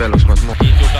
spelare som har ett mål.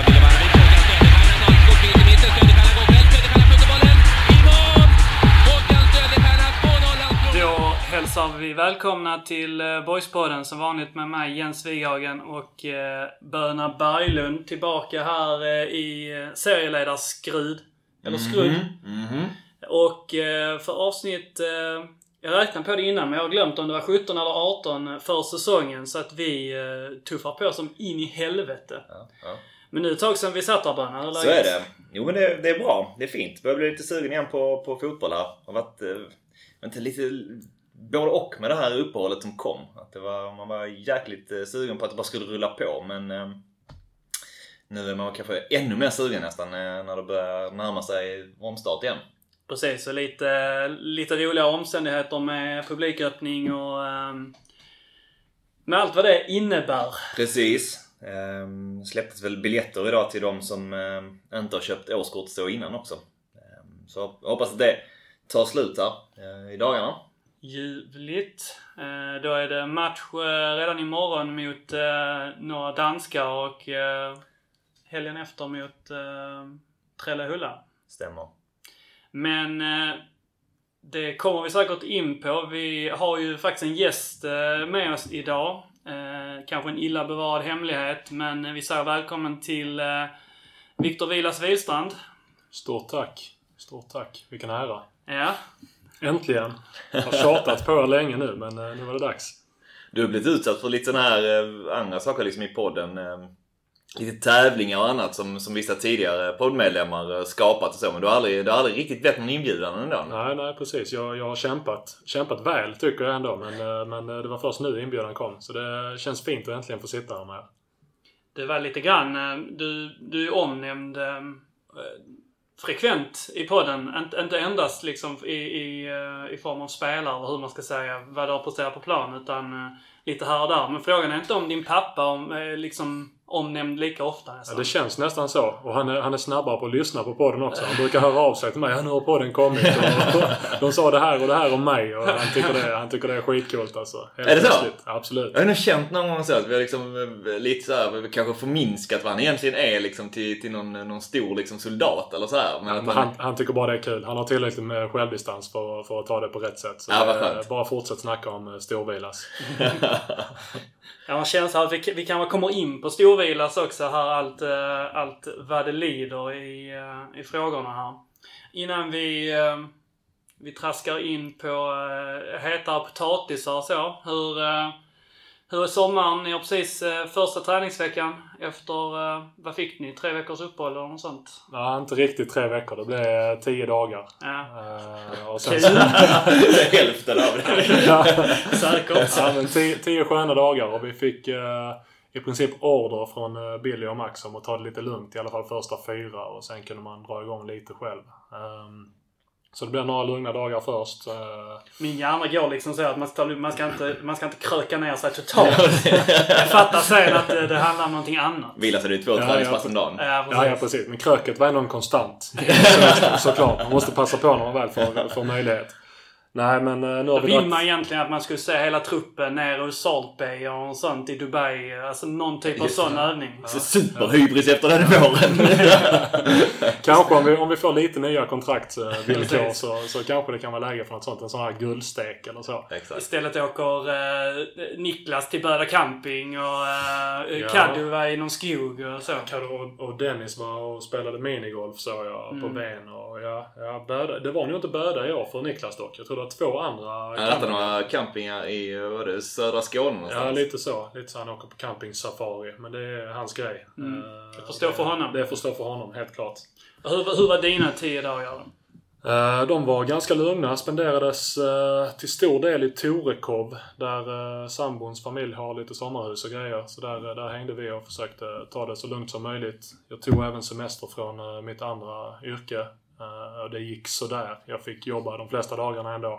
Då hälsar vi välkomna till Boyspodden som vanligt med mig Jens Wighagen och Böna Berglund tillbaka här i serieledarskrud. Eller skrudd. Och för avsnitt... Jag räknade på det innan men jag har glömt om det var 17 eller 18 för säsongen så att vi tuffar på som in i helvete. Ja. Men nu är det ett tag sedan vi satt där Böna. Så är det. Jo men det är bra. Det är fint. Jag börjar bli lite sugen igen på fotboll här. Jag har varit lite både och med det här uppehållet som kom. Att man var jäkligt sugen på att det bara skulle rulla på. Men nu är man kanske ännu mer sugen nästan när det börjar närma sig omstart igen. Precis, och lite roliga omständigheter med publiköppning och med allt vad det innebär. Precis. Släpptes väl biljetter idag till de som inte har köpt årskort så innan också. Så jag hoppas att det tar slut här i dagarna. Ljuvligt. Då är det match redan imorgon mot några danskar och helgen efter mot Trellehulla. Stämmer. Men det kommer vi säkert in på. Vi har ju faktiskt en gäst med oss idag. Kanske en illa bevarad hemlighet. Men vi säger välkommen till Viktor Vilas Wistrand. Stort tack. Vilken ära. Ja. Äntligen. Jag har tjatat på er länge nu men nu var det dags. Du har blivit utsatt för lite såna här andra saker liksom i podden. Lite tävlingar och annat som vissa tidigare poddmedlemmar skapat och så. Men du har aldrig riktigt vet någon inbjudan ändå. Nej precis. Jag har kämpat väl tycker jag ändå. Men det var först nu inbjudan kom. Så det känns fint att äntligen få sitta här med. Det var lite grann. Du är omnämnd frekvent i podden. Inte endast liksom i form av spelare och hur man ska säga vad du har presterat på plan. Utan lite här och där. Men frågan är inte om din pappa liksom omnämnd lika ofta. Ja, det känns nästan så. Och han är snabbare på att lyssna på podden också. Han brukar höra av sig till mig. Nu har podden kommit. Och de sa det här om mig. Och han tycker det är skitcoolt alltså. Helt är det så? Absolut. Jag har nog känt någon gång så att vi har liksom lite så här, kanske förminskat vad han egentligen är liksom till någon stor liksom soldat eller så här. Men han tycker bara det är kul. Han har tillräckligt med självdistans för att ta det på rätt sätt. Så bara fortsätt snacka om storvilas. Ja, man känns att vi kan komma in på storvilas också här allt vad det lider i frågorna här. Innan vi traskar in på hetare potatisar och så. Hur är sommaren? Ni har precis första träningsveckan efter, vad fick ni? 3 veckors uppehåll eller något sånt? Ja, inte riktigt 3 veckor. Det blev 10 dagar. Ja. Och sen det är hälften av det. Ja. Säkert. Ja, men 10 sköna dagar och vi fick i princip order från Billy och Max om att ta det lite lugnt. I alla fall första 4 och sen kunde man dra igång lite själv. Så det blir några lugna dagar först. Min hjärna går liksom så att man ska inte kröka ner sig totalt. Jag fattar sen att det handlar om någonting annat. Vila sig det 2 träningspass om dagen. Ja, precis. Men kröket var ändå en konstant. Såklart. Man måste passa på när man väl får möjlighet. Nej, men nu har vill man egentligen att man skulle se hela truppen ner i Salt Bay och sånt i Dubai. Alltså någon typ av sån övning. Ja. Superhybris efter den våren. Kanske om vi får lite nya kontraktsvillkor så kanske det kan vara läge för något sånt. En sån här guldstek eller så. Exakt. Istället åker Niklas till Böda Camping och Kaddu var i någon skog och så. Kaddu och Dennis var och spelade minigolf så jag på ben. Och Böda. Det var nog inte Böda i år för Niklas dock. Jag tror det var 2 andra campingar i södra Skåne någonstans. Ja, lite så. Lite så han åker på camping-safari. Men det är hans grej. Det får stå för honom. Det får stå för honom, helt klart. Hur var dina 10 dagar? De var ganska lugna. Spenderades till stor del i Torekov. Där sambons familj har lite sommarhus och grejer. Så där hängde vi och försökte ta det så lugnt som möjligt. Jag tog även semester från mitt andra yrke. Och det gick så där. Jag fick jobba de flesta dagarna ändå.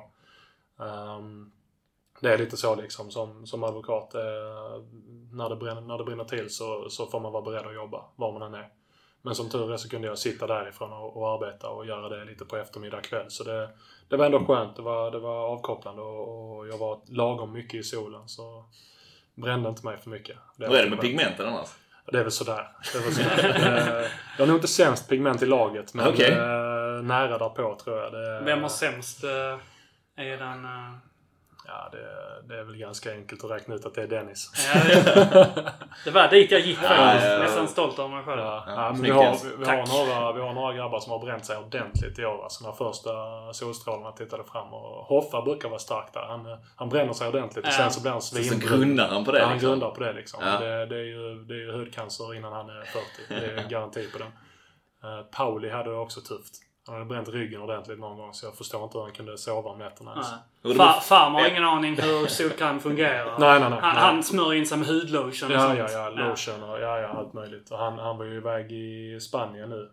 Det är lite så liksom som advokat. När det brinner till så får man vara beredd att jobba var man än är. Men som tur är så kunde jag sitta därifrån och arbeta och göra det lite på eftermiddag kväll. Så det var ändå skönt. Det var avkopplande och jag var lagom mycket i solen. Så brände inte mig för mycket. Hur är det med pigmenten annars? Det är väl sådär. Jag har nog inte sämst pigment i laget, men nära därpå tror jag. Vem har sämst? Är den... Ja, det är väl ganska enkelt att räkna ut att det är Dennis. Ja, det var dit jag gick faktiskt. Nästan stolt av mig själv. Men vi har några grabbar som har bränt sig ordentligt i år. Alltså när första solstrålarna tittade fram. Och Hoffa brukar vara stark där. Han bränner sig ordentligt och sen så blir han svinbrun. Så grundar han på det. Han grundar på det liksom. Ja. Det är ju hudcancer innan han är 40. Det är en garanti på den. Pauli hade det också tufft. Han hade bränt ryggen ordentligt någon gång, så jag förstår inte hur han kunde sova om nätterna. Farmor har ingen aning hur solkräm fungerar. Nej. Han smörjer in sig med hudlotion och sånt. Ja, lotion och allt möjligt. Och han var ju iväg i Spanien nu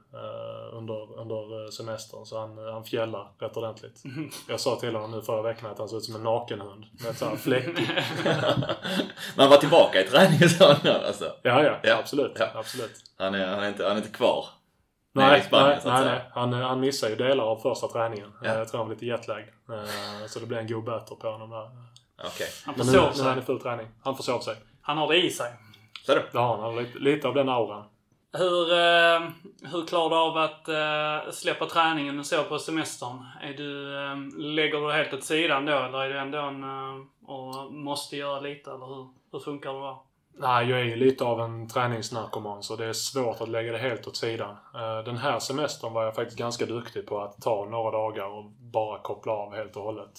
under semestern, så han fjällar rätt ordentligt. Jag sa till honom nu förra veckan att han såg ut som en nakenhund med ett sånt här fläck. Man var tillbaka i träningen så alltså. Ja, absolut. Ja. Absolut. Han är inte kvar. Nej. Han missar ju delar av första träningen. Jag tror han var lite jetlag. Så det blir en god böter på honom där. Okej. Han får sova sig. Nu är han i full träning. Han får sova sig. Han har det i sig. Så du? Ja, han har lite av den auran. Hur klarar du av att släppa träningen och så på semestern? Lägger du helt åt sidan då? Eller är du ändå och måste göra lite? Eller hur funkar det då? Nej, jag är ju lite av en träningsnarkoman, så det är svårt att lägga det helt åt sidan. Den här semestern var jag faktiskt ganska duktig på att ta några dagar och bara koppla av helt och hållet.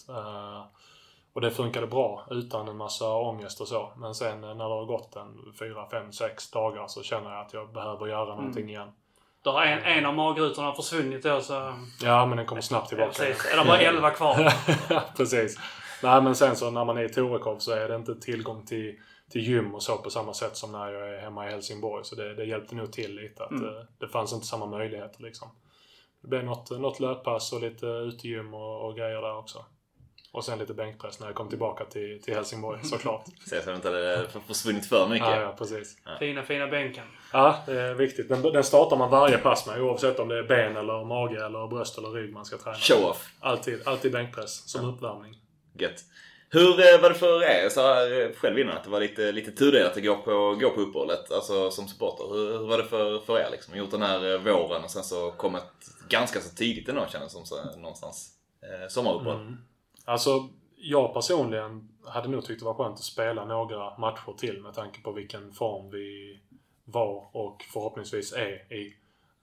Och det funkade bra utan en massa ångest och så. Men sen när det har gått 4, 5, 6 dagar så känner jag att jag behöver göra någonting igen. Då har en av magrutorna försvunnit då, så... Ja, men den kommer snabbt tillbaka. Precis. Är det bara 11 kvar? Precis. Nej, men sen så när man är i Torekov så är det inte tillgång till gym och så på samma sätt som när jag är hemma i Helsingborg. Så det hjälpte nog till lite. Att det fanns inte samma möjligheter liksom. Det blev något löppass och lite utegym och grejer där också. Och sen lite bänkpress när jag kom tillbaka till Helsingborg, såklart. Så att det inte hade försvunnit för mycket. Ja, precis. Ja. Fina bänken. Ja, det är viktigt. Den startar man varje pass med, oavsett om det är ben eller mage eller bröst eller rygg man ska träna. Show off. Alltid bänkpress som uppvärmning. Gött. Hur var det för er? Så här själv innan att det var lite tudelat att gå på uppehållet, alltså som supporter. Hur var det för er liksom? Gjort den här våren och sen så kom ett ganska så tidigt ändå, känns som så, någonstans sommaruppehåll. Alltså, jag personligen hade nog tyckt det var skönt att spela några matcher till med tanke på vilken form vi var och förhoppningsvis är i.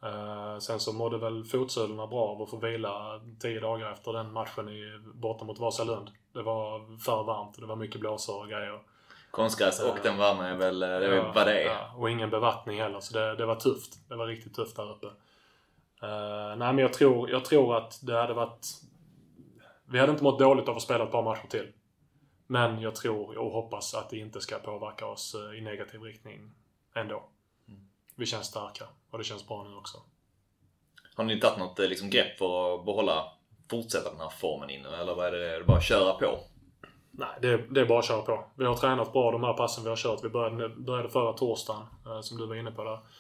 Sen så mådde väl fotsulorna bra av att få vila 10 dagar efter den matchen borta mot Vasalund. Det var för varmt och det var mycket blåsor och grejer. Konstgräs och den värmen är väl vad det är. Ja, och ingen bevattning heller, så det var tufft. Det var riktigt tufft där uppe. Nej, men jag tror att det hade varit... Vi hade inte mått dåligt av att spela ett par matcher till. Men jag tror och hoppas att det inte ska påverka oss i negativ riktning ändå. Vi känns starka och det känns bra nu också. Har ni tagit något liksom grepp för att fortsätta den här formen in? Eller vad är det bara att köra på? Nej, det är bara att köra på. Vi har tränat bra de här passen vi har kört. Vi började förra torsdagen, som du var inne på där.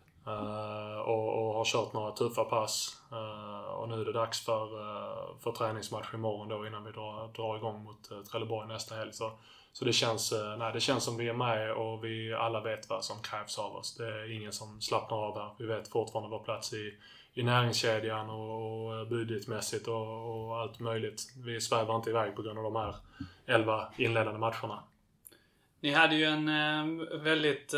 Och har kört några tuffa pass. Och nu är det dags för träningsmatch imorgon då, innan vi drar igång mot Trelleborg nästa helg. Så det känns som vi är med och vi alla vet vad som krävs av oss. Det är ingen som slappnar av här. Vi vet fortfarande vår plats i näringskedjan och budgetmässigt och allt möjligt. Vi svävar inte iväg på grund av de här 11 inledande matcherna. Ni hade ju en väldigt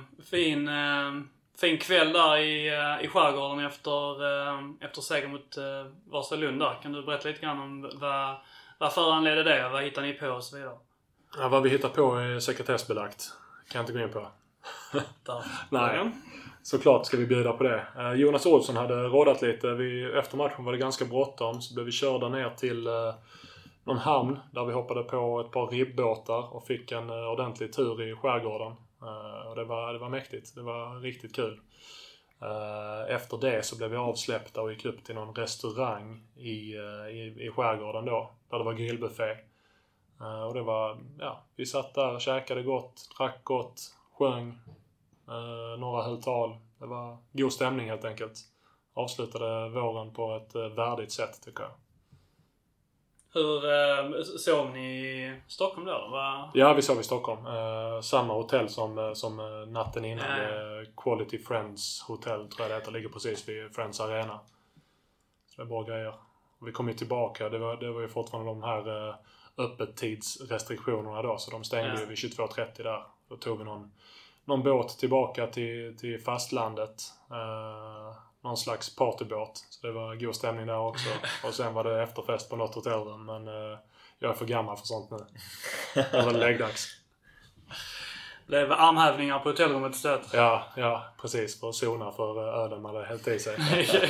fin kväll där i skärgården efter seger mot Vasalund där. Kan du berätta lite grann om vad föranledde det? Vad hittade ni på och så vidare? Ja, vad vi hittar på är sekretessbelagt. Kan jag inte gå in på. Nej, såklart ska vi bjuda på det. Jonas Olsson hade rådat lite. Efter matchen var det ganska bråttom, så blev vi körda ner till någon hamn där vi hoppade på ett par ribbåtar och fick en ordentlig tur i skärgården. Och det var mäktigt. Det var riktigt kul. Efter det så blev vi avsläppta och gick upp till någon restaurang i skärgården då, där det var grillbuffé. Och det var, vi satt där, käkade gott, drack gott, sjöng, några höll tal. Det var god stämning helt enkelt. Avslutade våren på ett värdigt sätt, tycker jag. Hur sov ni i Stockholm då? Ja, vi sov i Stockholm. Samma hotell som natten innan. Quality Friends Hotel tror jag det heter. Ligger precis vid Friends Arena. Så det är bra grejer. Och vi kom ju tillbaka. Det var ju fortfarande de här öppettidsrestriktionerna då. Så de stängde ju vid 22.30 där. Då tog vi någon båt tillbaka till fastlandet. Någon slags partybåt. Så det var god stämning där också. Och sen var det efterfest på något hotellrum. Men jag är för gammal för sånt nu. Det var läggdags. Blev armhävningar på hotellrummet istället? Ja, precis. För att zona för ölen man hade hällt i sig.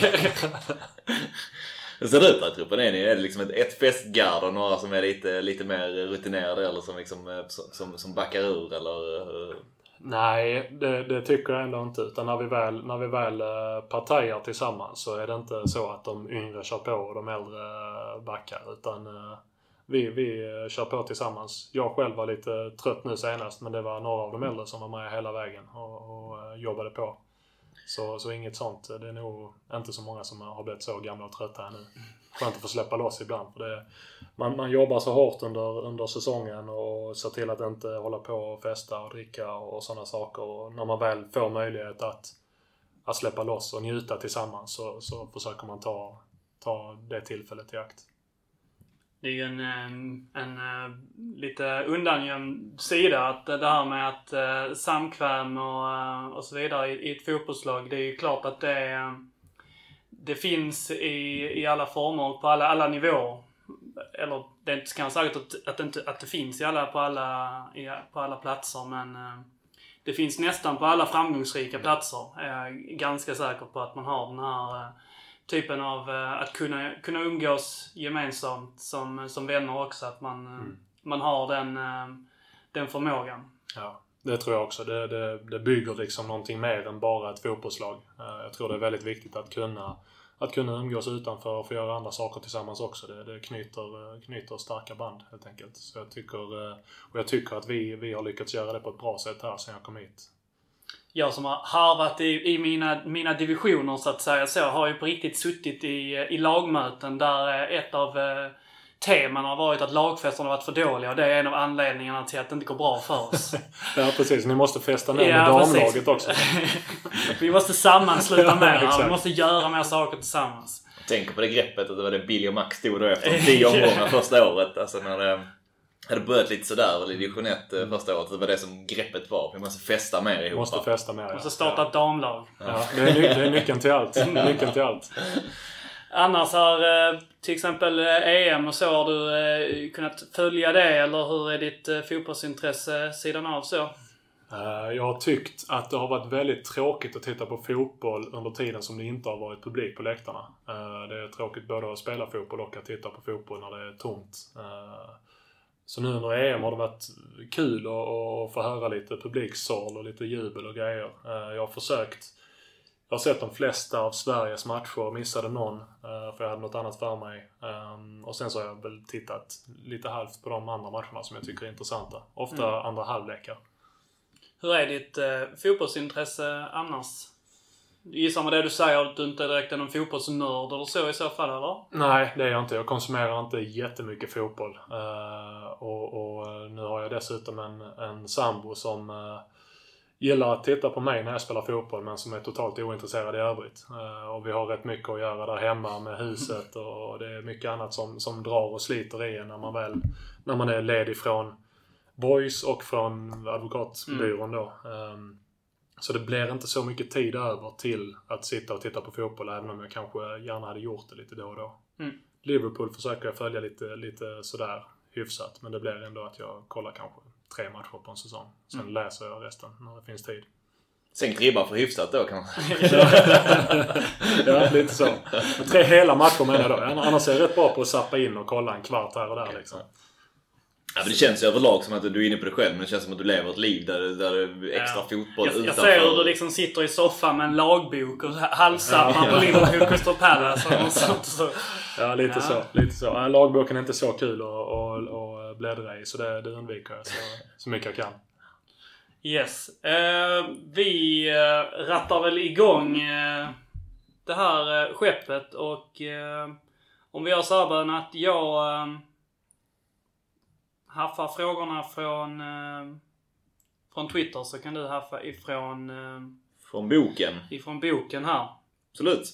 Hur ser det ut där truppen? Är det liksom ett festgard och några som är lite mer rutinerade eller som, liksom, som backar ur? Eller? Nej, det tycker jag ändå inte. Utan när vi väl partajar tillsammans så är det inte så att de yngre kör på och de äldre backar. Utan vi kör på tillsammans. Jag själv var lite trött nu senast, men det var några av de äldre som var med hela vägen och jobbade på. Så inget sånt. Det är nog inte så många som har blivit så gamla och trötta här nu. Skönt att få släppa loss ibland. För man jobbar så hårt under säsongen och ser till att inte hålla på och festa och dricka och sådana saker. Och när man väl får möjlighet att släppa loss och njuta tillsammans så försöker man ta det tillfället i akt. Det är ju en lite undangömd sida att det här med att samkväm och så vidare i ett fotbollslag, det är ju klart att det finns i alla former och på alla nivåer. Eller det är inte kan säkert att det finns på alla platser, men det finns nästan på alla framgångsrika platser. Jag är ganska säker på att man har den här typen av att kunna umgås gemensamt som vänner också, att man har den förmågan. Ja, det tror jag också. Det bygger liksom någonting mer än bara ett fotbollslag. Jag tror det är väldigt viktigt att kunna umgås utanför och få göra andra saker tillsammans också. Det knyter starka band helt enkelt. Så jag tycker att vi har lyckats göra det på ett bra sätt här sen jag kom hit. Jag som har harvat i mina divisioner så att säga, så har ju på riktigt suttit i lagmöten där ett av teman har varit att lagfesterna har varit för dåliga, och det är en av anledningarna till att det inte går bra för oss. Ja, precis. Ni måste festa med damlaget också. Vi måste sammansluta mer. Vi måste göra mer saker tillsammans. Jag tänker på det greppet att det var det Billy och Max stod då efter 10 omgångar första året. Alltså när det hade börjat lite sådär, eller division 1 första året, det var det som greppet var. Vi måste festa mer ihop. Vi måste starta ett damlag. Ja, det är nyckeln till allt. Annars har till exempel EM och så, har du kunnat följa det, eller hur är ditt fotbollsintresse sidan av så? Jag har tyckt att det har varit väldigt tråkigt att titta på fotboll under tiden som det inte har varit publik på läktarna. Det är tråkigt både att spela fotboll och att titta på fotboll när det är tomt. Så nu under EM har det varit kul att få höra lite publiksorl och lite jubel och grejer. Jag har sett de flesta av Sveriges matcher, missade någon för jag hade något annat för mig. Och sen så har jag väl tittat lite halvt på de andra matcherna som jag tycker är intressanta. Ofta andra halvlekar. Hur är ditt fotbollsintresse annars? Gissar med det du säger att du inte är direkt någon fotbollsnörd eller så i så fall, eller? Nej, det är jag inte. Jag konsumerar inte jättemycket fotboll. Och nu har jag dessutom en sambo som gillar att titta på mig när jag spelar fotboll, men som är totalt ointresserad i övrigt. Och vi har rätt mycket att göra där hemma med huset, och det är mycket annat som drar och sliter i en när man är ledig från Boys och från advokatbyrån då. Så det blir inte så mycket tid över till att sitta och titta på fotboll, även om jag kanske gärna hade gjort det lite då och då. Liverpool försöker jag följa lite sådär hyfsat, men det blir ändå att jag kollar kanske 3 matcher på en säsong. Sen läser jag resten när det finns tid. Sänkt ribban för hyfsat då kanske. Ja, lite så. 3 hela matcher menar jag då. Annars är jag rätt bra på att zappa in och kolla en kvart här och där liksom. Ja, men det känns ju överlag som att du är inne på det själv, men det känns som att du lever ett liv där det är extra fotboll utanför. Jag ser hur du liksom sitter i soffan med en lagbok och halsar på Liverpool Crystal Palace och sånt. Så. Ja, lite så. Lagboken är inte så kul att bläddra i, så det undviker jag så mycket jag kan. Yes. Vi rattar väl igång det här skeppet, och om vi gör så här att haffar frågorna från Twitter så kan du haffa Från boken. ifrån boken här. Absolut.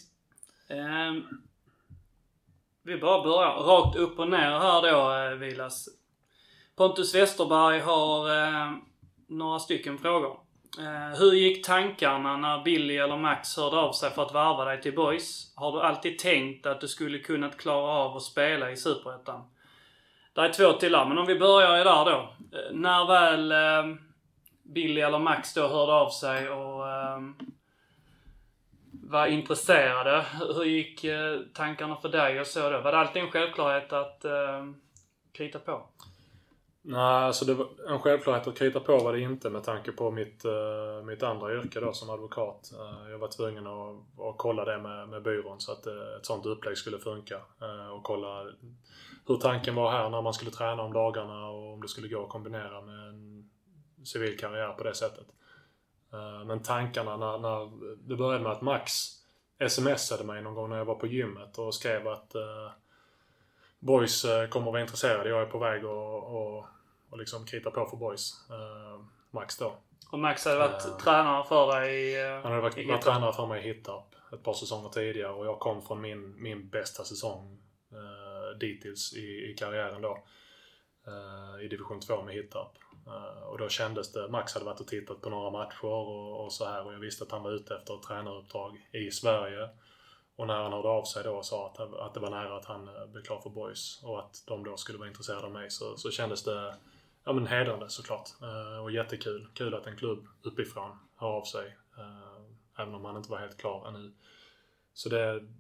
Vi bara börjar rakt upp och ner här då, Vilas. Pontus Westerberg har några stycken frågor. Hur gick tankarna när Billy eller Max hörde av sig för att varva dig till Boys? Har du alltid tänkt att du skulle kunnat klara av att spela i Superettan? Det är 2 till där, men om vi börjar i där då. När väl Billy eller Max då hörde av sig och var intresserade, hur gick tankarna för dig och så då? Var det alltid en självklarhet att krita på? Nej, alltså det var en självklarhet att krita på var det inte med tanke på mitt andra yrke då som advokat. Jag var tvungen att kolla det med byrån så att ett sånt upplägg skulle funka. Och kolla hur tanken var här när man skulle träna om dagarna och om det skulle gå att kombinera med en civil karriär på det sättet. Men tankarna när det började med att Max smsade mig någon gång när jag var på gymmet och skrev att Boys kommer att vara intresserade. Jag är på väg och liksom krita på för Boys. Max då. Och Max hade varit tränare för dig han hade varit tränare för mig i Hittarp ett par säsonger tidigare. Och jag kom från min bästa säsong dittills i karriären då. I division 2 med Hittarp. Och då kändes det, Max hade varit och tittat på några matcher och så här. Och jag visste att han var ute efter ett tränaruppdrag i Sverige. Och när han hörde av sig då och sa att det var nära att han blev klar för Boys och att de då skulle vara intresserade av mig så kändes det hedrande såklart. Och jättekul. Kul att en klubb uppifrån hör av sig. Även om han inte var helt klar ännu. Så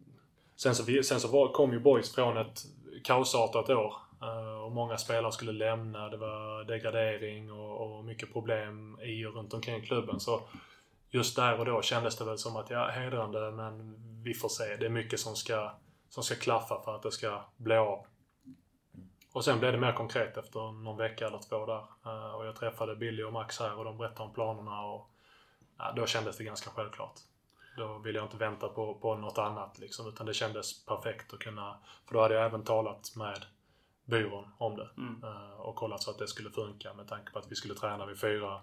sen så kom ju Boys från ett kaosartat år. Och många spelare skulle lämna. Det var degradering och mycket problem i och runt omkring klubben. Så just där och då kändes det väl som att hedrande, men vi får se. Det är mycket som ska klaffa för att det ska bli av. Och sen blev det mer konkret efter någon vecka eller 2 där. Och jag träffade Billy och Max här och de berättade om planerna och då kändes det ganska självklart. Då ville jag inte vänta på något annat liksom, utan det kändes perfekt att kunna, för då hade jag även talat med byrån om det. Och kollat så att det skulle funka med tanke på att vi skulle träna vid 4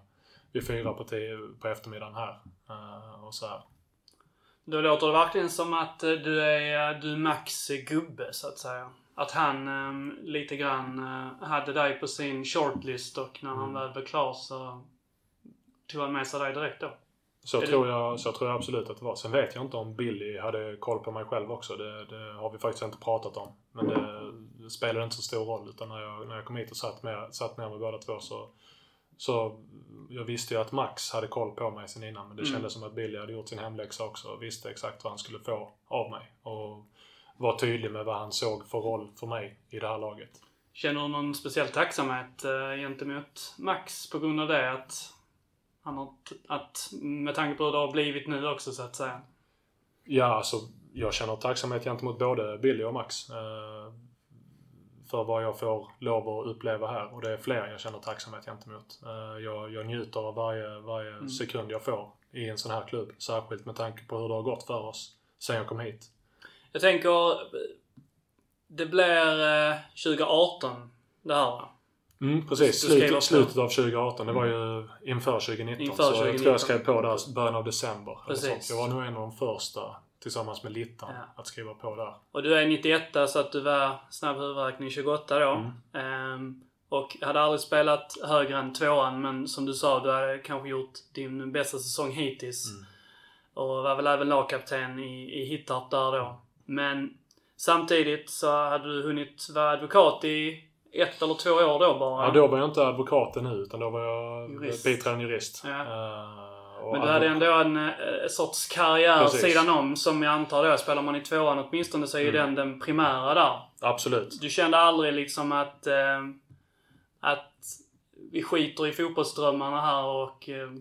på eftermiddagen här och så här. Då låter det verkligen som att du är Max gubbe så att säga. Att han lite grann hade dig på sin shortlist och när han väl blev klar så tog han med sig dig direkt då. Så tror jag absolut att det var. Sen vet jag inte om Billy hade koll på mig själv också. Det har vi faktiskt inte pratat om. Men det spelade inte så stor roll. Utan när jag kom hit och satt ner med båda två så jag visste ju att Max hade koll på mig sen innan. Men det kändes som att Billy hade gjort sin hemläxa också. Och visste exakt vad han skulle få av mig. Och var tydlig med vad han såg för roll för mig i det här laget. Känner du någon speciell tacksamhet gentemot Max på grund av det? Att med tanke på hur det har blivit nu också så att säga. Ja, alltså jag känner tacksamhet gentemot både Billy och Max. För vad jag får lov att uppleva här. Och det är fler jag känner tacksamhet gentemot. Jag njuter av varje sekund jag får i en sån här klubb. Särskilt med tanke på hur det har gått för oss sen jag kom hit. Jag tänker, det blir 2018 det här va? Precis, slutet av 2018. Det var ju inför 2019. Så jag tror jag skrev på där början av december. Precis. Jag var nog en av de första tillsammans med Littan att skriva på där. Och du är 91 så att du var snabb huvudräkning 28 då. Och hade aldrig spelat högre än 2an, men som du sa, du hade kanske gjort din bästa säsong hittills. Och var väl även lagkapten i Hittarp där då. Men samtidigt så hade du hunnit vara advokat i 1 eller 2 år då bara. Ja, då var jag inte advokat ännu, utan då var jag biträdande jurist. Men du hade ändå en sorts karriär sidan om, som jag antar då. Spelar man i 2an åtminstone så är ju den primära där. Absolut. Du kände aldrig liksom att vi skiter i fotbollsdrömmarna här och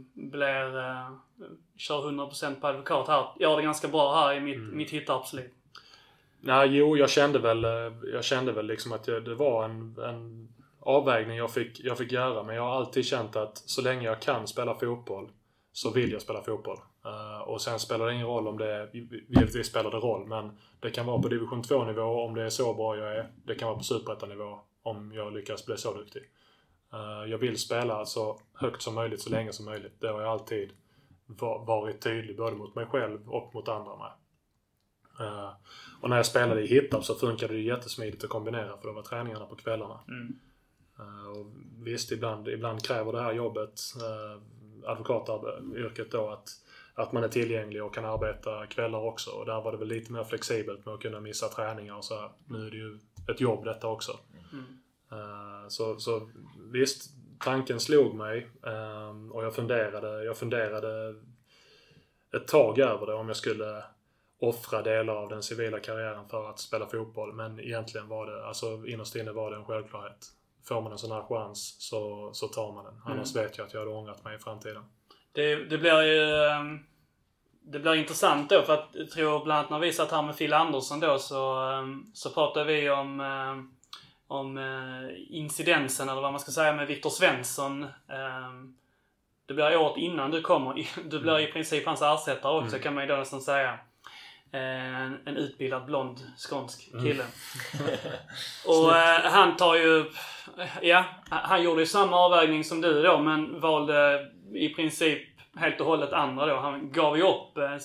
kör 100% på advokat här. Jag har det ganska bra här i mitt Hittarpsliv. Nej, jag kände väl liksom att det var en avvägning jag fick göra. Men jag har alltid känt att så länge jag kan spela fotboll så vill jag spela fotboll. Och sen spelar det ingen roll om det givetvis spelar det roll. Men det kan vara på division 2-nivå om det är så bra jag är. Det kan vara på superettanivå om jag lyckas bli så duktig. Jag vill spela så högt som möjligt, så länge som möjligt. Det har jag alltid varit tydlig både mot mig själv och mot andra med. Och när jag spelade i Hittarp så funkade det jättesmidigt att kombinera, för det var träningarna på kvällarna. Och visst, ibland kräver det här jobbet, advokatyrket då, att man är tillgänglig och kan arbeta kvällar också. Och där var det väl lite mer flexibelt med att kunna missa träningar och så här. Nu är det ju ett jobb detta också. Så visst, tanken slog mig, och jag funderade ett tag över det, om jag skulle offra delar av den civila karriären för att spela fotboll. Men egentligen var det, alltså innerst inne var det en självklarhet. Får man en sån här chans så tar man den. Annars vet jag att jag hade ångrat mig i framtiden. Det blir intressant då, för att jag tror bland annat när vi satt här med Phil Andersson då så pratade vi om incidensen, eller vad man ska säga, med Viktor Svensson. Det blir året innan du kommer. Du blir i princip hans ersättare också, kan man ju då nästan säga. En utbildad blond skånsk kille. Och han tar ju... Ja, han gjorde ju samma avvägning som du då, men valde i princip helt och hållet andra då. Han gav ju upp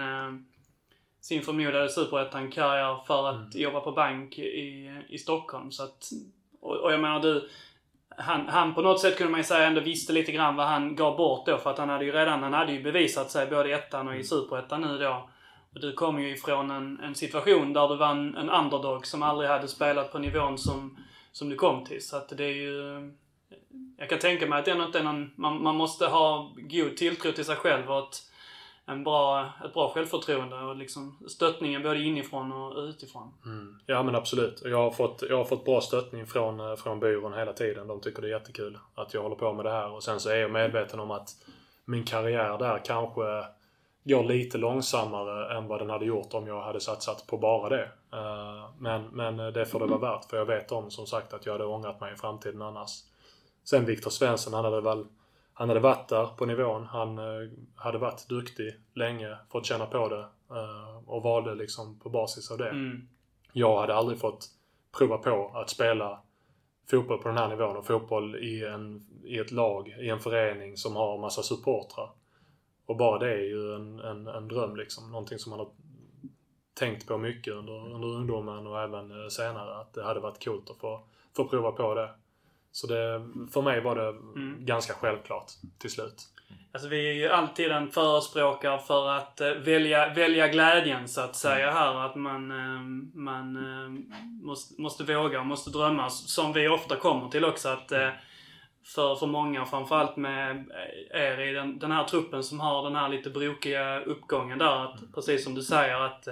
sin förmodade superettan-karriär för att jobba på bank i Stockholm. Så att, och jag menar, han på något sätt kunde man ju säga ändå visste lite grann vad han gav bort då, för att han hade ju bevisat sig både i ettan och i superettan nu då. Och du kom ju ifrån en situation där du var en underdog som aldrig hade spelat på nivån som du kom till. Så att det är ju... Jag kan tänka mig att det är något man måste ha god tilltro till sig själv och ett bra självförtroende och liksom stöttningen både inifrån och utifrån. Ja, men absolut. Jag har fått bra stöttning från byrån hela tiden. De tycker det är jättekul att jag håller på med det här. Och sen så är jag medveten om att min karriär där kanske går lite långsammare än vad den hade gjort om jag hade satsat på bara det. Men det får det vara värt, för jag vet om, som sagt, att jag hade ångrat mig i framtiden annars. Sen Viktor Svensson, han hade varit där på nivån. Han hade varit duktig länge, fått känna på det och valde liksom på basis av det. Jag hade aldrig fått prova på att spela fotboll på den här nivån, och fotboll i ett lag, i en förening som har massa supportrar. Och bara det är ju en dröm liksom. Någonting som man har tänkt på mycket under ungdomen och även senare. Att det hade varit coolt att få prova på det. Så för mig var det ganska självklart till slut. Alltså vi är ju alltid en förespråkare för att välja glädjen, så att säga här. Att man måste våga och måste drömma. Som vi ofta kommer till också. Att för många, framförallt med er i den här truppen som har den här lite brokiga uppgången där. Att, precis som du säger, att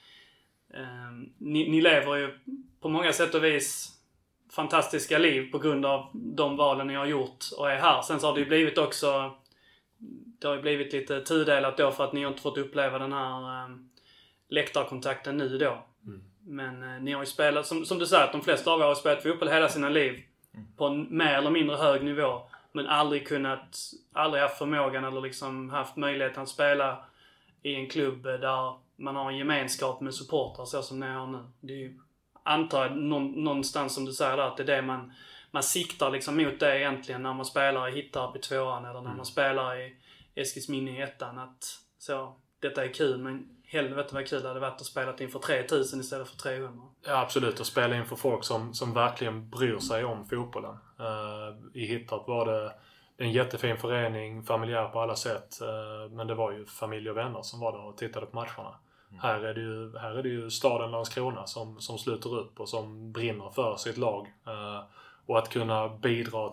ni lever ju på många sätt och vis fantastiska liv på grund av de valen ni har gjort och är här. Sen så har det ju blivit också, det har ju blivit lite tudelat då, för att ni har inte fått uppleva den här läktarkontakten nu då. Men ni har ju spelat, som du säger, att de flesta av er har spelat fotboll hela sina liv på en mer eller mindre hög nivå, men aldrig haft förmågan eller liksom haft möjligheten att spela i en klubb där man har en gemenskap med supportrar så som ni har nu. Det är ju, antar jag, någonstans som du säger där, att det är det man siktar liksom mot det egentligen när man spelar i Hittarp i tvåan eller när man spelar i Eskilsminne i ettan, att så, detta är kul, men helvete vad kul det hade varit att spela inför 3000 istället för 300. Ja, absolut. Att spela inför folk som verkligen bryr sig om fotbollen. I Hittarp var det en jättefin förening, familjär på alla sätt. Men det var ju familj och vänner som var där och tittade på matcherna. Här är det ju staden Landskrona som sluter upp och som brinner för sitt lag. Och att kunna bidra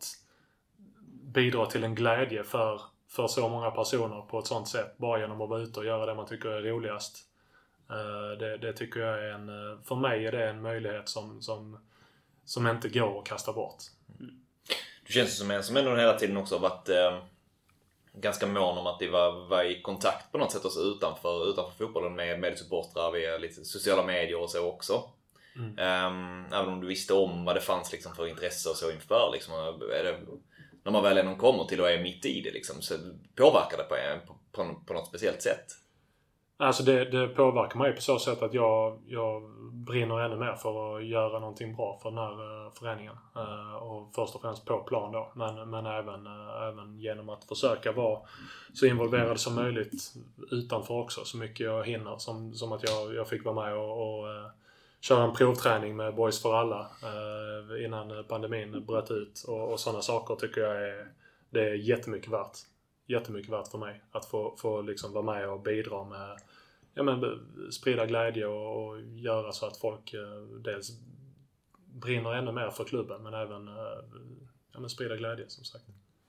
till en glädje för så många personer på ett sånt sätt, bara genom att vara ute och göra det man tycker är roligast. Det tycker jag är för mig är det en möjlighet som inte går att kasta bort. Du känns som en som ändå hela tiden också har varit ganska mån om att det var i kontakt på något sätt också utanför fotbollen med supportrar via lite sociala medier och så också. Även om du visste om vad det fanns liksom för intresse och så inför liksom, när man väl ändå kommer till och är mitt i det liksom, så påverkar det på något speciellt sätt. Alltså det påverkar mig på så sätt att jag brinner ännu mer för att göra någonting bra för den här föreningen. Och först och främst på plan då. Men även genom att försöka vara så involverad som möjligt utanför också. Så mycket jag hinner. Som att jag fick vara med och köra en provträning med Boys för alla innan pandemin bröt ut. Och sådana saker tycker jag det är jättemycket värt. Jättemycket värt för mig att få liksom vara med och bidra med sprida glädje och göra så att folk dels brinner ännu mer för klubben men även sprida glädje som sagt.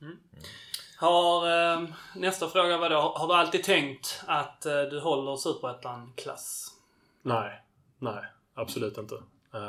Nästa fråga var då, har du alltid tänkt att du håller Superettan-klass? Nej, absolut inte.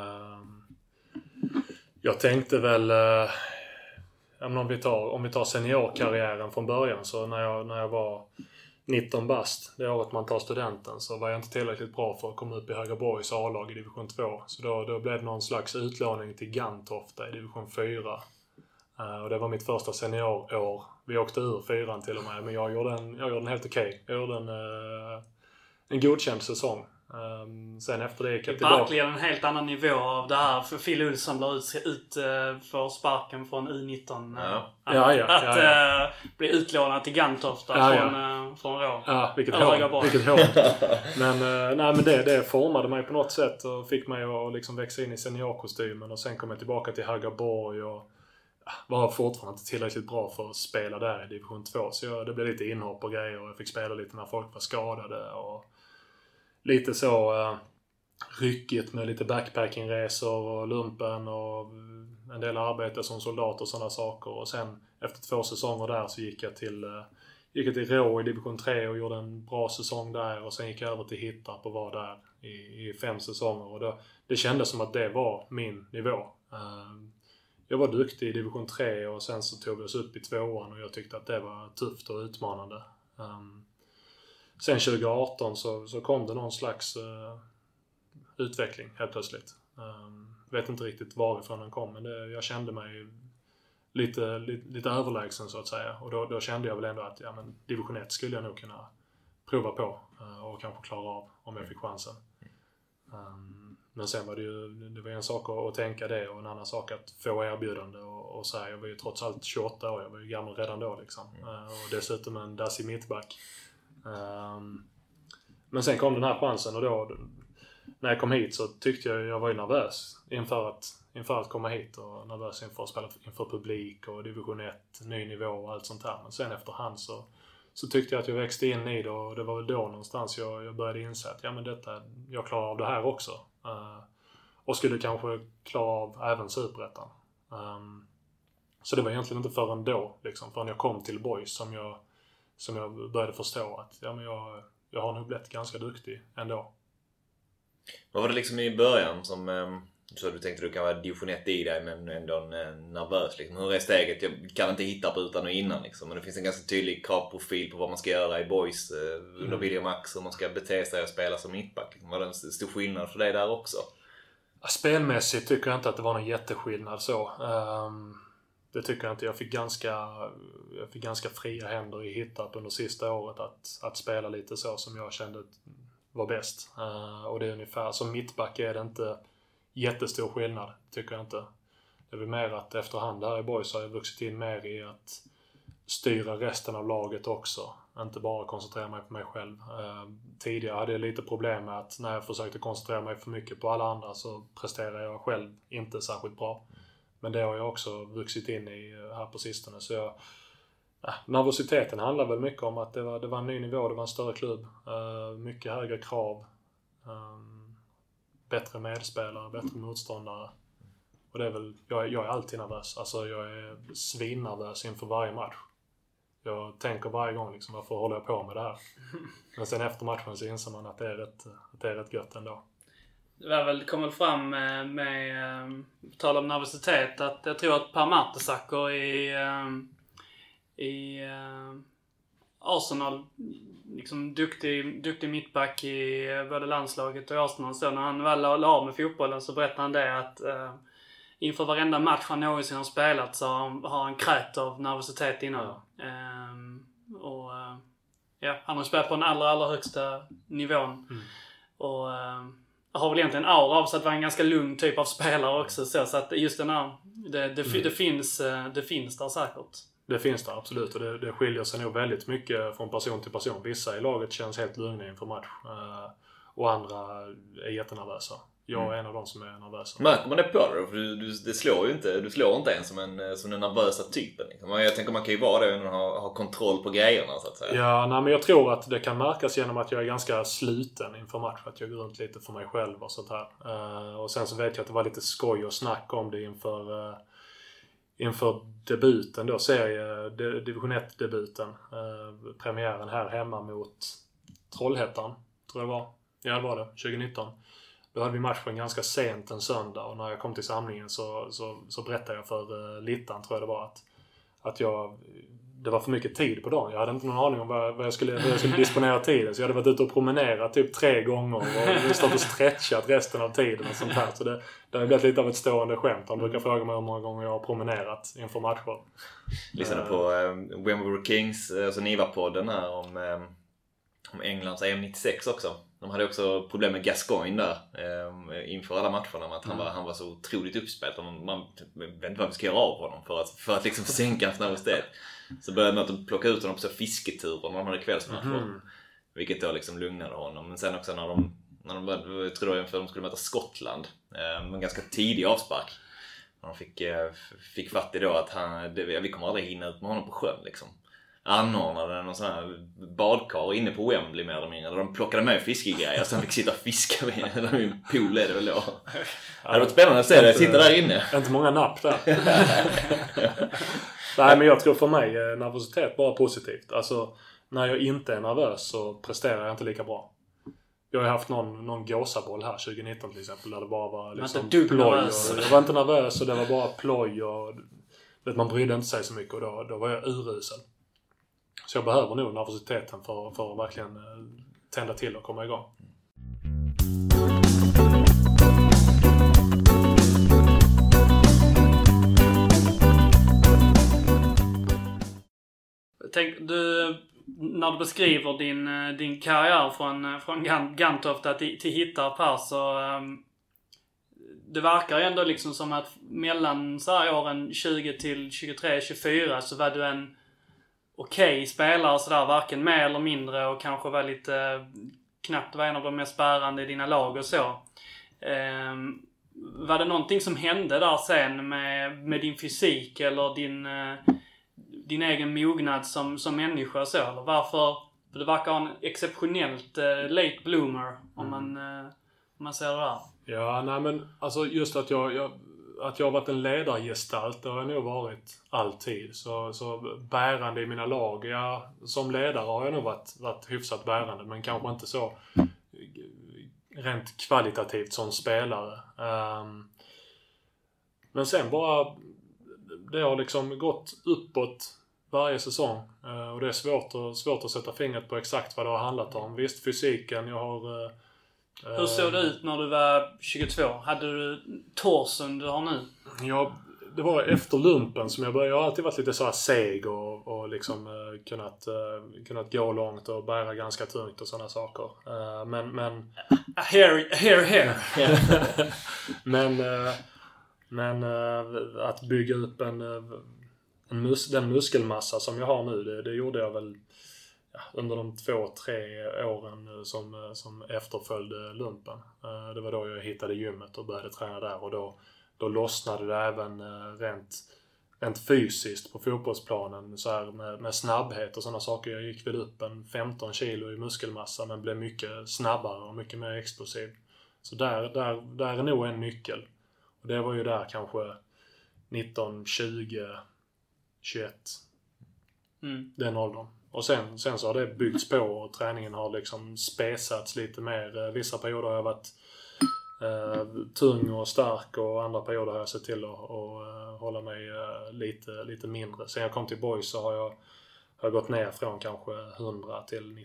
Jag tänkte väl om vi tar seniorkarriären från början, så när jag var 19 bast, det året man tar studenten, så var jag inte tillräckligt bra för att komma upp i Högaborgs A-lag i division 2. Så då blev det någon slags utlåning till Gantofta i division 4. Och det var mitt första seniorår. Vi åkte ur 4 till och med, men jag gjorde en helt okej. Jag gjorde en godkänd säsong. Sen efter det gick jag tillbaka. Verkligen en helt annan nivå av det här. För Phil Olsson blir ut för sparken från U19. Att bli utlånad till Gantofta från Rå. Ja, vilket hål. Men det formade mig på något sätt och fick mig att liksom växa in i seniorkostymen. Och sen kom jag tillbaka till Högaborg och var fortfarande inte tillräckligt bra för att spela där i division 2. Så det blev lite inhopp och grejer och jag fick spela lite när folk var skadade och lite så ryckigt med lite backpackingresor och lumpen och en del arbete som soldat och sådana saker. Och sen efter 2 säsonger där så gick jag till Rå i division 3 och gjorde en bra säsong där. Och sen gick jag över till Hittarp och var där i 5 säsonger. Och det kändes som att det var min nivå. Jag var duktig i division 3 och sen så tog vi oss upp i 2:an och jag tyckte att det var tufft och utmanande. Sen 2018 så kom det någon slags utveckling helt plötsligt. Vet inte riktigt varifrån den kom, men jag kände mig lite överlägsen så att säga. Och då kände jag väl ändå att division 1 skulle jag nog kunna prova på och kanske klara av om jag fick chansen. Men sen var det var en sak att tänka det och en annan sak att få erbjudande och så här. Jag var ju trots allt 28 år, jag var ju gammal redan då liksom. Och dessutom en dassig mittback. Men sen kom den här chansen och då när jag kom hit så tyckte jag var ju nervös inför att komma hit och nervös inför att spela inför publik och division 1, ny nivå och allt sånt här. Men sen efterhand så tyckte jag att jag växte in i det och det var väl då någonstans jag började inse att jag klarar av det här också. Och skulle kanske klara av även Superettan. Så det var egentligen inte förrän då, liksom, förrän jag kom till Boys som jag började förstå att jag har nog blivit ganska duktig ändå. Vad var det liksom i början som så du tänkte du kan vara division 1 i dig men ändå nervös liksom? Hur är steget? Jag kan inte hitta på utan och innan liksom. Men det finns en ganska tydlig kravprofil på vad man ska göra i Boys under Video Max och man ska bete sig och spela som mittback. Var det en stor skillnad för dig där också? Spelmässigt tycker jag inte att det var någon jätteskillnad så. Det tycker jag inte. Jag fick ganska fria händer i Hittarp under sista året att spela lite så som jag kände var bäst. Och det är ungefär som mittback är det inte jättestor skillnad, tycker jag inte. Det är väl mer att efterhand här i Boys har jag vuxit in mer i att styra resten av laget också. Inte bara koncentrera mig på mig själv. Tidigare hade jag lite problem med att när jag försökte koncentrera mig för mycket på alla andra så presterade jag själv inte särskilt bra. Men det har jag också vuxit in i här på sistone. Så nervositeten handlar väl mycket om att det var en ny nivå, det var en större klubb. Mycket högre krav. Bättre medspelare, bättre motståndare. Och det är väl, jag är alltid nervös. Alltså jag är svinnervös inför varje match. Jag tänker varje gång liksom, varför håller jag på med det här? Men sen efter matchen så inser man att det är rätt gött ändå. Det kom väl fram med tal om nervositet att jag tror att Per Mertesacker i Arsenal, liksom duktig mittback i både landslaget och Arsenal, så när han väl la av med fotbollen så berättade han det att inför varenda match han någonsin har spelat så har han kräkt av nervositet innan. han har spelat på den allra högsta nivån. Och har väl egentligen aura av så att vara en ganska lugn typ av spelare också. Så att just den här, det finns där säkert. Det finns det absolut, och det skiljer sig nog väldigt mycket från person till person. Vissa i laget känns helt lugna inför match och andra är jättenervösa. Jag är en av dem som är nervösa. Märker man det på det? För du slår ju inte, du slår inte ens som den nervösa typen. Liksom. Jag tänker man kan ju vara det när man har kontroll på grejerna så att säga. Ja, men jag tror att det kan märkas genom att jag är ganska sluten inför match. Att jag går runt lite för mig själv och sånt här. Och sen så vet jag att det var lite skoj och snack om det inför debuten då, division 1-debuten. Premiären här hemma mot Trollhättan, tror jag det var. Ja, det var det. 2019. Då hade vi matchen ganska sent en söndag, och när jag kom till samlingen så berättade jag för Littan, tror jag det var, att det var för mycket tid på dagen. Jag hade inte någon aning om vad jag skulle disponera tiden. Så jag hade varit ute och promenerat typ 3 gånger och stått och stretchat resten av tiden och sånt här. Så det har blivit lite av ett stående skämt. Han brukar fråga mig hur många gånger jag har promenerat inför matcher. Lyssnade på When We Were Kings, alltså Niva-podden här om Englands EM96 också. De hade också problem med Gascoigne där inför alla matcherna med att han var så otroligt uppspelt. Man vet inte vad vi ska göra av honom för att liksom sänka hans nervositet. Så började man att plocka ut honom på så fisketurer när de hade kvällsmatcher. Vilket då liksom lugnade honom. Men sen också när de började, jag tror att de skulle möta Skottland, en ganska tidig avspark. De fick fatt i då att vi kommer aldrig hinna ut med honom på sjön liksom. Anordnade någon sån här badkar inne på Wembley mer eller mindre. Där de plockade med fiskegrejer och sen fick sitta och fiska med en pool är det väl då. Det hade varit spännande att se det, sitta där inne. Inte många napp där. Nej, men jag tror för mig är nervositet bara positivt. Alltså, när jag inte är nervös så presterar jag inte lika bra. Jag har haft någon gåsaboll här 2019 till exempel, där det bara var liksom ploj. Jag var inte nervös och det var bara ploj och man brydde inte sig så mycket, och då var jag urusel. Så jag behöver nog nervositeten för att verkligen tända till och komma igång. Tänk, när du beskriver din karriär från Gantoft till Hittarp här, så det verkar ändå liksom som att mellan så här åren 20 till 23, 24 så var du en okej spelare sådär, varken mer eller mindre, och kanske var lite knappt var en av de mest bärande i dina lag och så. Var det någonting som hände där sen med din fysik eller din egen mognad som människa så? Eller varför? För det verkar en exceptionellt late bloomer om man säger det där. Ja, nej men alltså just att jag har varit en ledargestalt, det har jag nog varit alltid. Så bärande i mina lag. Ja, som ledare har jag nog varit hyfsat bärande, men kanske inte så rent kvalitativt som spelare. Men sen bara, det har liksom gått uppåt varje säsong. Och det är svårt att sätta fingret på exakt vad det har handlat om. Visst, fysiken, jag har... Hur såg det ut när du var 22? Hade du torsen du har nu? Ja, det var efter lumpen som jag har alltid varit lite så här seg och liksom kunnat gå långt och bära ganska tungt och sådana saker. Men Here. men att bygga upp den muskelmassa som jag har nu, det gjorde jag väl under de 2-3 åren som efterföljde lumpen. Det var då jag hittade gymmet och började träna där, och då lossnade det även rent fysiskt på fotbollsplanen så här med snabbhet och sådana saker. Jag gick väl upp 15 kilo i muskelmassa, men blev mycket snabbare och mycket mer explosiv. Så där är nog en nyckel. Och det var ju där kanske 19, 20, 21. Den åldern. Och sen så har det byggts på och träningen har liksom spesats lite mer. Vissa perioder har jag varit tung och stark, och andra perioder har jag sett till att hålla mig lite mindre. Sen jag kom till Boys så har jag gått ner från kanske 100 till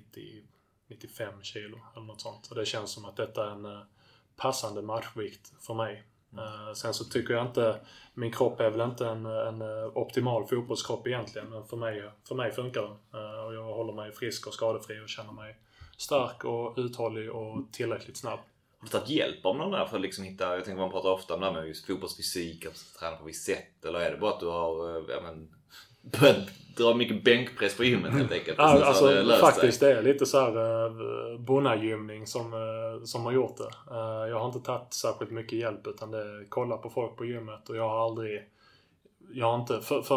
95 kilo eller något sånt. Och det känns som att detta är en passande matchvikt för mig. Sen så tycker jag inte, min kropp är väl inte en optimal fotbollskropp egentligen, men för mig funkar den. Och jag håller mig frisk och skadefri och känner mig stark och uthållig och tillräckligt snabb. Har du tagit hjälp av någon där för att liksom hitta, jag tänker man pratar ofta om det här med just fotbollsfysik, att träna på visst sätt, eller är det bara att du har börjat dra mycket bänkpress på gymmet helt enkelt? Alltså faktiskt det är lite så här bonnagymning som har gjort det. Jag har inte tagit särskilt mycket hjälp, utan det är kolla på folk på gymmet, och jag har inte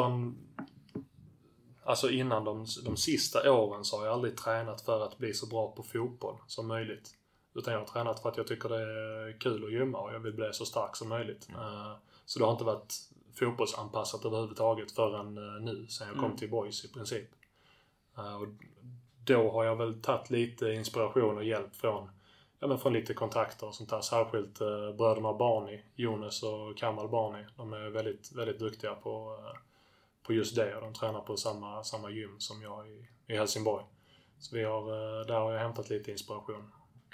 alltså innan de sista åren så har jag aldrig tränat för att bli så bra på fotboll som möjligt. Utan jag har tränat för att jag tycker det är kul att gymma och jag vill bli så stark som möjligt. Så det har inte varit fotbollsanpassat överhuvudtaget förrän nu, sen jag kom till Boys i princip. Och då har jag väl tagit lite inspiration och hjälp från lite kontakter och sånt där. Särskilt bröderna Barney, Jonas och Kamal Barney. De är väldigt, väldigt duktiga på just det, och de tränar på samma gym som jag i Helsingborg. Så där har jag hämtat lite inspiration.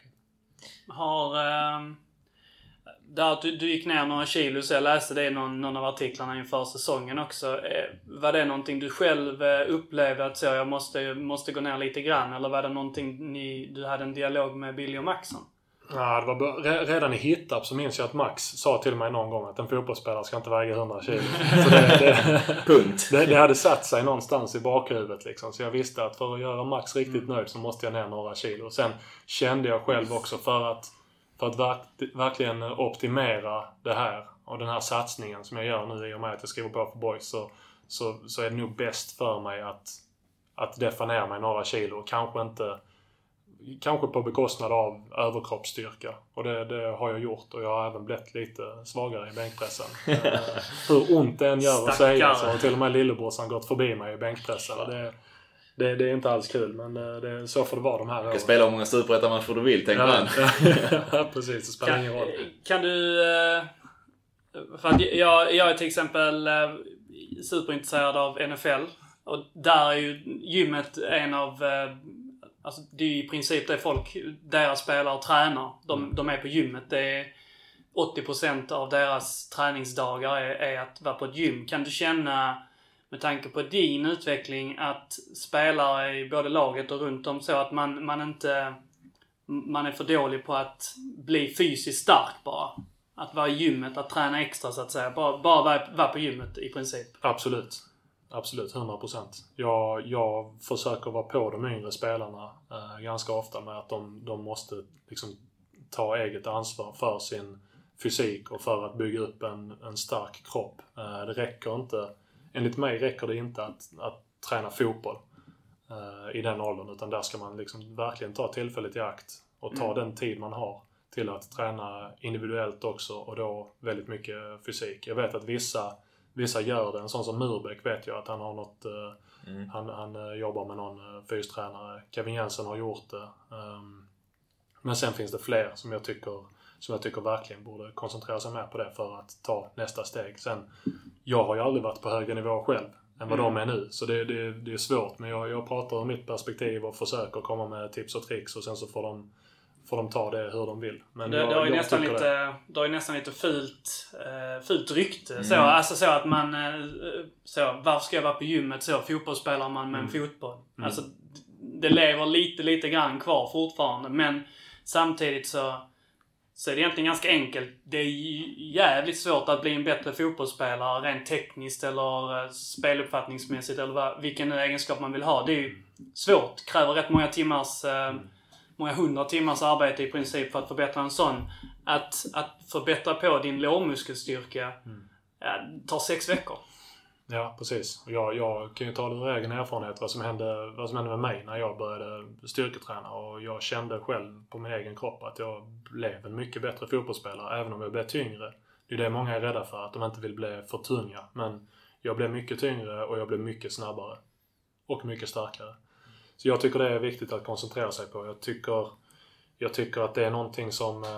Där du gick ner några kilo, så jag läste det i någon av artiklarna inför säsongen också. Var det någonting du själv upplevde att så jag måste gå ner lite grann, eller var det någonting du hade en dialog med Billy och Maxson? Ja, det var redan i Hittarp så minns jag att Max sa till mig någon gång att en fotbollsspelare ska inte väga 100 kilo. Så punkt. Det hade satt sig någonstans i bakhuvudet liksom. Så jag visste att för att göra Max riktigt nöjd så måste jag ner några kilo. Sen kände jag själv också för att verkligen optimera det här och den här satsningen som jag gör nu i och med att jag skriver på för Boys, så är det nog bäst för mig att deffa ner mig några kilo. Kanske på bekostnad av överkroppsstyrka. Och det har jag gjort. Och jag har även blivit lite svagare i bänkpressen. Hur ont det än gör att säga, så har till och med lillebrorsan gått förbi mig i bänkpressen. Det är inte alls kul, men så får det vara de här åren. Du kan spela hur många superettan-matcher du vill, tänker man. Ja, precis. Det spelar ingen roll. Kan du... För att jag är till exempel superintresserad av NFL. Och där är ju gymmet en av... Alltså det är i princip det deras spelare tränar. De är på gymmet. Det är 80% av deras träningsdagar är att vara på ett gym. Kan du känna, med tanke på din utveckling, att spelare i både laget och runt om så att man är för dålig på att bli fysiskt stark bara? Att vara i gymmet, att träna extra så att säga. Bara vara på gymmet i princip. Absolut. Absolut, 100%. Jag försöker vara på de yngre spelarna ganska ofta med att de måste liksom ta eget ansvar för sin fysik och för att bygga upp en stark kropp. Det räcker inte, enligt mig räcker det inte att träna fotboll i den åldern, utan där ska man liksom verkligen ta tillfället i akt och ta den tid man har till att träna individuellt också, och då väldigt mycket fysik. Jag vet att vissa gör det. En sån som Murbeck vet jag att han har något... Han jobbar med någon fystränare. Kevin Jensen har gjort det. Men sen finns det fler som jag tycker verkligen borde koncentrera sig mer på det för att ta nästa steg. Sen, jag har ju aldrig varit på högre nivå själv än vad de är nu. Så det är svårt. Men jag pratar om mitt perspektiv och försöker komma med tips och tricks, och sen så får de ta det hur de vill. Men det har ju nästan lite fult rykte. Så, alltså så att man... varför ska jag vara på gymmet? Så fotbollsspelar man med en fotboll. Alltså, det lever lite grann kvar fortfarande. Men samtidigt så är det egentligen ganska enkelt. Det är jävligt svårt att bli en bättre fotbollsspelare rent tekniskt eller speluppfattningsmässigt eller vilken egenskap man vill ha. Det är ju svårt. Kräver rätt många timmars... många 100 timmars arbete i princip för att förbättra en sån. Att förbättra på din lårmuskelstyrka tar 6 veckor. Ja, precis. Jag kan ju ta det ur egen erfarenhet vad som hände med mig när jag började styrketräna. Och jag kände själv på min egen kropp att jag blev en mycket bättre fotbollsspelare även om jag blev tyngre. Det är det många är rädda för, att de inte vill bli för tunga. Men jag blev mycket tyngre och jag blev mycket snabbare. Och mycket starkare. Så jag tycker det är viktigt att koncentrera sig på. Jag tycker att det är någonting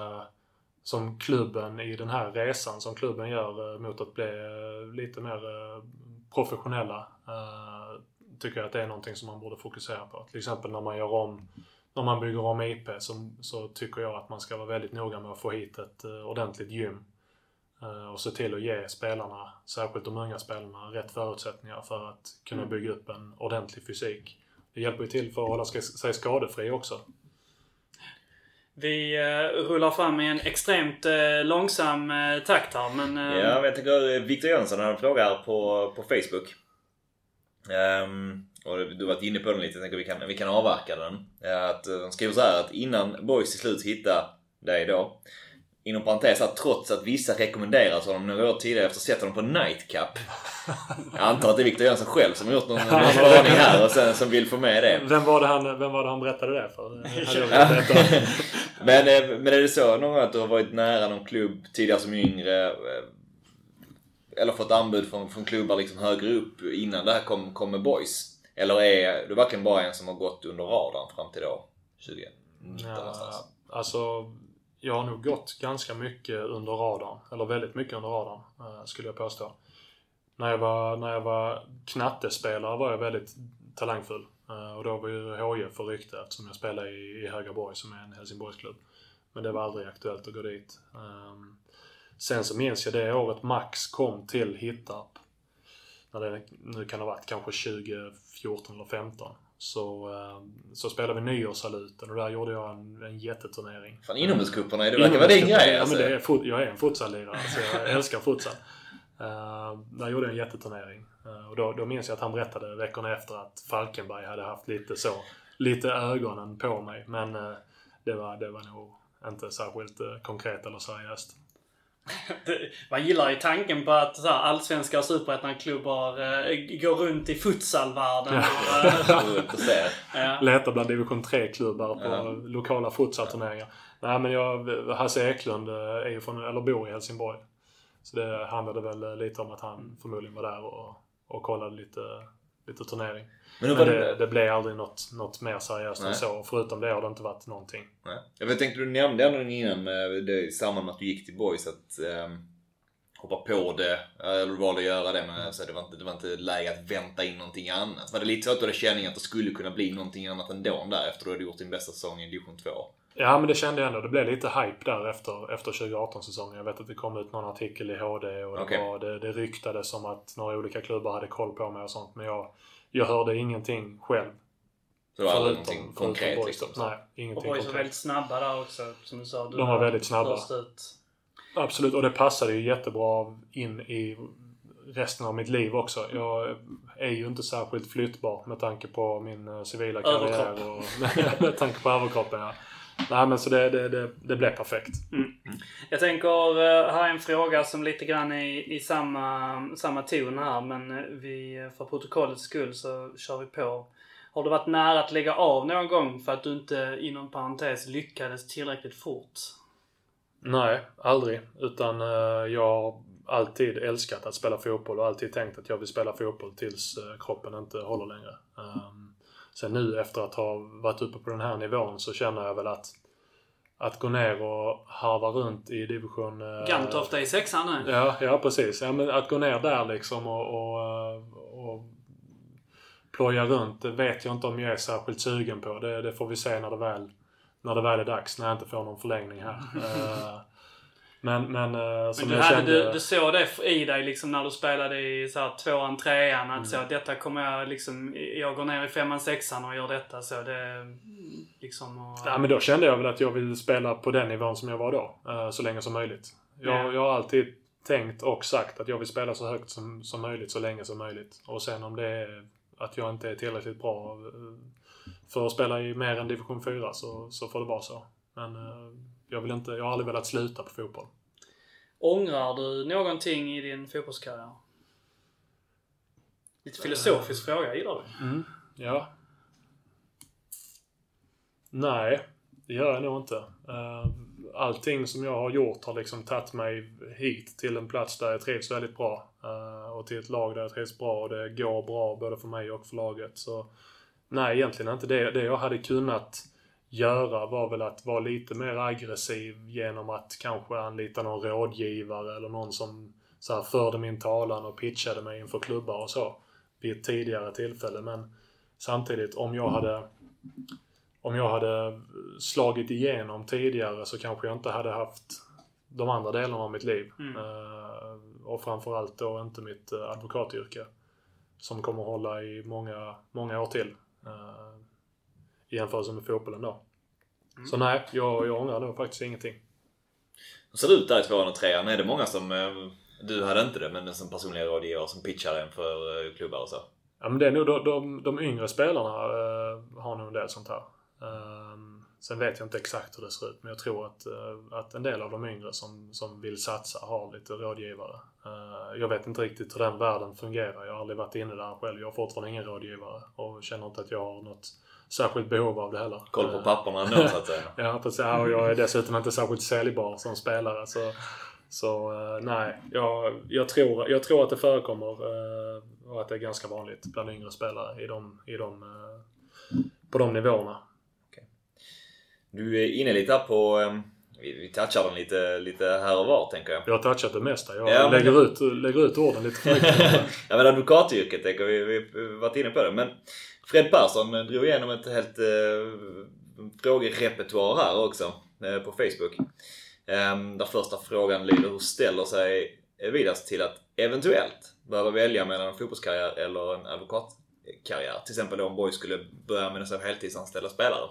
som klubben i den här resan som klubben gör mot att bli lite mer professionella, tycker jag att det är någonting som man borde fokusera på. Till exempel när man bygger om IP så tycker jag att man ska vara väldigt noga med att få hit ett ordentligt gym. Och se till att ge spelarna, särskilt de unga spelarna, rätt förutsättningar för att kunna bygga upp en ordentlig fysik. Det hjälper ju till för att hålla sig skadefri också. Vi rullar fram i en extremt långsam takt här, men... Ja, men jag tänker Victor Jönsson har en fråga här på Facebook. Och du har varit inne på den lite, jag tänker vi kan avverka den. Att de skriver så här att innan Boys till slut hittar dig då, inom parentes att trots att vissa rekommenderas av dem några år tidigare efter sätter dem på Nightcap. Jag antar att det är Victor Jönsson själv som har gjort någon varning här och sen som vill få med det. Vem var det han berättade det för? Men är det så någon gång att du har varit nära någon klubb tidigare som yngre eller fått anbud från klubbar liksom högre upp innan det här kom med Boys? Eller är du verkligen bara en som har gått under radarn fram till då 2019 någonstans? Alltså, jag har nog gått ganska mycket under radarn. Eller väldigt mycket under radarn, skulle jag påstå. När jag var knattespelare var jag väldigt talangfull. Och då var ju HIF för rykte eftersom jag spelade i Högaborg som är en Helsingborgsklubb. Men det var aldrig aktuellt att gå dit. Sen så minns jag det året Max kom till Hittarp. När det nu kan ha varit kanske 2014 eller 15. Så spelade vi nyårssaluten och där gjorde jag en jätteturnering. Fan, inomhuscuperna, det verkar vara din grej. Alltså. Ja, men jag är en futsalirare, så jag älskar futsal. Där gjorde jag en jätteturnering. Och då minns jag att han berättade veckorna efter att Falkenberg hade haft lite ögonen på mig. Men det var nog inte särskilt konkret eller seriöst. Man gillar ju tanken på att så här, allsvenska och superettan-klubbar går runt i futsalvärlden. Letar bland division 3-klubbar på lokala futsalturneringar. Nej, men Hasse Eklund är ju bor i Helsingborg. Så det handlade väl lite om att han förmodligen var där och kollade lite turnering. Men det blev aldrig något mer seriöst än så. Förutom det har det inte varit någonting. Nej. Jag tänkte du nämnde ändå innan i samband med att du gick till Boys att hoppa på det. Eller du valde att göra det, men alltså, det var inte läge att vänta in någonting annat. Var det lite så att du hade känning att det skulle kunna bli någonting annat ändå där efter att du hade gjort din bästa säsong i division 2? Ja, men det kände jag ändå. Det blev lite hype där efter 2018-säsongen. Jag vet att det kom ut någon artikel i HD och det ryktades som att några olika klubbar hade koll på mig och sånt. Men jag hörde ingenting själv. Så det var aldrig någonting konkret liksom? Nej, ingenting konkret. Och Boys var väldigt snabba där också, som du sa. De var väldigt snabba. Absolut, och det passade ju jättebra in i resten av mitt liv också. Jag är ju inte särskilt flyttbar med tanke på min civila karriär och med tanke på överkroppen. Ja. Nej, men så det blev perfekt. Jag tänker, här är en fråga som lite grann är i samma ton här, men för protokollets skull så kör vi på. Har du varit nära att lägga av någon gång för att du inte inom parentes lyckades tillräckligt fort? Nej, aldrig. Utan jag har alltid älskat att spela fotboll och alltid tänkt att jag vill spela fotboll tills kroppen inte håller längre. Sen nu efter att ha varit uppe på den här nivån så känner jag väl att gå ner och harva runt i division... Gamtofta i 6an nu. Ja, precis. Ja, men att gå ner där liksom och ploja runt, det vet jag inte om jag är särskilt sugen på. Det får vi se när det väl är dags, när jag inte får någon förlängning här. Men som jag kände... Du såg det i dig liksom när du spelade i så här 2an, 3an, att så att detta kommer jag liksom, jag går ner i 5an, 6an och gör detta så det liksom... Ja, men då kände jag väl att jag vill spela på den nivån som jag var då, så länge som möjligt. Jag har alltid tänkt och sagt att jag vill spela så högt som möjligt, så länge som möjligt. Och sen om det är att jag inte är tillräckligt bra för att spela i mer än division 4 så får det vara så. Men jag har aldrig velat sluta på fotboll. Ångrar du någonting i din fotbollskarriär? Lite filosofisk fråga, gillar du? Ja. Nej, det gör jag nog inte. Allting som jag har gjort har liksom tagit mig hit till en plats där jag trivs väldigt bra. Och till ett lag där jag trivs bra och det går bra både för mig och för laget. Så nej, egentligen inte. Det jag hade kunnat göra var väl att vara lite mer aggressiv genom att kanske anlita någon rådgivare eller någon som så här förde min talan och pitchade mig inför klubbar och så vid ett tidigare tillfälle. Men samtidigt, om jag hade slagit igenom tidigare så kanske jag inte hade haft de andra delarna av mitt liv. Och framförallt då inte mitt advokatyrke. Som kommer hålla i många, många år till. I jämförelse med fotbollen då. Så nej, jag ångrar nog faktiskt ingenting. Hur ser det ut där i 203? Är det många som, du hade inte det, men som personliga rådgivare som pitchar en för klubbar och så? Ja, men det är nog de yngre spelarna har nog en del sånt här. Sen vet jag inte exakt hur det ser ut, men jag tror att en del av de yngre som vill satsa har lite rådgivare. Jag vet inte riktigt hur den världen fungerar. Jag har aldrig varit inne där själv. Jag har fortfarande ingen rådgivare och känner inte att jag har något särskilt behov av det heller. Koll på papperna nu så att säga. Ja, precis. Och jag är dessutom inte särskilt säljbar som spelare. Så nej, jag tror att det förekommer och att det är ganska vanligt bland yngre spelare på de nivåerna. Okay. Du är inne lite här på, vi touchar den lite här och var, tänker jag. Jag har touchat det mesta. Jag lägger ut orden lite för mycket. Ja, men advokatyrket, tänker vi varit inne på det. Men Fred Persson drog igenom ett helt frågerepertoar här också på Facebook. Där första frågan lyder: hur ställer sig Vidas till att eventuellt behöva välja mellan en fotbollskarriär eller en advokatkarriär? Till exempel om Boys skulle börja med en heltidsanställda spelare.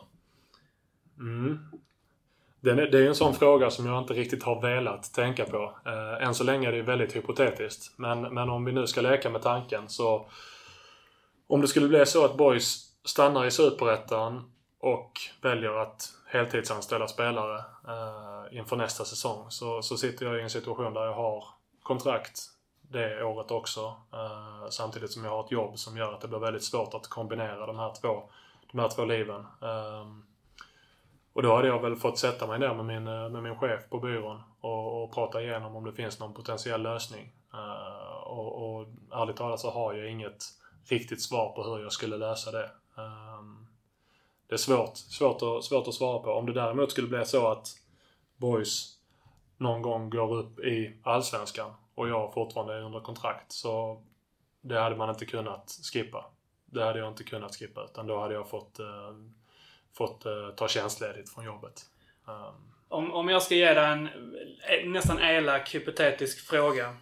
Det är en sån fråga som jag inte riktigt har velat tänka på. Än så länge är det väldigt hypotetiskt. Men om vi nu ska leka med tanken, så om det skulle bli så att Boys stannar i Superettan och väljer att heltidsanställa spelare inför nästa säsong, så sitter jag i en situation där jag har kontrakt det året också, samtidigt som jag har ett jobb som gör att det blir väldigt svårt att kombinera de här två liven. Och då hade jag väl fått sätta mig ner med min chef på byrån och prata igenom om det finns någon potentiell lösning. Och ärligt talat så har jag inget riktigt svar på hur jag skulle lösa det. Det är svårt att svara på. Om det däremot skulle bli så att Boys någon gång går upp i Allsvenskan och jag fortfarande är under kontrakt, så det hade man inte kunnat skippa. Det hade jag inte kunnat skippa, utan då hade jag fått ta tjänstledigt från jobbet. Om jag ska ge dig en nästan elak hypotetisk fråga.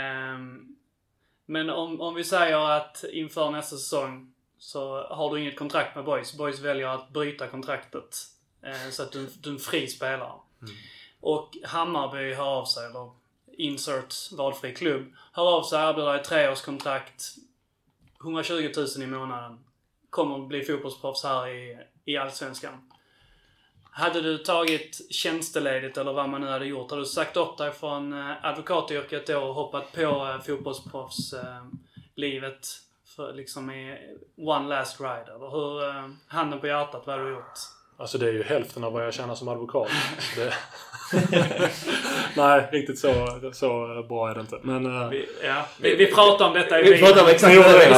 Men om vi säger att inför nästa säsong så har du inget kontrakt med Boys. Boys väljer att bryta kontraktet så att du är en fri spelare. Och Hammarby hör av sig, eller insert valfri klubb, hör av sig, erbjuder dig 3-årskontrakt, 120 000 i månaden, kommer att bli fotbollsproffs här i Allsvenskan. Hade du tagit tjänsteledigt eller vad man nu hade gjort? Hade du sagt upp dig från advokatyrket då och hoppat på fotbollsproffslivet för liksom i one last ride? Eller hur, handen på hjärtat, vad har du gjort? Alltså det är ju hälften av vad jag tjänar som advokat. Nej, riktigt så bra är det inte. Men, vi pratar om detta i vi pratar om exakt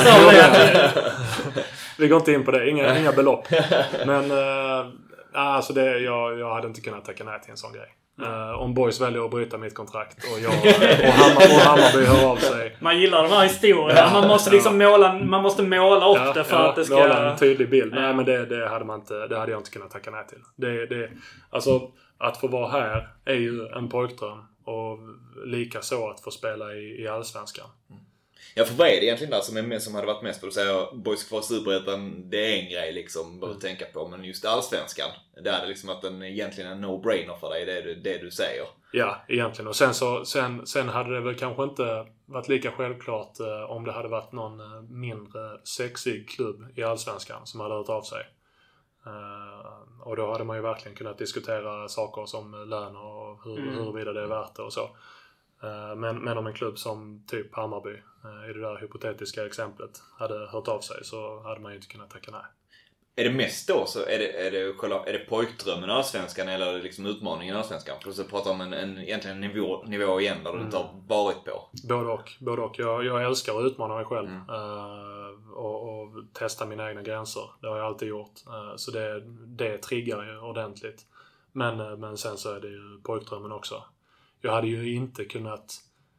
vi går inte in på det. Inga belopp. Men alltså jag hade inte kunnat tacka nej till en sån grej. Om Boys väljer att bryta mitt kontrakt och Hammarby hör av sig. Man gillar de här historierna. Man måste liksom måla upp det för att det ska måla en tydlig bild. Nej, men det hade jag inte kunnat tacka nej till. Alltså att få vara här är ju en pojkdröm, och lika så att få spela i Allsvenskan. Ja, för vad är det egentligen där som hade varit mest? För att säga Boys kvar Superettan, det är en grej liksom att tänka på, men just Allsvenskan, det är liksom att den egentligen är en no-brainer för dig, det du säger. Ja, egentligen. Och sen hade det väl kanske inte varit lika självklart om det hade varit någon mindre sexig klubb i Allsvenskan som hade hört av sig. Och då hade man ju verkligen kunnat diskutera saker som lön och huruvida det är värt det och så. Men om en klubb som typ Hammarby i det där hypotetiska exemplet hade hört av sig, så hade man ju inte kunnat tacka nej. Är det mest då så är det pojkdrömmen i Allsvenskan eller liksom utmaningen i Allsvenskan? Plus att prata om egentligen en nivå igen där du inte har varit på. Både och. Jag älskar att utmana mig själv och testa mina egna gränser. Det har jag alltid gjort. Så det triggar ju ordentligt. Men sen så är det ju pojkdrömmen också. Jag hade ju inte kunnat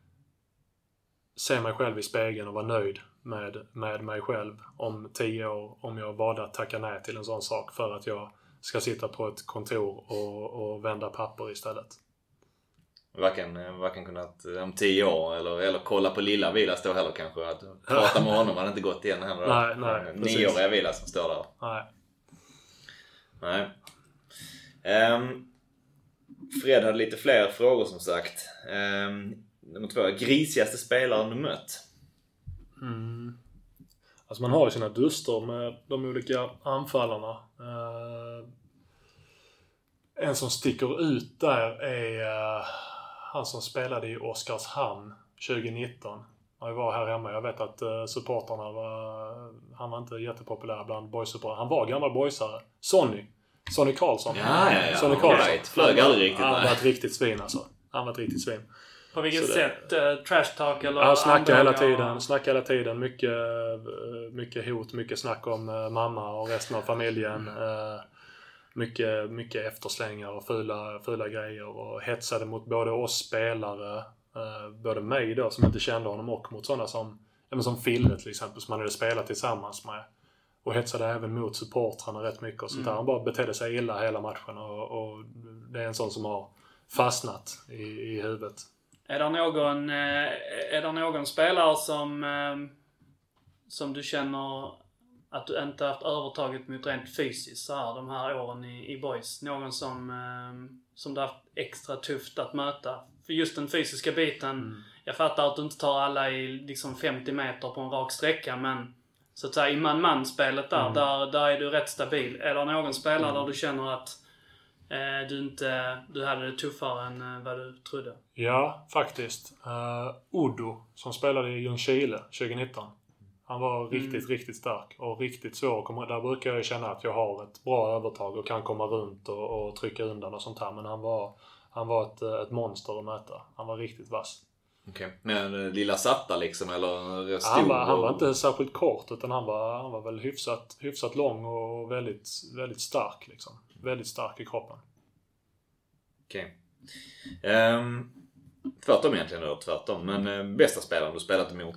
se mig själv i spegeln och vara nöjd med mig själv om 10 år om jag valde att tacka nej till en sån sak för att jag ska sitta på ett kontor och vända papper istället. Varken kunnat om 10 år eller kolla på lilla Vilas då heller kanske. Att prata med honom hade inte gått igen heller. Nej, 9-åriga Vilas som står där. Nej. Fred hade lite fler frågor som sagt. Nummer 2. Grisigaste spelaren du mött? Alltså man har ju sina duster med de olika anfallarna. En som sticker ut där är han som spelade i Oskarshamn 2019. Han var här hemma. Jag vet att supportarna han var inte jättepopulär bland boys-supportarna. Han var gammal boysare. Sonny Karlsson. Ja. Sonny Karlsson. Right. Flög aldrig riktigt. Han var ett riktigt svin alltså. På vilket sätt? Trash talk eller? Han snackar hela tiden. Mycket hot, mycket snack om mamma och resten av familjen. Mycket efterslängar och fula grejer. Och hetsade mot både oss spelare, både mig då som inte kände honom och mot sådana som Fille till exempel som han hade spelat tillsammans med. Och hetsade även mot supportrarna rätt mycket och sånt där. Han bara betedde sig illa hela matchen och det är en sån som har fastnat i huvudet. Är det någon spelare som du känner att du inte haft övertaget mot rent fysiskt så här de här åren i boys? Någon som du haft extra tufft att möta? För just den fysiska biten, jag fattar att du inte tar alla i liksom 50 meter på en rak sträcka, men så att säga i man-man-spelet där är du rätt stabil. Är det någon spelare där du känner att du hade det tuffare än vad du trodde? Ja, faktiskt. Udo som spelade i Ljungskile 2019. Han var riktigt stark och riktigt svår att komma. Där brukar jag känna att jag har ett bra övertag och kan komma runt och trycka undan och sånt här. Men han var ett monster att möta. Han var riktigt vass. Okej. Men lilla satta liksom eller stor? Han var inte särskilt kort utan han var väl hyfsat lång och väldigt stark liksom. Väldigt stark i kroppen. Okej. Tvärtom egentligen då, tvärtom. Men bästa spelaren du spelat emot?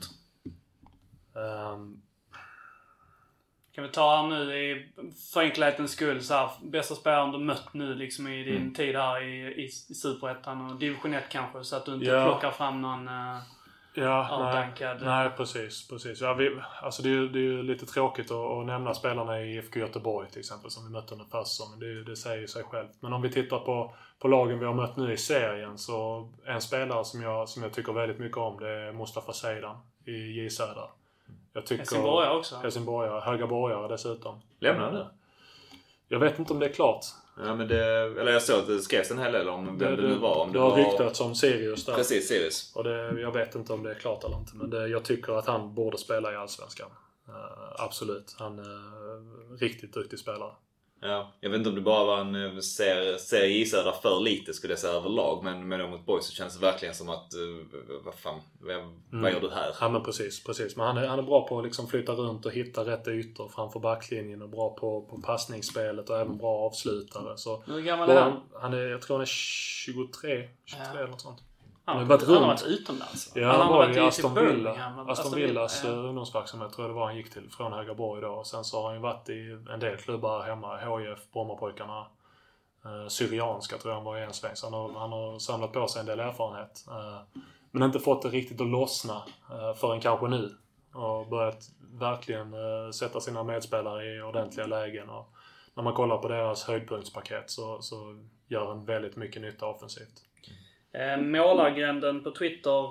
Kan vi ta här nu i förenklighetens skull så här, bästa spelaren du mött nu liksom i din tid här i Superettan och Division 1 kanske, så att du inte plockar fram någon avdankad. Nej, precis. Ja, alltså det är ju lite tråkigt att nämna spelarna i IFK Göteborg till exempel som vi mötte under försäsongen. Det säger ju sig självt. Men om vi tittar på lagen vi har mött nu i serien, så en spelare som jag tycker väldigt mycket om, det är Mustafa Seydan i J Södra. Helsingborgare också. Helsingborgare, Högaborgare dessutom. Lämnar det? Jag vet inte om det är klart. Ja, men eller jag såg att det skrevs en hel del om vem det nu var. Om det har ryktats om Sirius där. Precis, Sirius. Och jag vet inte om det är klart eller inte. Men jag tycker att han borde spela i Allsvenskan. Absolut. Han är riktigt duktig spelare. Ja, jag vet inte om det bara var en serie i Södra för lite skulle jag säga överlag. Men mot boys så känns det verkligen som att vad gör du här? Ja, men precis. Men han är bra på att liksom flytta runt och hitta rätt ytor framför backlinjen och bra på passningsspelet och även bra avslutare. Så hur gammal är han? Jag tror han är 23 eller något sånt. Han har varit utomlands. Ja, han var i Aston Villas ungdomsverksamhet tror jag det var han gick till från Högaborg då. Och sen så har han ju varit i en del klubbar hemma. HIF, Brommapojkarna, Syrianska tror jag han var i en sväng. Så han har samlat på sig en del erfarenhet. Men inte fått det riktigt att lossna förrän kanske nu. Och börjat verkligen sätta sina medspelare i ordentliga lägen. Och när man kollar på deras höjdpunktspaket så gör han väldigt mycket nytta offensivt. Målargränden på Twitter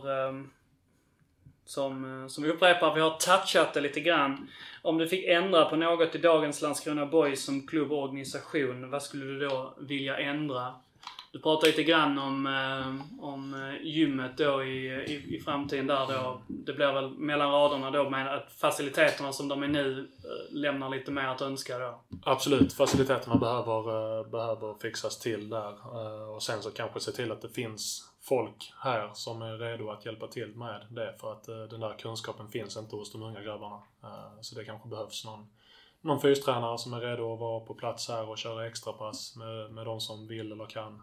som vi upprepar, vi har touchat det lite grann. Om du fick ändra på något i dagens Landskrona Boys som klubb och organisation, vad skulle du då vilja ändra? Du pratar lite grann om gymmet då i framtiden där då. Det blir väl mellan raderna då med att faciliteterna som de är nu lämnar lite mer att önska då. Absolut, faciliteterna behöver fixas till där. Och sen så kanske se till att det finns folk här som är redo att hjälpa till med det. För att den där kunskapen finns inte hos de unga grabbarna. Så det kanske behövs någon fystränare som är redo att vara på plats här och köra extra pass med de som vill eller kan.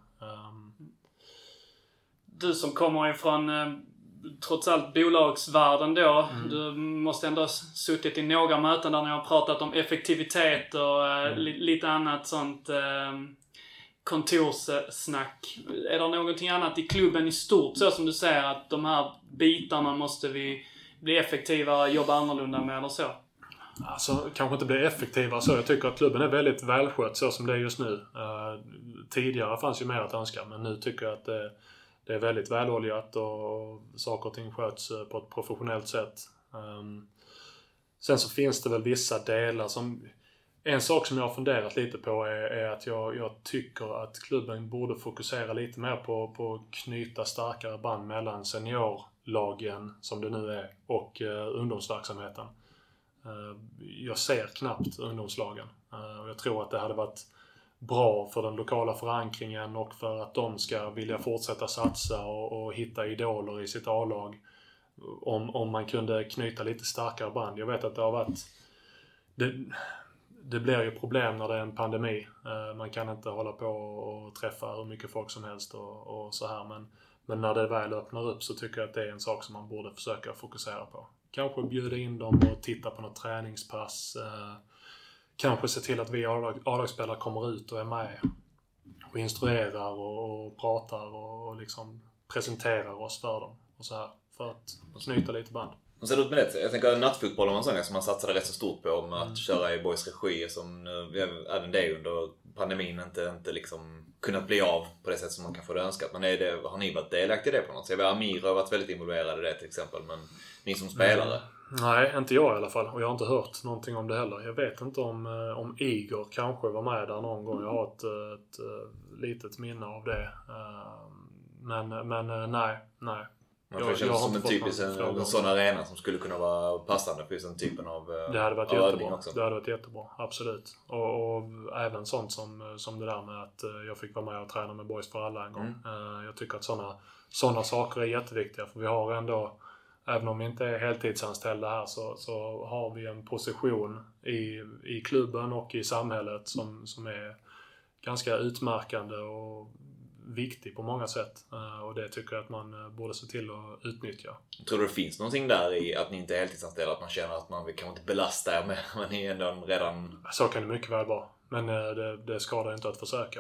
Du som kommer ifrån trots allt bolagsvärlden då. Du måste ändå ha suttit i några möten där ni har pratat om effektivitet och lite annat sånt. kontorssnack. Är det någonting annat i klubben i stort, så som du säger, att de här bitarna måste vi bli effektivare, jobba annorlunda med eller så? Alltså, kanske inte bli effektiva så. Jag tycker att klubben är väldigt välskött så som det är just nu. Tidigare fanns ju mer att önska, men nu tycker jag att det är väldigt väloljat och saker och ting sköts på ett professionellt sätt. Sen så finns det väl vissa delar som... En sak som jag har funderat lite på är att jag tycker att klubben borde fokusera lite mer på att knyta starkare band mellan seniorlagen, som det nu är, och ungdomsverksamheten. Jag ser knappt ungdomslagen. Och jag tror att det hade varit bra för den lokala förankringen och för att de ska vilja fortsätta satsa och hitta idoler i sitt A-lag. Om man kunde knyta lite starkare band. Jag vet att det har varit... Det blir ju problem när det är en pandemi. Man kan inte hålla på och träffa hur mycket folk som helst och så här. Men när det väl öppnar upp så tycker jag att det är en sak som man borde försöka fokusera på. Kanske bjuda in dem och titta på något träningspass. Kanske se till att vi A-lagsspelare kommer ut och är med och instruerar och pratar och liksom presenterar oss för dem. Och så här, för att knyta lite band. Och sen ut med det. Jag tänker nattfotboll var en sån som man satsade rätt så stort på med att köra i Boys regi, som även det under pandemin inte liksom kunnat bli av på det sätt som man kan få det önskat. Men har ni varit delaktiga i det på något sätt? Jag vet, Amir har varit väldigt involverad i det till exempel, men ni som spelare? Nej, inte jag i alla fall. Och jag har inte hört någonting om det heller. Jag vet inte om Igor kanske var med där någon gång. Jag har ett litet minne av det. Men nej. Man får känna som en typisk en sån arena som skulle kunna vara passande för den typen av det hade varit jättebra. Det hade varit jättebra, absolut. Och även sånt som det där med att jag fick vara med och träna med Boys för alla en gång. Jag tycker att såna saker är jätteviktiga. För vi har ändå, även om vi inte är heltidsanställda här, så har vi en position i klubben och i samhället som är ganska utmärkande och viktig på många sätt. Och det tycker jag att man borde se till att utnyttja. Tror du det finns någonting där i att ni inte är heltidsanställda, att man känner att man kan inte belasta er med, men ni är ändå redan... Så kan det mycket väl vara. Men det skadar inte att försöka.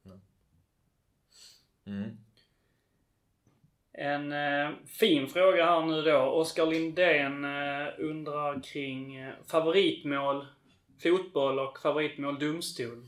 En fin fråga här nu då. Oskar Lindén undrar kring favoritmål fotboll och favoritmål domstol.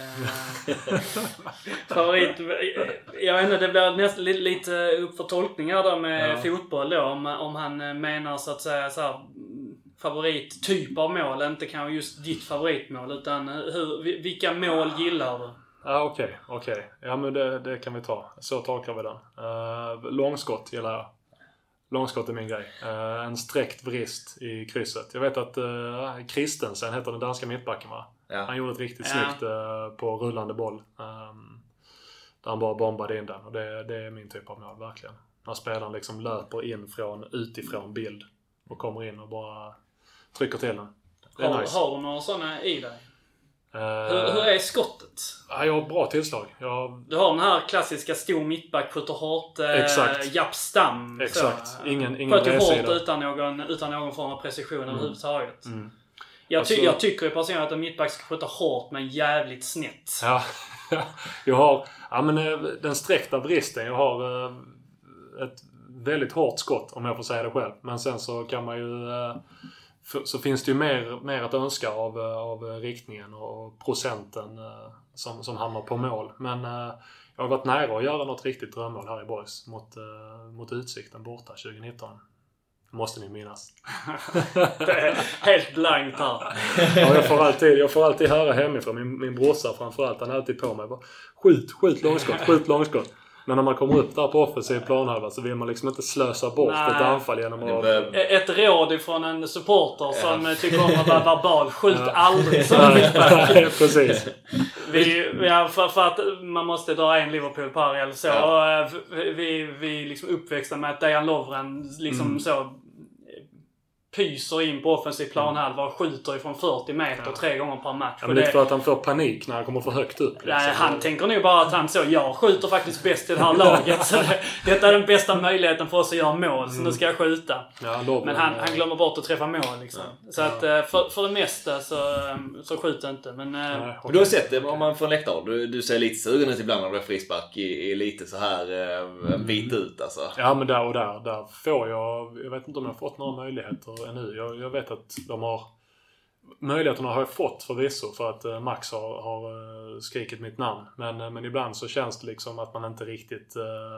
Jag vet inte, det blir nästan lite upp för tolkningar där med fotboll då, om han menar så att säga så här, favorittyp av mål, inte kanske just ditt favoritmål, utan vilka mål gillar du? Okej. Ja, men det kan vi ta. Så tolkar vi den. Långskott gillar jag. Långskott är min grej. En sträckt vrist i krysset. Jag vet att Christensen heter den danska mittbacken, va? Ja. Han gjorde ett riktigt snyggt på rullande boll. Där han bara bombade in den. Och det är min typ av mål, verkligen. När spelaren liksom löper in utifrån bild och kommer in och bara trycker till den. Nice. Har du några sådana i dig? Hur är skottet? Ja, jag har ett bra tillslag. Du har den här klassiska stor mittback, skjuter hårt, Japp Stam. Exakt. Så. Ingen skjuter hårt utan någon form av precision överhuvudtaget. Jag tycker personligen att en mittback ska skjuta hårt men jävligt snett. Ja. Jag har den sträckta vristen. Jag har ett väldigt hårt skott, om jag får säga det själv. Men sen så kan man ju... Så finns det ju mer att önska av riktningen och procenten som hamnar på mål. Men jag har varit nära att göra något riktigt drömmål här i Boys mot Utsikten borta 2019. Måste ni minnas. Det är helt blankt här. Ja, jag får alltid höra hemifrån. Min brorsa framförallt, han är alltid på mig. Bara, skjut långskott. Men när man kommer upp där på offensiv planhalva så vill man liksom inte slösa bort ett anfall genom att... Ett råd ifrån en supporter som tycker om att vara verbal. Skjut aldrig som mittback. Precis. För att man måste dra en Liverpool-parallell så. Ja. Vi liksom uppväxta med att Dejan Lovren liksom så pyser in på offensiv planhalva och skjuter ifrån 40 meter 3 gånger per match. Ja, men det är för att han får panik när han kommer för högt upp. Liksom. Nej, han tänker nog bara att jag skjuter faktiskt bäst i det här laget. Så detta är den bästa möjligheten för oss att göra mål. Så nu ska jag skjuta. Ja, men han glömmer bort att träffa mål liksom. Så att för det mesta så skjuter inte. Men du har sett det om man från läktaren. Du ser lite sugen ut ibland när du är frispark i lite så här en bit ut alltså. Ja, men där får jag vet inte om jag har fått några möjligheter ännu. Jag vet att möjligheterna har jag fått förvisso för att Max har skrikit mitt namn. Men ibland så känns det liksom att man inte riktigt...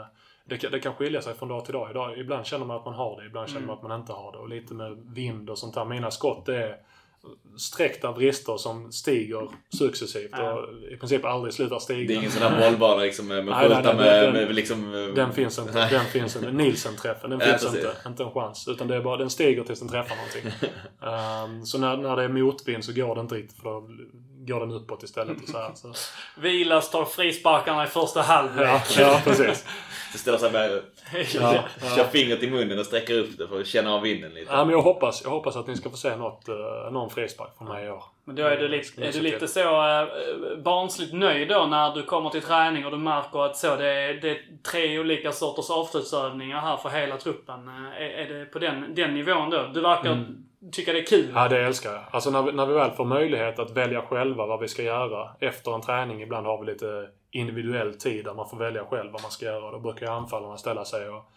Det kan skilja sig från dag till dag. Ibland känner man att man har det, ibland känner man att man inte har det. Och lite med vind och sånt där. Mina skott är sträckta vrister som stiger successivt och i princip aldrig slutar stiga. Det är ingen sån där bollbana liksom med skjuta med liksom... Den finns inte. Den finns inte. Nielsen-träffen, den finns inte en chans. Utan det är bara, den stiger tills den träffar någonting. Så när det är motvind så går det inte riktigt, för då går den uppåt istället. Och så här, så. Vilas tar frisparkarna i första halvlek. Ja, precis. Så ställer sig med kör fingret i munnen och sträcker upp det för att känna av vinden lite. Ja, men jag hoppas att ni ska få se någon frispark från mig i år. Men då är du lite så barnsligt nöjd då när du kommer till träning och du märker att det är 3 olika sorters avslutsövningar här för hela truppen. Är det på den nivån då? Du verkar tycka det är kul. Ja, det älskar jag. Alltså när vi väl får möjlighet att välja själva vad vi ska göra efter en träning, ibland har vi lite individuell tid där man får välja själv vad man ska göra. Då brukar anfallarna ställa sig och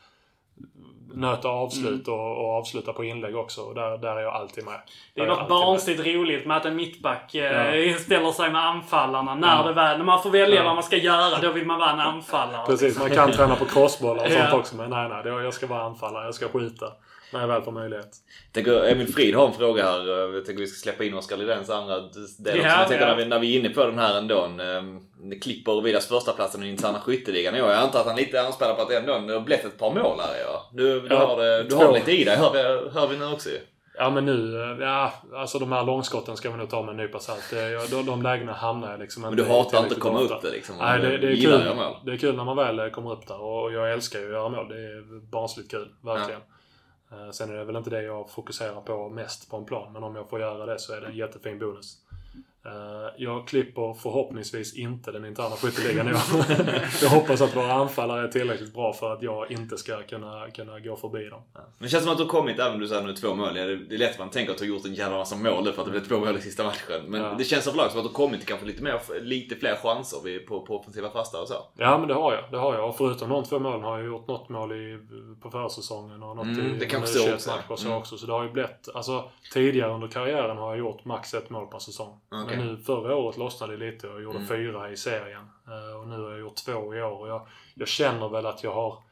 nöta avslut och avsluta på inlägg också. Och där är jag alltid med. Det är något barnsligt roligt med att en mittback ställer sig med anfallarna. När man får välja vad man ska göra, då vill man vara en anfallare. Precis, man kan träna på crossbollar och sånt också. Men nej, jag ska vara anfallare, jag ska skjuta. När jag väl får möjlighet. Emil Frid har en fråga här. Jag tänker vi ska släppa in Oskar Lidéns andra del också. Jag tänker när vi är inne på den här ändå. Klipper Vidas första platsen i den interna skytteligan. Jag antar att han lite anspelar på att ändå har blivit ett par mål här. Ja. Du har lite i dig. Hör vi nu också ju. Ja, men nu... alltså de här långskotten ska vi nog ta med en nypa salt. De lägena hamnar liksom inte... Men du hatar inte att komma upp där liksom? Nej, det är kul. Det är kul när man väl kommer upp där. Och jag älskar ju att göra mål. Det är barnsligt kul, verkligen. Ja. Sen är det väl inte det jag fokuserar på mest på en plan. Men om jag får göra det så är det en jättefin bonus. Jag klipper förhoppningsvis inte den interna skytteligan nu. Jag hoppas att våra anfallare är tillräckligt bra för att jag inte ska kunna gå förbi dem. Men det känns som att du har kommit, även om du säger nu 2 mål. Det är lätt att man tänker att du har gjort en jävla massa mål för att det blev 2 mål i sista matchen. Men det känns överlag som att du har kommit till kanske lite fler chanser på offensiva fasta och så. Ja, men det har jag. Och förutom de 2 målen har jag gjort något mål på försäsongen och något i match och så också. Så det har ju blivit, alltså tidigare under karriären har jag gjort max 1 mål per säsong. Okay. Men nu förra året lossnade det lite och gjorde 4 i serien. Och nu har jag gjort 2 i år. Och jag känner väl att jag har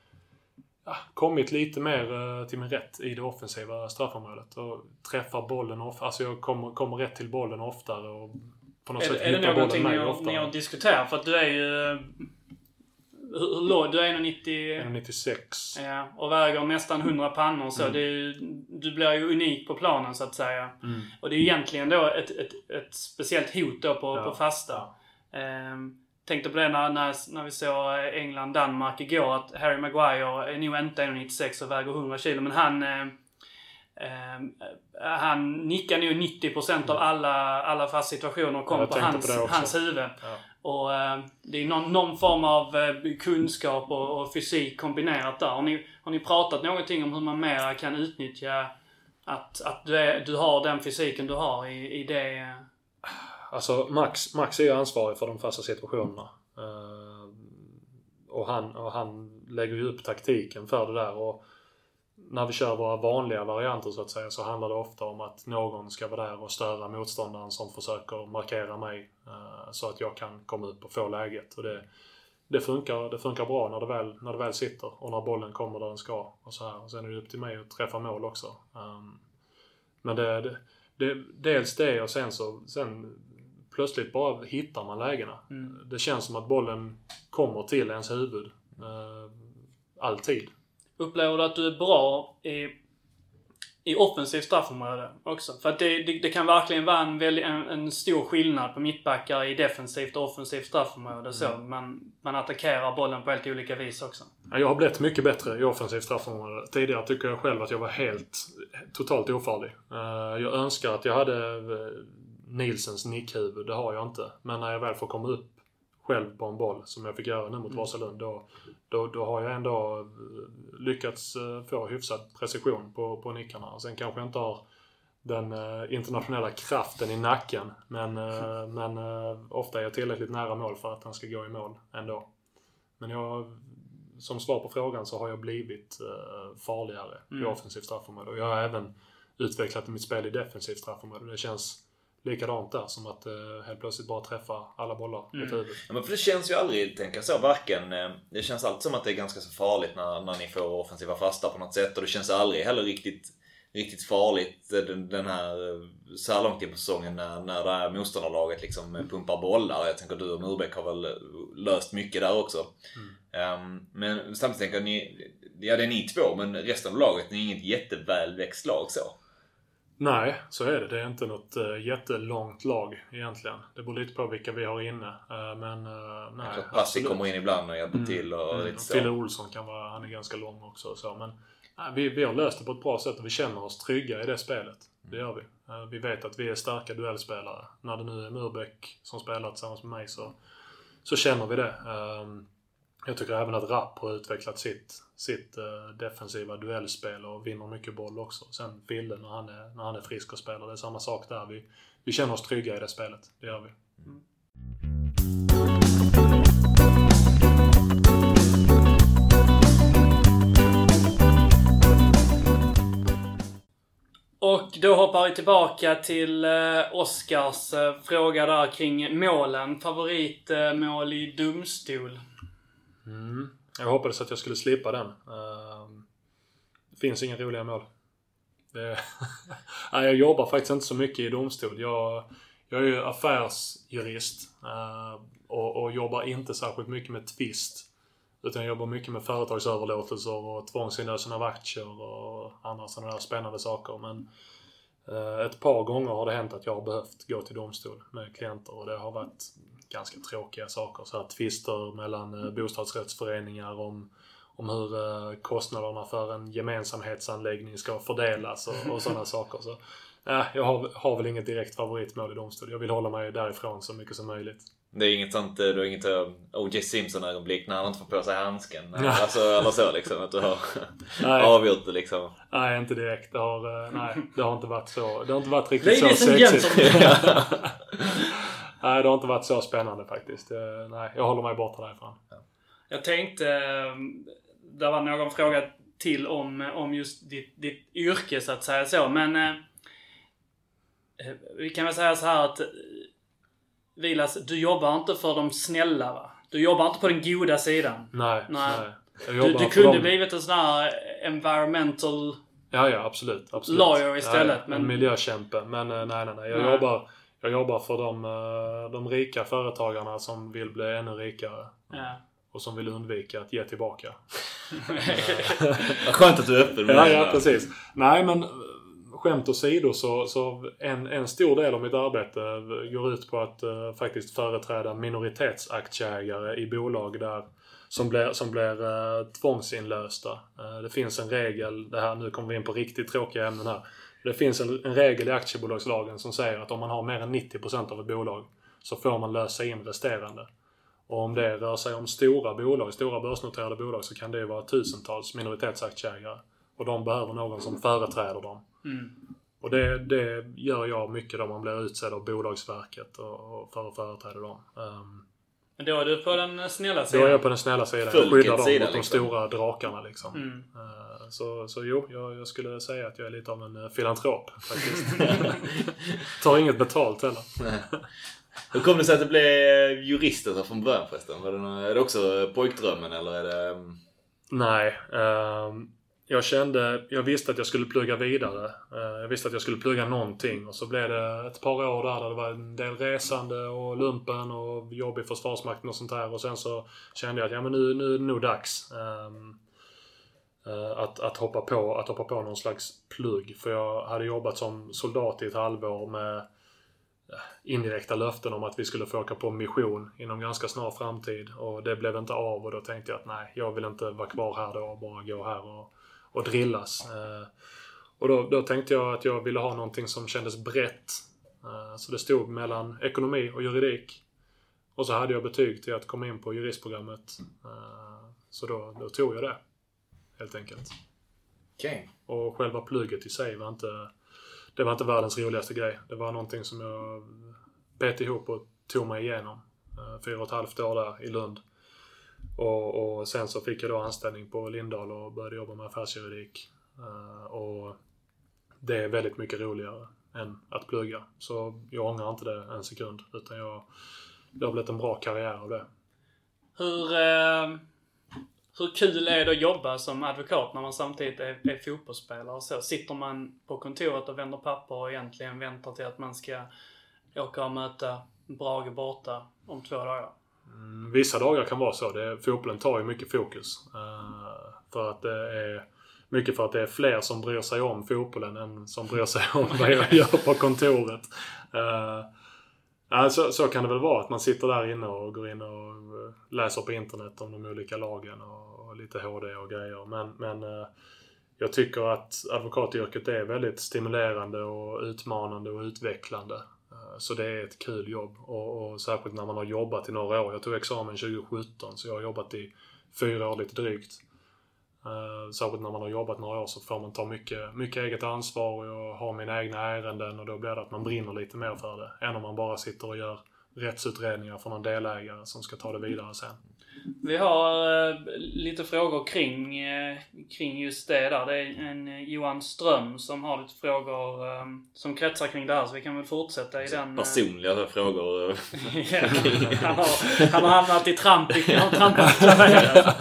kommit lite mer till min rätt i det offensiva straffområdet. Och träffar bollen ofta. Alltså jag kommer rätt till bollen oftare och på något sätt hittar bollen mig oftare. Är det någonting ni har diskuterat? För att du är ju... Hur låg? Du är 1,96. Ja, och väger nästan 100 pannor så. Du blir ju unik på planen så att säga. Och det är egentligen då ett speciellt hot då på fasta. Tänkte på det när vi såg England-Danmark igår, att Harry Maguire är nog inte 1,96 och väger 100 kilo, men han nickar nog 90% av alla fast situationer och kommer på hans huvud. Ja. Och det är någon form av kunskap och fysik kombinerat där. Har ni pratat någonting om hur man mer kan utnyttja att du har den fysiken du har i det? Alltså Max är ju ansvarig för de fasta situationerna. Och han lägger ju upp taktiken för det där. Och när vi kör våra vanliga varianter så att säga, så handlar det ofta om att någon ska vara där och störa motståndaren som försöker markera mig så att jag kan komma upp och få läget. Och det funkar bra när det väl sitter och när bollen kommer där den ska och så här. Och sen är det upp till mig att träffa mål också. Men dels det och sen plötsligt bara hittar man lägena. Det känns som att bollen kommer till ens huvud alltid. Upplever du att du är bra i offensiv straffområde också. För att det kan verkligen vara en stor skillnad på mittbackar i defensivt och offensivt straffområde. Så man attackerar bollen på helt olika vis också. Jag har blivit mycket bättre i offensivt straffområde. Tidigare tycker jag själv att jag var totalt ofarlig. Jag önskar att jag hade Nielsens nickhuvud. Det har jag inte. Men när jag väl får komma upp själv på en boll, som jag fick göra nu mot Vasalund, då har jag ändå lyckats få hyfsad precision på nickarna. Och sen kanske jag inte har den internationella kraften i nacken, men ofta är jag tillräckligt nära mål för att han ska gå i mål ändå. Men som svar på frågan så har jag blivit farligare i offensivt straffområde. Och jag har även utvecklat mitt spel i defensivt straffområde. Det känns likadant där, som att helt plötsligt bara träffa alla bollar i huvudet. Ja, men för det känns ju aldrig, tänker så, varken. Det känns alltid som att det är ganska så farligt när ni får offensiva fasta på något sätt. Och det känns aldrig heller riktigt farligt den här så här långt in på säsongen när det här motståndarlaget liksom pumpar bollar. Jag tänker du och Murbeck har väl löst mycket där också. Men samtidigt tänker det är ni två, men resten av laget är inget jättevälväxt lag så. Nej, så är det. Det är inte något jättelångt lag egentligen. Det beror lite på vilka vi har inne. Men nej. Passi kommer in ibland och hjälper till och lite så. Fille Olsson han är ganska lång också. Så. Men nej, vi har löst det på ett bra sätt och vi känner oss trygga i det spelet. Det gör vi. Vi vet att vi är starka duellspelare. När det nu är Murbeck som spelar tillsammans med mig så känner vi det. Jag tycker även att Rapp har utvecklat sitt defensiva duellspel och vinner mycket boll också. Sen Fille när han är frisk och spelar, det är samma sak där. Vi känner oss trygga i det spelet, det gör vi. Och då hoppar vi tillbaka till Oskars fråga där kring målen. Favoritmål i domstol? Jag hoppades att jag skulle slippa den. Det finns inga roliga mål. Jag jobbar faktiskt inte så mycket i domstol. Jag är ju affärsjurist och jobbar inte särskilt mycket med tvist. Utan jag jobbar mycket med företagsöverlåtelser och tvångsinlösen av aktier och andra sådana där spännande saker. Men ett par gånger har det hänt att jag har behövt gå till domstol med klienter och det har varit ganska tråkiga saker. Så här tvister mellan bostadsrättsföreningar om hur kostnaderna för en gemensamhetsanläggning ska fördelas och sådana saker. Så jag har väl inget direkt favoritmål i domstol. Jag vill hålla mig därifrån så mycket som möjligt. Det är inget sånt, du har inget O.J. Simpson-ögonblick när han inte får på sig handsken. Alltså, eller så liksom, att du har avgjort det liksom. Nej, inte direkt. Det har inte varit så. Det har inte varit riktigt så sexigt. Nej, det har inte varit så spännande faktiskt. Nej, jag håller mig borta därifrån. Jag tänkte, det var någon fråga till om just ditt yrke så att säga så. Men vi kan väl säga så här att Vilas, du jobbar inte för de snälla, va? Du jobbar inte på den goda sidan. Nej. Du kunde blivit en sån här environmental absolut. lawyer istället. En miljökämpe. Men nej. Jag jobbar för de rika företagarna som vill bli ännu rikare. Ja. Och som vill undvika att ge tillbaka. Vad skönt att du är öppen med det. Ja, precis. Nej, men skämt åsido så en stor del av mitt arbete går ut på att faktiskt företräda minoritetsaktieägare i bolag som blir tvångsinlösta. Det finns en regel, nu kommer vi in på riktigt tråkiga ämnen här. Det finns en regel i aktiebolagslagen som säger att om man har mer än 90% av ett bolag så får man lösa in resterande. Och om det rör sig om stora börsnoterade bolag så kan det vara tusentals minoritetsaktieägare. Och de behöver någon som företräder dem. Och det gör jag mycket då man blir utsedd av Bolagsverket och för att företräda dem. Men då är du på den snälla sidan? Då är jag på den snälla sidan. Jag skyddar dem mot de stora drakarna liksom. Så jag skulle säga att jag är lite av en filantrop faktiskt. Tar inget betalt heller. Hur kom det sig att det blev jurister från början förresten? Är det också pojkdrömmen eller är det... Nej. Jag visste att jag skulle plugga vidare. Jag visste att jag skulle plugga någonting. Och så blev det ett par år där det var en del resande och lumpen och jobb i Försvarsmakten och sånt här. Och sen så kände jag att men nu är det nog dags. att hoppa på någon slags plugg. För jag hade jobbat som soldat i ett halvår med indirekta löften om att vi skulle få åka på mission inom ganska snar framtid. Och det blev inte av, och då tänkte jag att nej, jag vill inte vara kvar här då och bara gå här och drillas. Och då tänkte jag att jag ville ha någonting som kändes brett. Så det stod mellan ekonomi och juridik. Och så hade jag betyg till att komma in på juristprogrammet. Så då tog jag det. Helt enkelt. Okej. Och själva plugget i sig var inte världens roligaste grej. Det var någonting som jag bet ihop och tog mig igenom. 4,5 år där i Lund. Och sen så fick jag då anställning på Lindahl och började jobba med affärsjuridik. Och det är väldigt mycket roligare än att plugga. Så jag ångrar inte det en sekund. Utan det har blivit en bra karriär av det. Hur kul är det att jobba som advokat när man samtidigt är fotbollsspelare? Så sitter man på kontoret och vänder papper och egentligen väntar till att man ska åka och möta Brage borta om 2 dagar? Vissa dagar kan vara så. Fotbollen tar ju mycket fokus. För att det är fler som bryr sig om fotbollen än som bryr sig om vad jag gör på kontoret. Så kan det väl vara att man sitter där inne och går in och läser på internet om de olika lagen och lite HD och grejer. Men jag tycker att advokatyrket är väldigt stimulerande och utmanande och utvecklande. Så det är ett kul jobb. Och särskilt när man har jobbat i några år. Jag tog examen 2017, så jag har jobbat i 4 år lite drygt. Särskilt när man har jobbat några år så får man ta mycket eget ansvar och ha mina egna ärenden, och då blir det att man brinner lite mer för det än om man bara sitter och gör rättsutredningar för någon delägare som ska ta det vidare sen. Vi har lite frågor kring just det där. Det är en Johan Ström som har lite frågor som kretsar kring det här, så vi kan väl fortsätta i den... Personliga frågor. Ja, han har hamnat i trampat klaveret.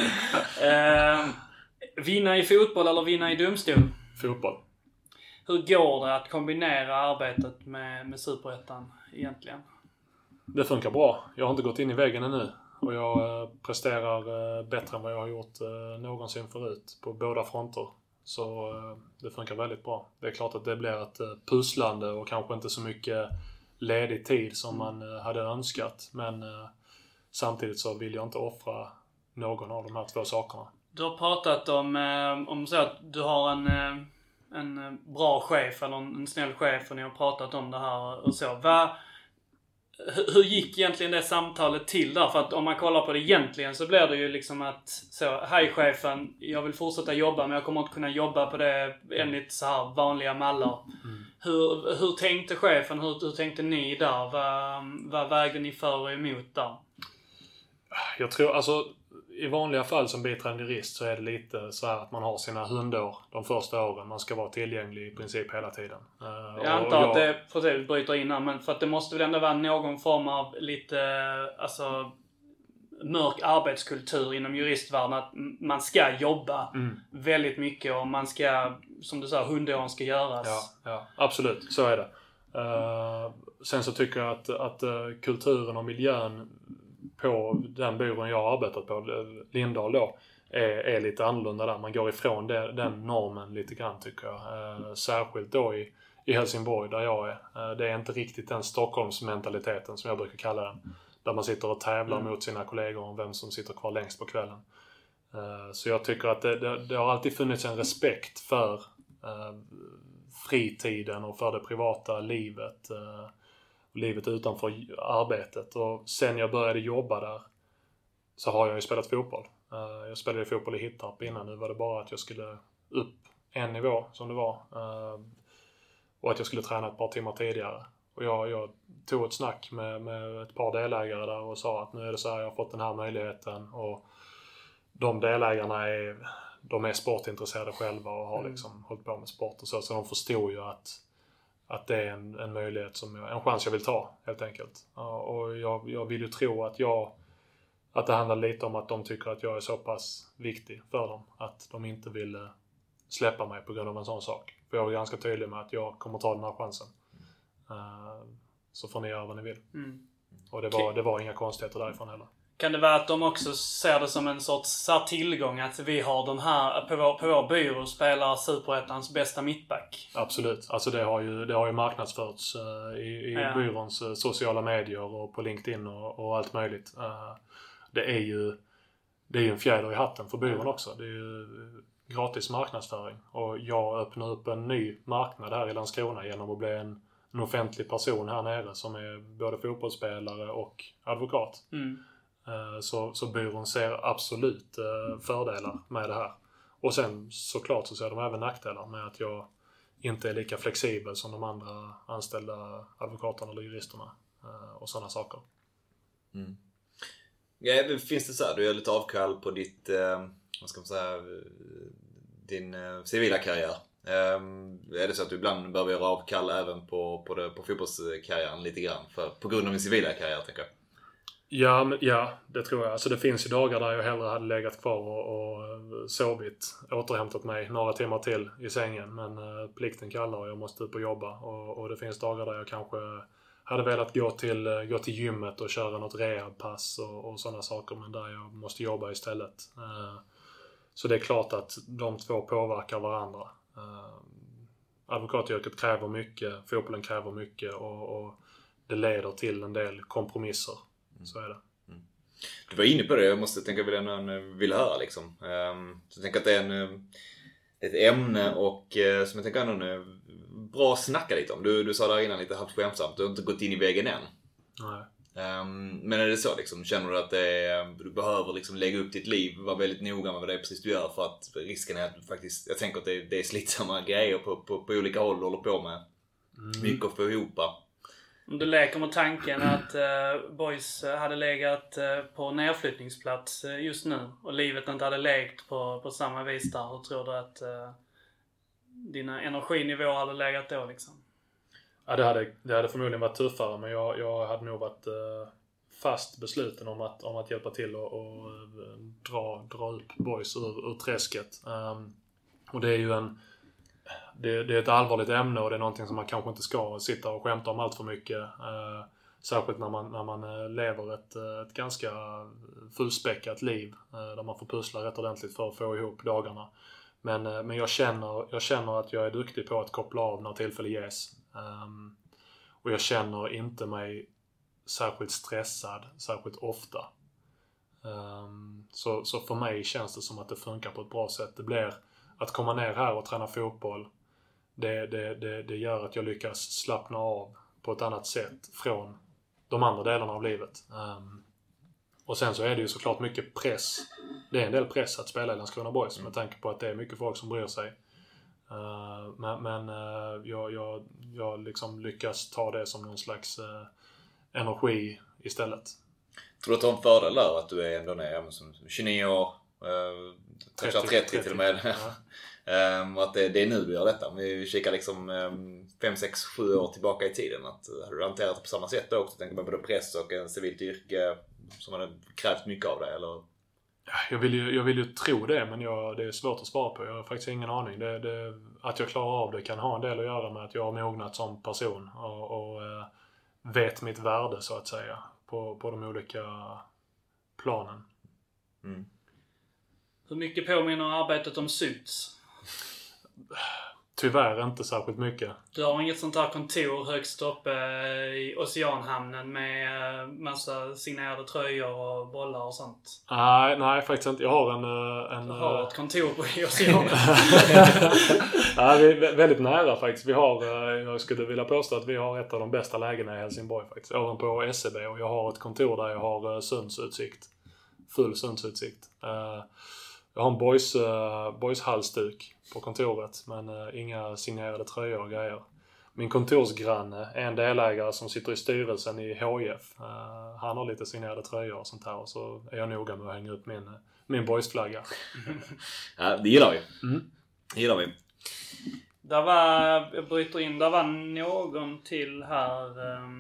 Vinna i fotboll eller vinna i domstol? Fotboll. Hur går det att kombinera arbetet med Superettan egentligen? Det funkar bra. Jag har inte gått in i väggen ännu. Och jag presterar bättre än vad jag har gjort någonsin förut på båda fronter. Så det funkar väldigt bra. Det är klart att det blir ett pusslande och kanske inte så mycket ledig tid som man hade önskat. Men samtidigt så vill jag inte offra någon av de här 2 sakerna. Du har pratat om så att du har en bra chef eller en snäll chef, och ni har pratat om det här och så. Hur gick egentligen det samtalet till där? För att om man kollar på det egentligen så blir det ju liksom att så, hej chefen, jag vill fortsätta jobba men jag kommer inte kunna jobba på det enligt så här vanliga mallar. Hur tänkte chefen? Hur tänkte ni där? Vad vägde ni för och emot där? Jag tror, alltså i vanliga fall som biträdande jurist så är det lite så här att man har sina hundår de första åren. Man ska vara tillgänglig i princip hela tiden. Jag antar att det, precis, bryter innan, men för att det måste väl ändå vara någon form av lite, alltså, mörk arbetskultur inom juristvärlden, att man ska jobba väldigt mycket och man ska, som du sa, hundåren ska göras. Ja, absolut. Så är det. Sen så tycker jag att kulturen och miljön på den byrån jag har arbetat på, Lindahl då, är lite annorlunda där. Man går ifrån den normen lite grann, tycker jag. Särskilt då i Helsingborg där jag är. Det är inte riktigt den Stockholmsmentaliteten som jag brukar kalla den. Där man sitter och tävlar mot sina kollegor om vem som sitter kvar längst på kvällen. Så jag tycker att det har alltid funnits en respekt för fritiden och för det privata livet. Livet utanför arbetet. Och sen jag började jobba där så har jag ju spelat fotboll. Jag spelade fotboll i Hittarp innan. Nu var det bara att jag skulle upp en nivå som det var. Och att jag skulle träna ett par timmar tidigare. Och jag tog ett snack med ett par delägare där och sa att nu är det så här, jag har fått den här möjligheten. Och de delägarna är sportintresserade själva och har liksom hållit på med sport och så. Så de förstod ju att det är en möjlighet en chans jag vill ta, helt enkelt. Och jag vill ju tro att det handlar lite om att de tycker att jag är så pass viktig för dem att de inte vill släppa mig på grund av en sån sak. För jag är ganska tydlig med att jag kommer ta den här chansen. Så får ni göra vad ni vill. Och det var inga konstigheter därifrån heller. Kan det vara att de också ser det som en sorts så här tillgång att vi har den här, på vår byrå spelar Superettans bästa mittback? Absolut. Alltså det har ju marknadsförts i byråns sociala medier och på LinkedIn och allt möjligt. Det är ju en fjäder i hatten för byrån också. Det är ju gratis marknadsföring. Och jag öppnar upp en ny marknad här i Landskrona genom att bli en offentlig person här nere som är både fotbollsspelare och advokat. Så byrån ser absolut fördelar med det här. Och sen såklart så ser de även nackdelar med att jag inte är lika flexibel som de andra anställda advokaterna eller juristerna och sådana saker. Ja, finns det så här, du gör lite avkall på ditt, vad ska man säga, din civila karriär. Är det så att du ibland behöver göra avkall även på fotbollskarriären lite grann på grund av din civila karriär, tänker jag? Ja, det tror jag. Alltså det finns ju dagar där jag hellre hade legat kvar och sovit, återhämtat mig några timmar till i sängen. Men plikten kallar och jag måste upp och jobba. Och det finns dagar där jag kanske hade velat gå till gymmet och köra något rehabpass och sådana saker. Men där jag måste jobba istället. Så det är klart att de två påverkar varandra. Advokatyrket kräver mycket, fotbollen kräver mycket och det leder till en del kompromisser. Så är det. Du var inne på det, jag måste tänka vill höra liksom. Så jag tänker att det är ett ämne och som jag tänker ändå bra att snacka lite om. Du sa där innan lite halvt skämtsamt, du har inte gått in i väggen än. Nej. Men är det så liksom, känner du att du behöver liksom lägga upp ditt liv, vara väldigt noga med vad det är precis du gör, för att risken är att du faktiskt, jag tänker att det är slitsamma grejer på olika håll du håller på med. Mycket att få ihop. Om du leker med tanken att Boys hade legat på nedflyttningsplats just nu och livet inte hade lekt på samma vis där, hur tror du att dina energinivåer hade legat då liksom? Ja, det hade förmodligen varit tuffare, men jag hade nog varit fast besluten om att hjälpa till och dra upp Boys ur träsket. Och det är ju det är ett allvarligt ämne och det är någonting som man kanske inte ska sitta och skämta om allt för mycket. Särskilt när man lever ett ganska fullspäckat liv där man får pussla rätt ordentligt för att få ihop dagarna. Men jag känner att jag är duktig på att koppla av när tillfälle ges. Och jag känner inte mig särskilt stressad särskilt ofta. Så för mig känns det som att det funkar på ett bra sätt. Det blir att komma ner här och träna fotboll. Det gör att jag lyckas slappna av på ett annat sätt från de andra delarna av livet. Och sen så är det ju såklart mycket press. Det är en del press att spela i Landskrona Boys med tanke på att det är mycket folk som bryr sig. Men jag liksom lyckas ta det som någon slags energi istället. Tror du att du har en fördel där att du är ändå som 29 år, 30 till och med. Ja. Och att det är nu du gör detta. Om vi kikar liksom 5, 6, 7 år tillbaka i tiden, att hade du hanterat det på samma sätt då också? Tänker man på press och en civilt yrke som hade krävt mycket av dig, eller? Jag vill ju tro det, men det är svårt att svara på. Jag har faktiskt ingen aning. Att jag klarar av det kan ha en del att göra med att jag har mognat som person och vet mitt värde så att säga på de olika planen. Hur mycket påminner arbetet om Suits? Tyvärr inte särskilt mycket. Du har inget sånt här kontor högst uppe i Oceanhamnen med massa signerade tröjor och bollar och sånt? Nej, faktiskt inte. Jag har Du har ett kontor på Oceanhamnen? Nej, vi är väldigt nära faktiskt. Jag skulle vilja påstå att vi har ett av de bästa lägena i Helsingborg faktiskt. Ovanpå SEB, och jag har ett kontor där jag har Sundsutsikt. Full Sundsutsikt. Jag har en boys halsduk på kontoret, men inga signerade tröjor och grejer. Min kontorsgranne är en delägare som sitter i styrelsen i HIF. Han har lite signerade tröjor och sånt här, och så är jag noga med att hänga upp min boysflagga. Ja, det gillar vi. Det gillar vi. Jag bryter in, där var någon till här.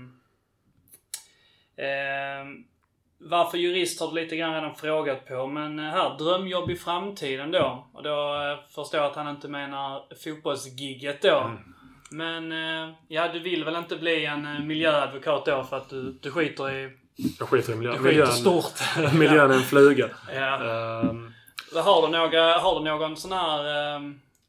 Varför jurist har du lite grann redan frågat på, men här, drömjobb i framtiden då. Och då förstår jag att han inte menar fotbollsgigget då. Men du vill väl inte bli en miljöadvokat då för att du skiter i Jag skiter i miljön. Det är stort. Miljön är en fluga. Ja. Har du någon sån här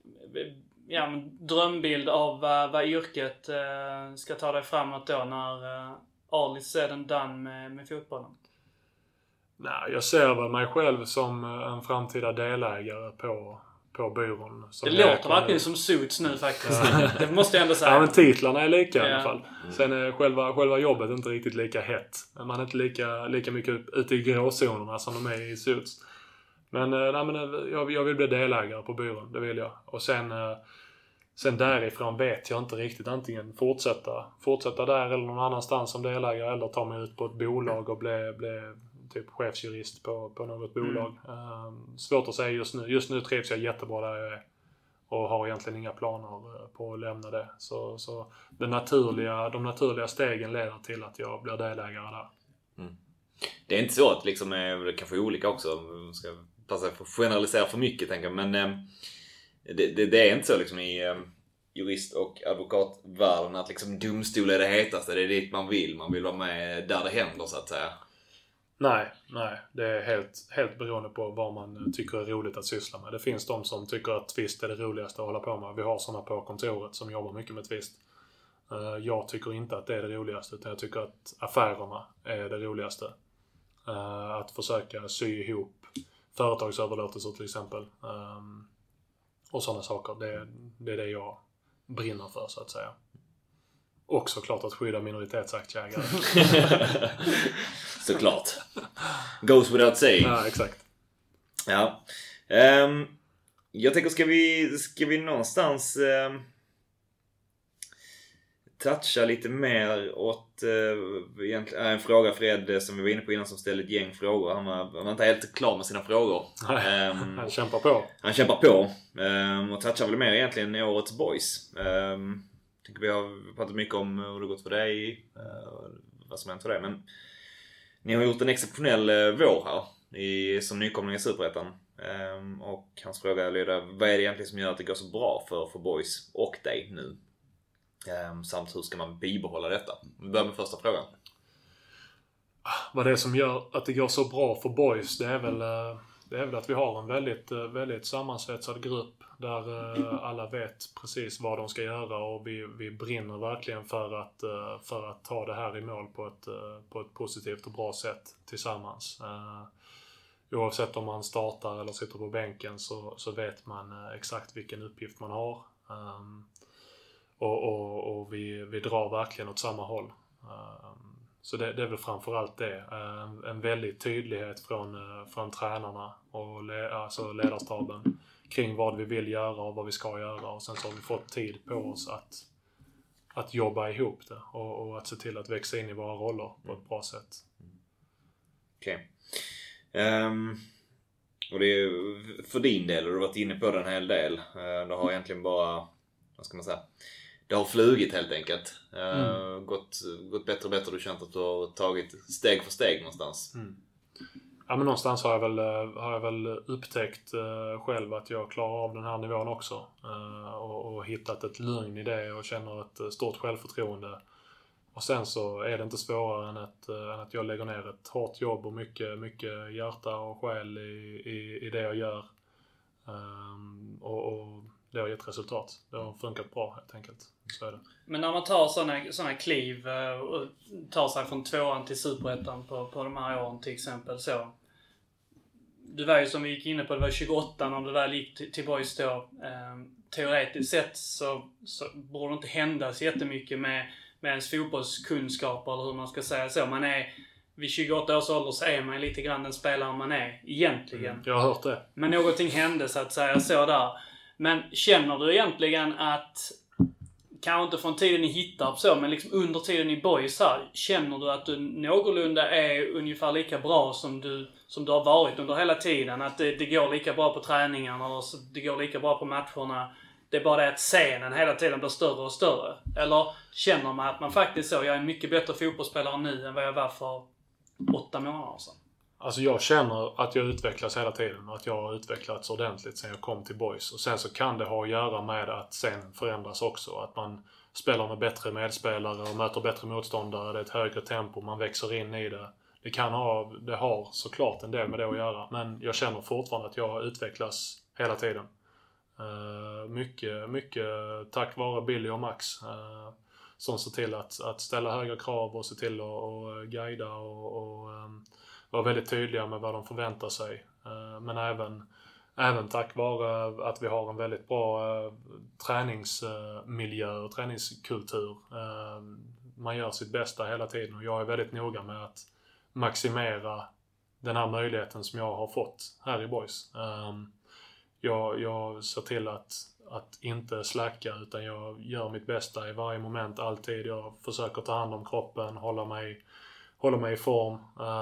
drömbild av vad yrket ska ta dig framåt då när all is said and done med fotbollen? Nej, jag ser väl mig själv som en framtida delägare på byrån. Det låter verkligen som Suits nu faktiskt. Det måste jag ändå säga. Ja, men titlarna är lika i alla fall. Sen är själva jobbet inte riktigt lika hett. Man är inte lika mycket ute i gråzonerna som de är i Suits. Men jag vill bli delägare på byrån, det vill jag. Och sen därifrån vet jag inte riktigt. Antingen fortsätta där eller någon annanstans som delägare, eller ta mig ut på ett bolag och bli typ chefsjurist på något bolag. Svårt att säga just nu. Just nu trivs jag jättebra där jag är. Och har egentligen inga planer på att lämna det. Så de naturliga stegen leder till att jag blir delägare där. Det är inte så att liksom, det kan få olika också. Man ska passa för att generalisera för mycket, tänker jag. Men det är inte så liksom i jurist- och advokatvärlden att liksom domstol är det hetaste. Det är dit man vill. Man vill vara med där det händer, så att säga. Nej. Det är helt beroende på vad man tycker är roligt att syssla med. Det finns de som tycker att tvist är det roligaste att hålla på med. Vi har sådana på kontoret som jobbar mycket med tvist. Jag tycker inte att det är det roligaste, utan jag tycker att affärerna är det roligaste. Att försöka sy ihop företagsöverlåtelser till exempel. Och sådana saker. Det är det jag brinner för, så att säga. Och såklart att skydda minoritetsaktieägare. Såklart. Goes without saying. Ja, exakt. Ja. Jag tänker, ska vi någonstans toucha lite mer åt egentligen en fråga Fred som vi var inne på innan, som ställde ett gäng frågor. Han var inte helt klar med sina frågor. Han kämpar på. Han kämpar på. Och touchar väl mer egentligen i årets boys. Vi har pratat mycket om hur det gått för dig, vad som hänt för dig, men ni har gjort en exceptionell vår här som nykomling i Superettan. Och hans fråga lyder: vad är det egentligen som gör att det går så bra för boys och dig nu? Samt hur ska man bibehålla detta? Vi börjar med första frågan. Vad det är som gör att det går så bra för boys, det är väl att vi har en väldigt, väldigt sammansvetsad grupp där alla vet precis vad de ska göra, och vi brinner verkligen för att ta det här i mål på ett positivt och bra sätt tillsammans. Oavsett om man startar eller sitter på bänken så vet man exakt vilken uppgift man har. Och vi drar verkligen åt samma håll. Så det är väl framförallt det. En väldigt tydlighet från tränarna och alltså ledarstaben kring vad vi vill göra och vad vi ska göra. Och sen så har vi fått tid på oss att jobba ihop det och att se till att växa in i våra roller på ett bra sätt. Okej. Och det är för din del, och du har varit inne på den en hel del. Du har egentligen bara, vad ska man säga, det har flugit helt enkelt. Gått bättre och bättre. Du känt att du har tagit steg för steg någonstans. Ja, men någonstans har jag väl upptäckt själv att jag klarar av den här nivån också. Och hittat ett lugn i det och känner ett stort självförtroende. Och sen så är det inte svårare än att jag lägger ner ett hårt jobb och mycket hjärta och själ i det jag gör. Och det har gett resultat. Det har funkat bra helt enkelt. Så är det. Men när man tar såna kliv och tar sig från 2an till Superettan på de här åren till exempel, så. Du var ju, som vi gick inne på, det var 28 när du väl gick till boys då. Teoretiskt sett så borde det inte hända så jättemycket med ens fotbollskunskaper, eller hur man ska säga så. Man är vid 28 års ålder så är man lite grann den spelare man är egentligen. Jag har hört det. Men någonting hände så att säga så där. Men känner du egentligen att, kanske inte från tiden i Hittarp så, men liksom under tiden i boys här, känner du att du någorlunda är ungefär lika bra som du har varit under hela tiden? Att det går lika bra på träningarna, eller det går lika bra på matcherna? Det är bara det att scenen hela tiden blir större och större. Eller känner man att man faktiskt jag är en mycket bättre fotbollsspelare nu än vad jag var för 8 månader sedan? Alltså jag känner att jag utvecklas hela tiden och att jag har utvecklats ordentligt sen jag kom till boys. Och sen så kan det ha att göra med att scenen förändras också. Att man spelar med bättre medspelare och möter bättre motståndare. Det är ett högre tempo, man växer in i det. Det har såklart en del med det att göra. Men jag känner fortfarande att jag utvecklas hela tiden. Mycket tack vare Billy och Max. Som ser till att ställa höga krav och se till att guida och vara väldigt tydliga med vad de förväntar sig. Men även tack vare att vi har en väldigt bra träningsmiljö och träningskultur. Man gör sitt bästa hela tiden och jag är väldigt noga med att maximera den här möjligheten som jag har fått här i Boys. Jag ser till att inte släcka, utan jag gör mitt bästa i varje moment, alltid. Jag försöker ta hand om kroppen, hålla mig i form,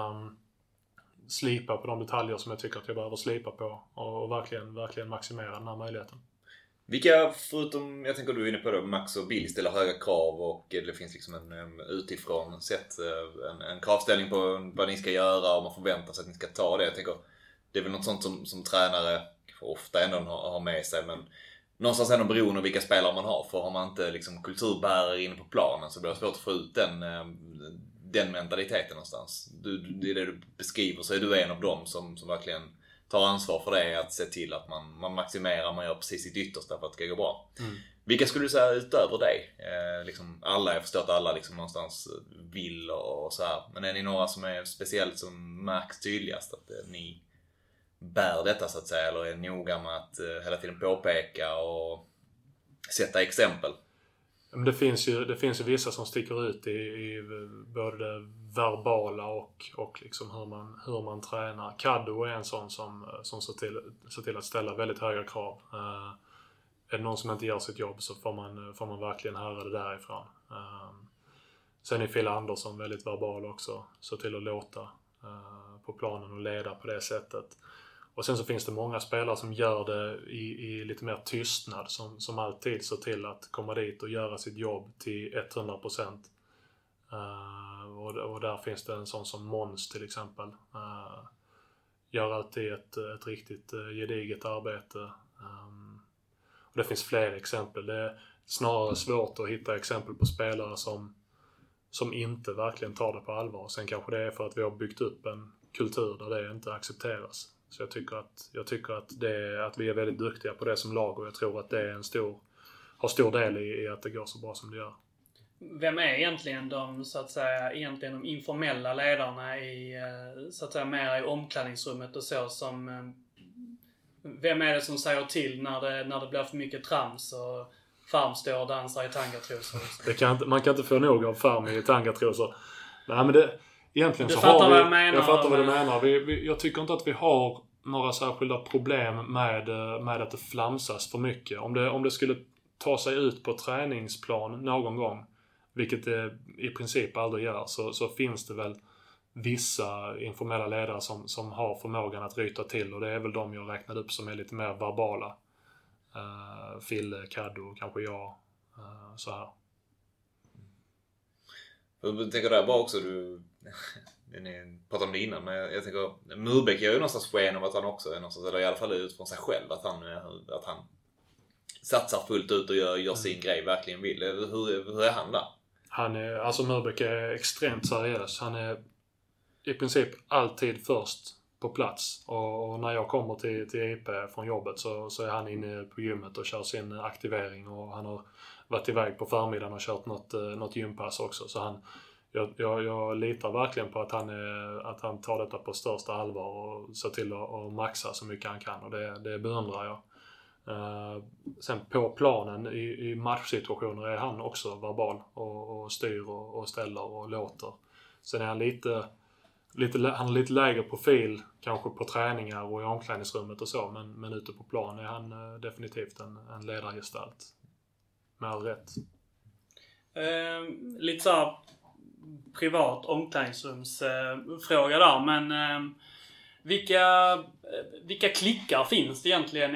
slipa på de detaljer som jag tycker att jag behöver slipa på och verkligen maximera den här möjligheten. Vilka, förutom, jag tänker du är inne på det, Max och Bill ställer höga krav och det finns liksom en utifrån sett en kravställning på vad ni ska göra och man förväntar sig att ni ska ta det. Jag tänker, det är väl något sånt som tränare ofta ändå har med sig, men någonstans ändå beroende av vilka spelare man har. För har man inte liksom kulturbärare inne på planen så blir det svårt att få ut den mentaliteten någonstans. Det är det du beskriver, så är du en av dem som verkligen tar ansvar för det, att se till att man maximerar, man gör precis sitt yttersta för att det ska gå bra. Vilka skulle du säga utöver dig? Liksom alla, jag förstår att alla liksom någonstans vill och så här. Men är ni några som är speciellt som märks tydligast att ni bär detta så att säga, eller är noga med att hela tiden påpeka och sätta exempel? Men det finns ju vissa som sticker ut i både det verbala och liksom hur man tränar. Kaddo är en sån som ser till att ställa väldigt höga krav. Är det någon som inte gör sitt jobb så får man verkligen höra det därifrån. Sen är Phil Andersson väldigt verbal också. Så till att låta på planen och leda på det sättet. Och sen så finns det många spelare som gör det i lite mer tystnad. Som alltid ser till att komma dit och göra sitt jobb till 100%. Och där finns det en sån som Måns till exempel. Gör alltid ett riktigt gediget arbete. Och det finns fler exempel. Det är snarare svårt att hitta exempel på spelare som inte verkligen tar det på allvar. Sen kanske det är för att vi har byggt upp en kultur där det inte accepteras. Så jag tycker att vi är väldigt duktiga på det som lag, och jag tror att det är har stor del i att det går så bra som det gör. Vem är egentligen de informella ledarna i så att säga mer i omklädningsrummet och så, som vem är det som säger till när det blir för mycket trams och Farm står och dansar i tangatrosor? Man kan inte få nog av Farm i tangatrosor. Nej, men egentligen så har vi... Jag fattar vad du menar. Jag tycker inte att vi har några särskilda problem med att det flamsas för mycket. Om det skulle ta sig ut på träningsplan någon gång, vilket det i princip aldrig gör, så finns det väl vissa informella ledare som har förmågan att ryta till, och det är väl de jag räknade upp som är lite mer verbala. Fille, Kaddo, kanske jag, så här. Jag tänker där bara också, ni pratade om det innan, men jag tänker Murbeck gör ju någonstans sken av att han också är någonstans, eller i alla fall ut från sig själv, att han satsar fullt ut och gör sin grej, verkligen vill. Hur är han där? Murbeck är extremt seriös. Han är i princip alltid först på plats, och när jag kommer till IP från jobbet så är han inne på gymmet och kör sin aktivering, och han har varit iväg på förmiddagen och kört något gympass också, så jag litar verkligen på att han tar detta på största allvar och ser till att maxa så mycket han kan, och det beundrar jag. Sen på planen i matchsituationer är han också verbal och styr och ställer och låter. Sen är han han har lite lägre profil kanske på träningar och i omklädningsrummet och så, men ute på plan är han definitivt en ledargestalt med all rätt. Lite så här privat omklädningsrumsfråga där, men vilka klickar finns det egentligen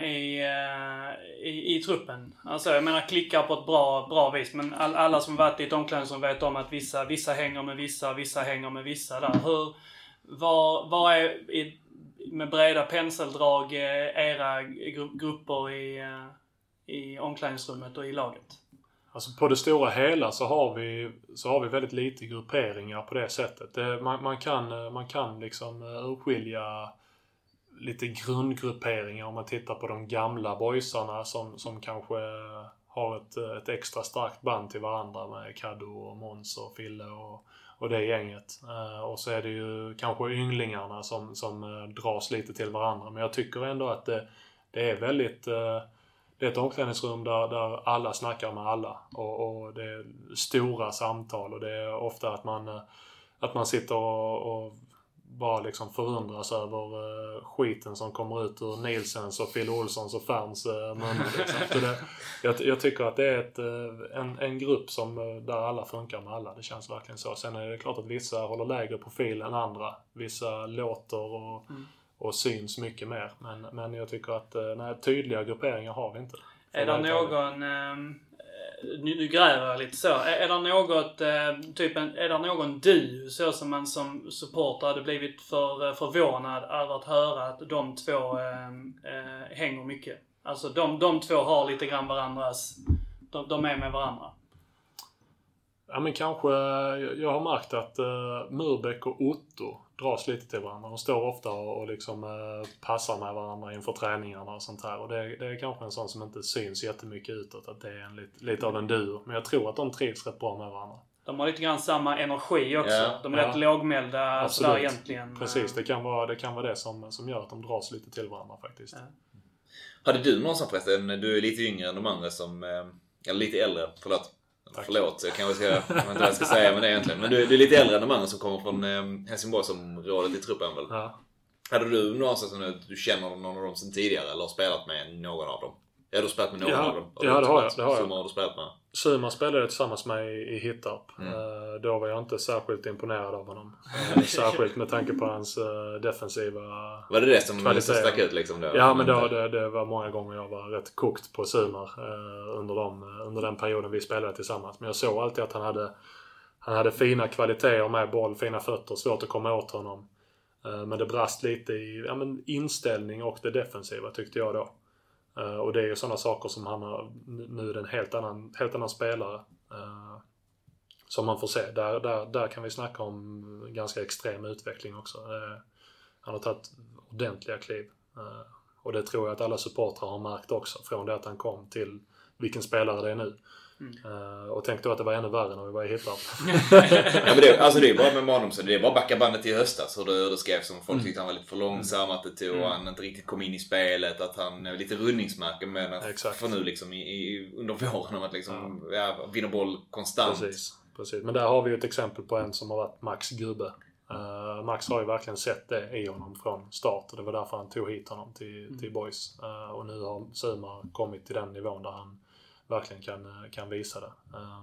i truppen? Alltså jag menar klickar på ett bra vis, men alla som varit i ett omklädningsrum vet om att vissa hänger med vissa hänger med vissa där. Vad är med breda penseldrag era grupper i omklädningsrummet och i laget? Alltså på det stora hela så har vi väldigt lite grupperingar på det sättet. Man kan liksom urskilja lite grundgrupperingar om man tittar på de gamla boysarna som kanske har ett extra starkt band till varandra med Kaddo och Måns och Fille och det gänget. Och så är det ju kanske ynglingarna som dras lite till varandra. Men jag tycker ändå att det är väldigt... Det är ett omklädningsrum där alla snackar med alla. Och det är stora samtal. Och det är ofta att man sitter och bara liksom förundras över skiten som kommer ut ur Nilsens och Phil Olssons och Ferns mun. Liksom. Jag tycker att det är en grupp där alla funkar med alla. Det känns verkligen så. Sen är det klart att vissa håller lägre profil än andra. Vissa låter och syns mycket mer. Men jag tycker att tydliga grupperingar har vi inte. Är det någon... Nu gräver jag lite så. Är det något är det någon du så som man som supporter hade blivit förvånad över att höra att de två hänger mycket? Alltså de två har lite grann varandras... De är med varandra. Ja, men kanske... Jag har märkt att Murbeck och Otto dras lite till varandra. De står ofta och liksom passar med varandra inför träningarna och sånt här. Och det är kanske en sån som inte syns jättemycket utåt. Att det är lite av en duo. Men jag tror att de trivs rätt bra med varandra. De har lite grann samma energi också. Ja. De är rätt lågmälda sådär egentligen. Precis, det kan vara det som gör att de dras lite till varandra faktiskt. Ja. Hade du någonstans förresten, du är lite yngre än de andra eller lite äldre, förlåt, jag kanske ska, jag vet inte vad jag ska säga med det egentligen. Men du är lite äldre än de andra som kommer från Helsingborgsområdet i truppen väl? Ja. Hade du någonstans som du känner någon av dem sen tidigare eller har spelat med någon av dem? Ja, du har spelat med någon av dem? Ja, det har jag. Suma har du spelat med? Suma spelade tillsammans med i Hittarp. Då var jag inte särskilt imponerad av honom. Särskilt med tanke på hans defensiva var det som stack ut liksom då? Ja, men det var många gånger jag var rätt kokt på Sumar under den perioden vi spelade tillsammans. Men jag såg alltid att han hade fina kvaliteter med boll, fina fötter, svårt att komma åt honom. Men det brast lite i inställning och det defensiva tyckte jag då. Och det är ju sådana saker som han har nu är en helt annan spelare som man får se. Där kan vi snacka om ganska extrem utveckling också. Han har tagit ordentliga kliv. Och det tror jag att alla supportrar har märkt också från det att han kom till vilken spelare det är nu. Och tänkte då att det var ännu värre när vi var i Hittarp. Ja, men det är bara med honom så det är bara backa bandet i höstas och det skrevs som folk tyckte han var lite för långsam, att det tog han inte riktigt kom in i spelet, att han är lite rundningsmärken med att för nu liksom under våren om att liksom vinna boll konstant. Precis. Men där har vi ju ett exempel på en som har varit Max gubbe. Max har ju verkligen sett det i honom från start och det var därför han tog hit honom till Boys. Och nu har Suma kommit till den nivån där han verkligen kan visa det.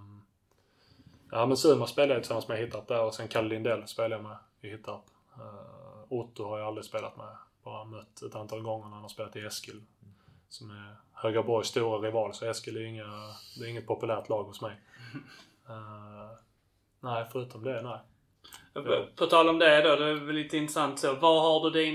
Men Suma spelade jag tillsammans med Hittarp där och sen Kalle Lindell spelade jag med i Hittarp. Otto har jag aldrig spelat med. Bara mött ett antal gånger när han har spelat i Eskil. Som är Högaborgs stora rival, så Eskil är inget populärt lag hos mig. Nej, förutom det, nej. På tal om det då, det är väl lite intressant så. Vad har du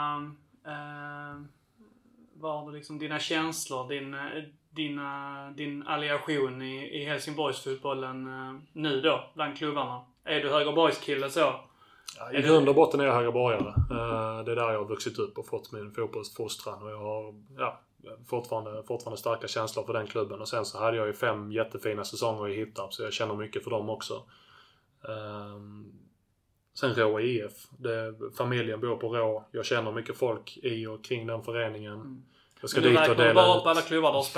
dina känslor, din alliation i Helsingborgsfotbollen nu då, bland klubbarna? Är du Högaborgskille så? Ja, i grund och botten är jag högaborgare. Det är där jag har vuxit upp och fått min fotbollsfostran. Och jag har fortfarande starka känslor för den klubben. Och sen så hade jag ju 5 jättefina säsonger i Hittarp, så jag känner mycket för dem också. Sen Rå IF. Familjen bor på Rå. Jag känner mycket folk i och kring den föreningen. Jag ska dit och dela bara upp alla klubbar du har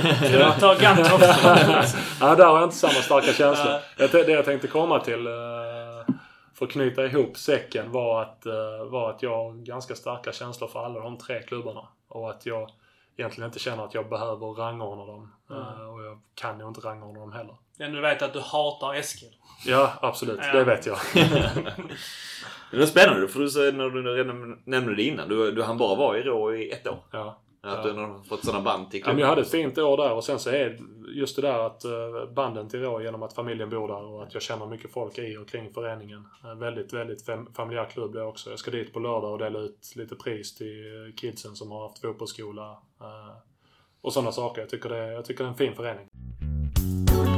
spelat. Ja, där har jag inte samma starka känslor. Det jag tänkte komma till för att knyta ihop säcken var att jag har ganska starka känslor för alla de 3 klubbarna. Och att jag egentligen inte känner att jag behöver rangordna dem. Och jag kan ju inte rangordna dem heller. Men du vet att du hatar Eskil. Ja, absolut. Ja. Det vet jag. Det är spännande, för du när du redan nämnde det innan. Du hann bara vara i Rå i 1 år. Ja. Att du har fått sådana band till klubben. Jag hade ett fint år där och sen så är just det där att banden till Rå genom att familjen bor där och att jag känner mycket folk i och kring föreningen. Väldigt, väldigt familjär klubb det också. Jag ska dit på lördag och dela ut lite pris till kidsen som har haft fotbollsskola och sådana saker. Jag tycker det är en fin förening.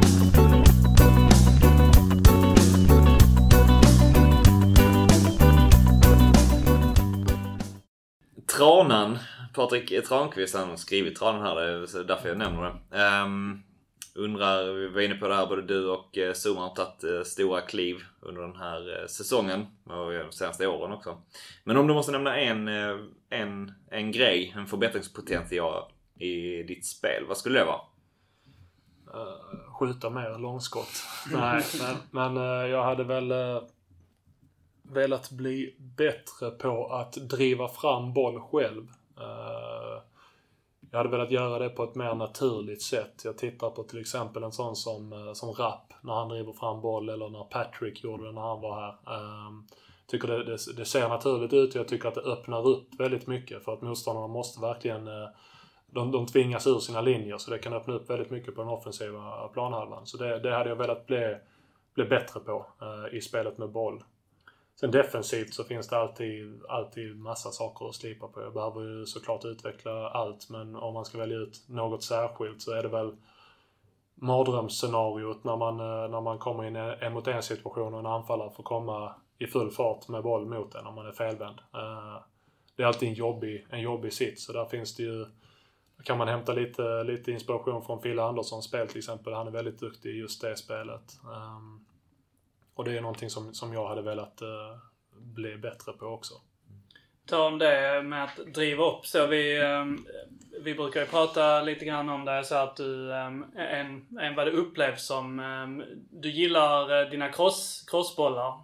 Tranan, Patrik Tranqvist, han har skrivit Tranan här, det är därför jag nämner det. Undrar, vi var inne på det här, både du och Zuma har tagit stora kliv under den här säsongen och de senaste åren också. Men om du måste nämna en grej, en förbättringspotential i ditt spel, vad skulle det vara? Skjuta mer långskott. Nej, men jag hade väl velat bli bättre på att driva fram boll själv. Jag hade velat göra det på ett mer naturligt sätt. Jag tittar på till exempel en sån som Rapp när han driver fram boll, eller när Patrick gjorde det när han var här. Tycker det ser naturligt ut, och jag tycker att det öppnar upp väldigt mycket, för att motståndarna måste verkligen de tvingas ur sina linjer, så det kan öppna upp väldigt mycket på den offensiva planhalvan. Så det hade jag velat bli bättre på i spelet med boll. Sen defensivt så finns det alltid massa saker att slipa på. Jag behöver ju såklart utveckla allt, men om man ska välja ut något särskilt så är det väl mardrömsscenariot när man kommer in i en mot en situation och en anfallare får komma i full fart med boll mot en om man är felvänd. Det är alltid en jobbig sits, så där finns det ju, kan man hämta lite inspiration från Fille Anderssons spel till exempel. Han är väldigt duktig i just det spelet. Och det är någonting som jag hade velat bli bättre på också. Ta om det med att driva upp. Så vi brukar ju prata lite grann om det, så att du vad det upplevs som, du gillar dina crossbollar,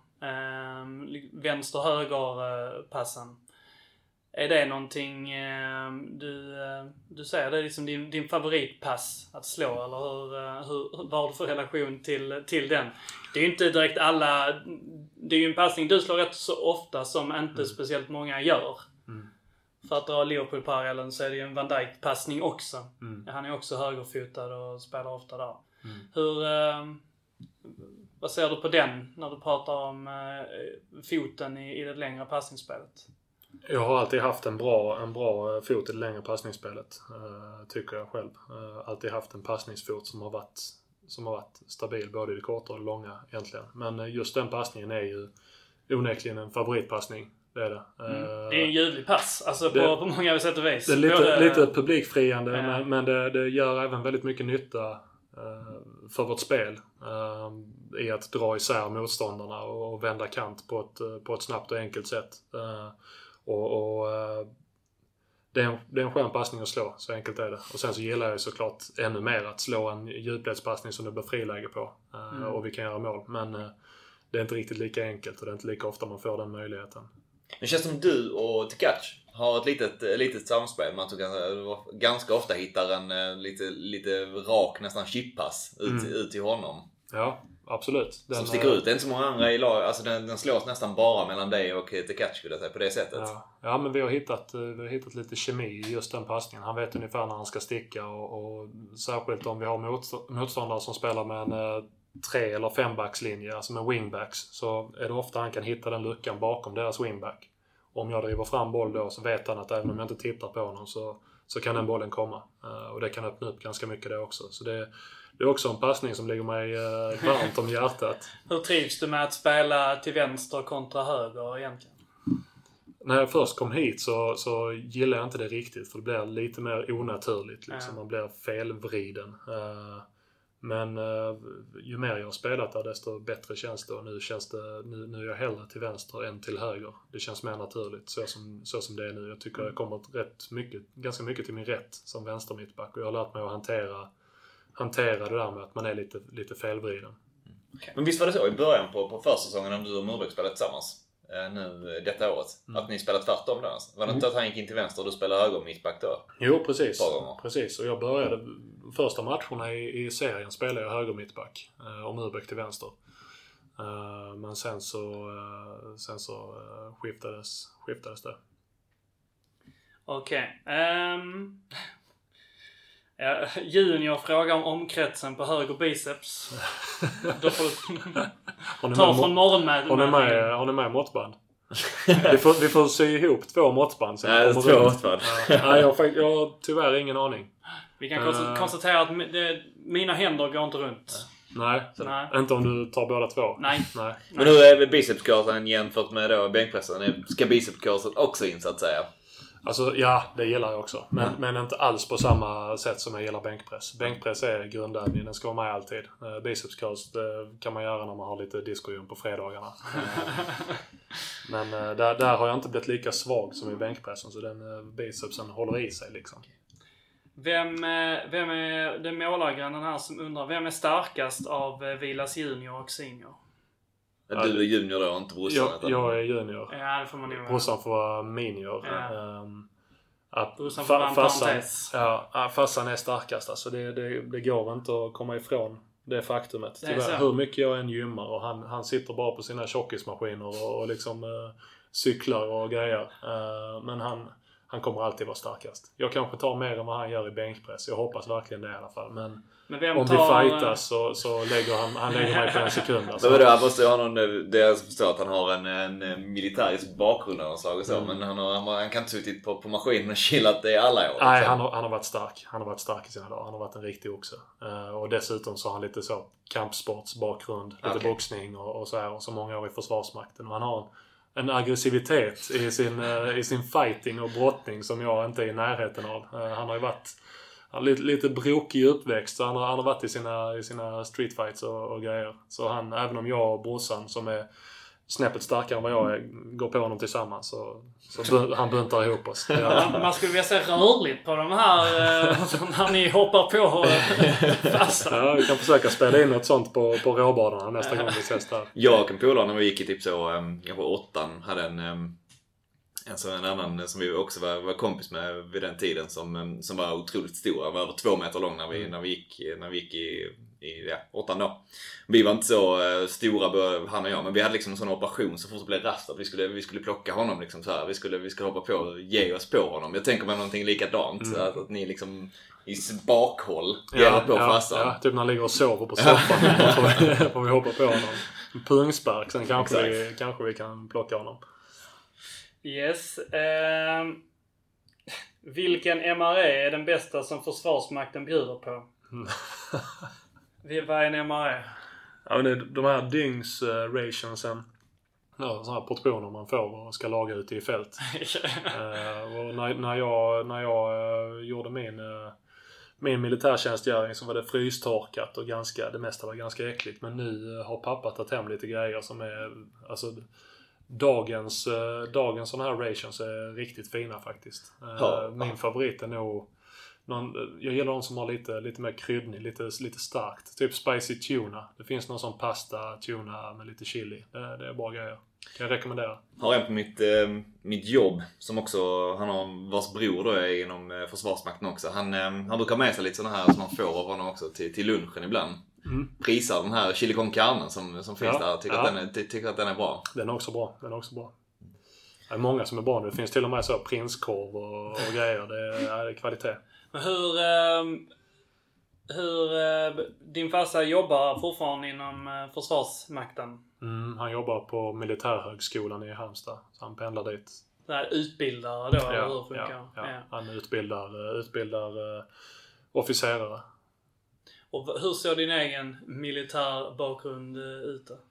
vänster-höger passen. Är det någonting du säger, det är liksom din favoritpass att slå, eller vad har du för relation till den? Det är ju inte direkt alla, det är ju en passning du slår rätt så ofta som inte speciellt många gör. För att dra Liverpool-parallellen så är det ju en Van Dijk-passning också. Han är också högerfotad och spelar ofta där. Vad ser du på den när du pratar om foten i det längre passningsspelet? Jag har alltid haft en bra fot i det längre passningsspelet, tycker jag själv. Alltid haft en passningsfot som har varit stabil både i det korta och det långa egentligen. Men just den passningen är ju onekligen en favoritpassning. Det är det. Det är en ljuvlig pass, alltså på många sätt och vis. Det är lite publikfriande, men det gör även väldigt mycket nytta för vårt spel i att dra isär motståndarna och vända kant på ett snabbt och enkelt sätt. Det är en skön passning att slå, så enkelt är det. Och sen så gillar jag såklart ännu mer att slå en djupledspassning som det blir friläge på. Och vi kan göra mål. Men det är inte riktigt lika enkelt, och det är inte lika ofta man får den möjligheten. Det känns som du och Tkac har ett litet samspel. Man ganska ofta hittar en lite rak, nästan chippass ut till honom. Ja, absolut. Som sticker ut. Det är inte så många andra i lag. Alltså den slås nästan bara mellan dig och Tkac, skulle jag säga, på det sättet. Ja, men vi har hittat lite kemi i just den passningen. Han vet ungefär när han ska sticka, och särskilt om vi har motståndare som spelar med en 3- eller 5-backslinje, alltså med wingbacks, så är det ofta han kan hitta den luckan bakom deras wingback. Om jag driver fram boll då, så vet han att även om jag inte tittar på honom så kan den bollen komma. Och det kan öppna upp ganska mycket det också. Så det är också en passning som ligger mig varmt om hjärtat. Hur trivs du med att spela till vänster kontra höger egentligen? När jag först kom hit så gillar jag inte det riktigt, för det blir lite mer onaturligt. Liksom. Man blir felvriden. Men ju mer jag har spelat där, desto bättre känns det. Och nu är jag hellre till vänster än till höger. Det känns mer naturligt så som det är nu. Jag tycker jag kommer ganska mycket till min rätt som vänster mittback. Och jag har lärt mig att hantera det där med att man är lite felvriden. Men visst var det så i början på försäsongen när du och Murbeck spelade tillsammans? Nu detta året. Att ni spelade tvärtom där. Var det inte att han gick in till vänster och du spelade höger mittback då? Jo, precis. Och jag började första matcherna i serien spelade jag höger mittback och Murbeck till vänster. Men sen så skiftades det. Okej. Junior frågar om omkretsen på höger biceps. Då får du ta från morgonmätningen. Har ni med måttband? vi får sy ihop 2 måttband. Nej, 2 måttband. Nej, jag har tyvärr ingen aning. Vi kan konstatera att mina händer går inte runt. Nej, inte om du tar båda 2. Nej. Men hur är bicepskursen jämfört med då bänkpressen? Ska bicepskursen också in, så att säga? Alltså ja, det gillar jag också. Men inte alls på samma sätt som jag gillar bänkpress. Bänkpress är grundövning, den ska vara med alltid. Biceps curls kan man göra när man har lite discogym på fredagarna. Men där har jag inte blivit lika svag som i bänkpressen, så den bicepsen håller i sig liksom. Vem är den målargrannen här som undrar, vem är starkast av Vilas junior och senior? Du är junior då, inte brorsan? Jag är junior. Ja, det får man nog. Brorsan får vara minior. Brorsan får vara en parentes. Farsan är starkast. Alltså det går inte att komma ifrån det faktumet. Tyvärr, hur mycket jag än gymmar, och han sitter bara på sina tjockismaskiner och liksom cyklar och grejer. Men han kommer alltid vara starkast. Jag kanske tar mer än vad han gör i bänkpress. Jag hoppas verkligen det i alla fall. Men om vi fightas så lägger han lägger mig på en sekund. Alltså. Men han måste ha någon, det jag förstår att han har en militärisk bakgrund och så. Men han kan inte suttit på maskinen och chillat det i alla år. Nej, han har varit stark. Han har varit stark i sina dagar. Han har varit en riktig oxe. Och dessutom så har han lite så kampsportsbakgrund. Lite boxning och så här. Och så många år i Försvarsmakten. Och han har en aggressivitet i sin fighting och brottning som jag inte är i närheten av. Han har ju varit lite brokig uppväxt, så han har varit i sina streetfights och grejer. Så även om jag och brorsan som är snäppet starkare än vad jag är, går på honom tillsammans, så han buntar ihop oss. Man skulle vilja se rörligt på de här när ni hoppar på fasta. Ja, vi kan försöka spela in något sånt på råbanorna nästa gång vi ses där. Jag och en polare när vi gick i typ så, jag var 8, hade en annan som vi också var kompis med vid den tiden som var otroligt stor. Han var över 2 meter lång när vi gick i 8 då. Vi var inte så stora, han och jag, men vi hade liksom en sån operation så fort det blev rast att vi skulle plocka honom liksom så här. Vi skulle hoppa på och ge oss på honom. Jag tänker mig någonting likadant, att ni liksom i bakhåll ger på farsan. Ja, typ när han ligger och sover på soffan får vi hoppa på honom. En pungspark, sen kanske vi kan plocka honom. Yes. Vilken MRE är den bästa som Försvarsmakten bjuder på? Vad är en MRE? Ja, men det är de här dygnsrationsen. Ja, sådana här portioner man får och ska laga ute i fält. Och när jag gjorde min militärtjänstgöring så var det frystorkat och det mesta var ganska äckligt. Men nu har pappa tagit hem lite grejer som är, alltså dagens sådana här rations är riktigt fina faktiskt. Min favorit är nog jag gillar de som har lite mer kryddning, lite starkt. Typ spicy tuna. Det finns någon sån pasta tuna med lite chili. Det är bra grejer. Kan jag rekommendera. Har en på mitt jobb som också, vars bror då är inom Försvarsmakten också. Han brukar med sig lite sådana här som man får av honom också till lunchen ibland. Prisar den här chili con carne som finns där. Tycker att den är bra. Den är också bra. Det är många som är bra nu. Det finns till och med så prinskorv och grejer. Det är kvalitet. Men hur din farsa jobbar fortfarande inom Försvarsmakten? Han jobbar på militärhögskolan i Halmstad. Så han pendlar dit. Utbildare då? Eller hur funkar? Ja. Han utbildar officerare. Och hur ser din egen militär bakgrund ut då?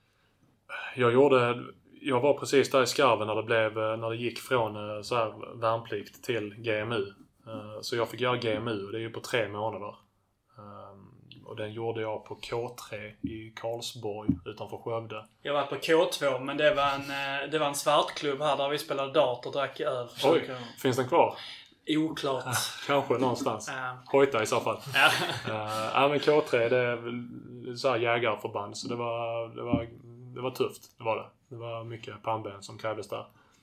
Jag var precis där i skarven när det gick från så här värnplikt till GMU. Så jag fick göra GMU och det är ju på 3 månader. Och den gjorde jag på K3 i Karlsborg utanför Skövde. Jag var på K2 men det var en svartklubb här där vi spelade dart och drack öl. Oj, finns den kvar? Oklart. Kanske någonstans. Hojta i så fall. Men K3 det är väl så här jägarförband så det var tufft. Det var det. Det var mycket pannben som krävdes där.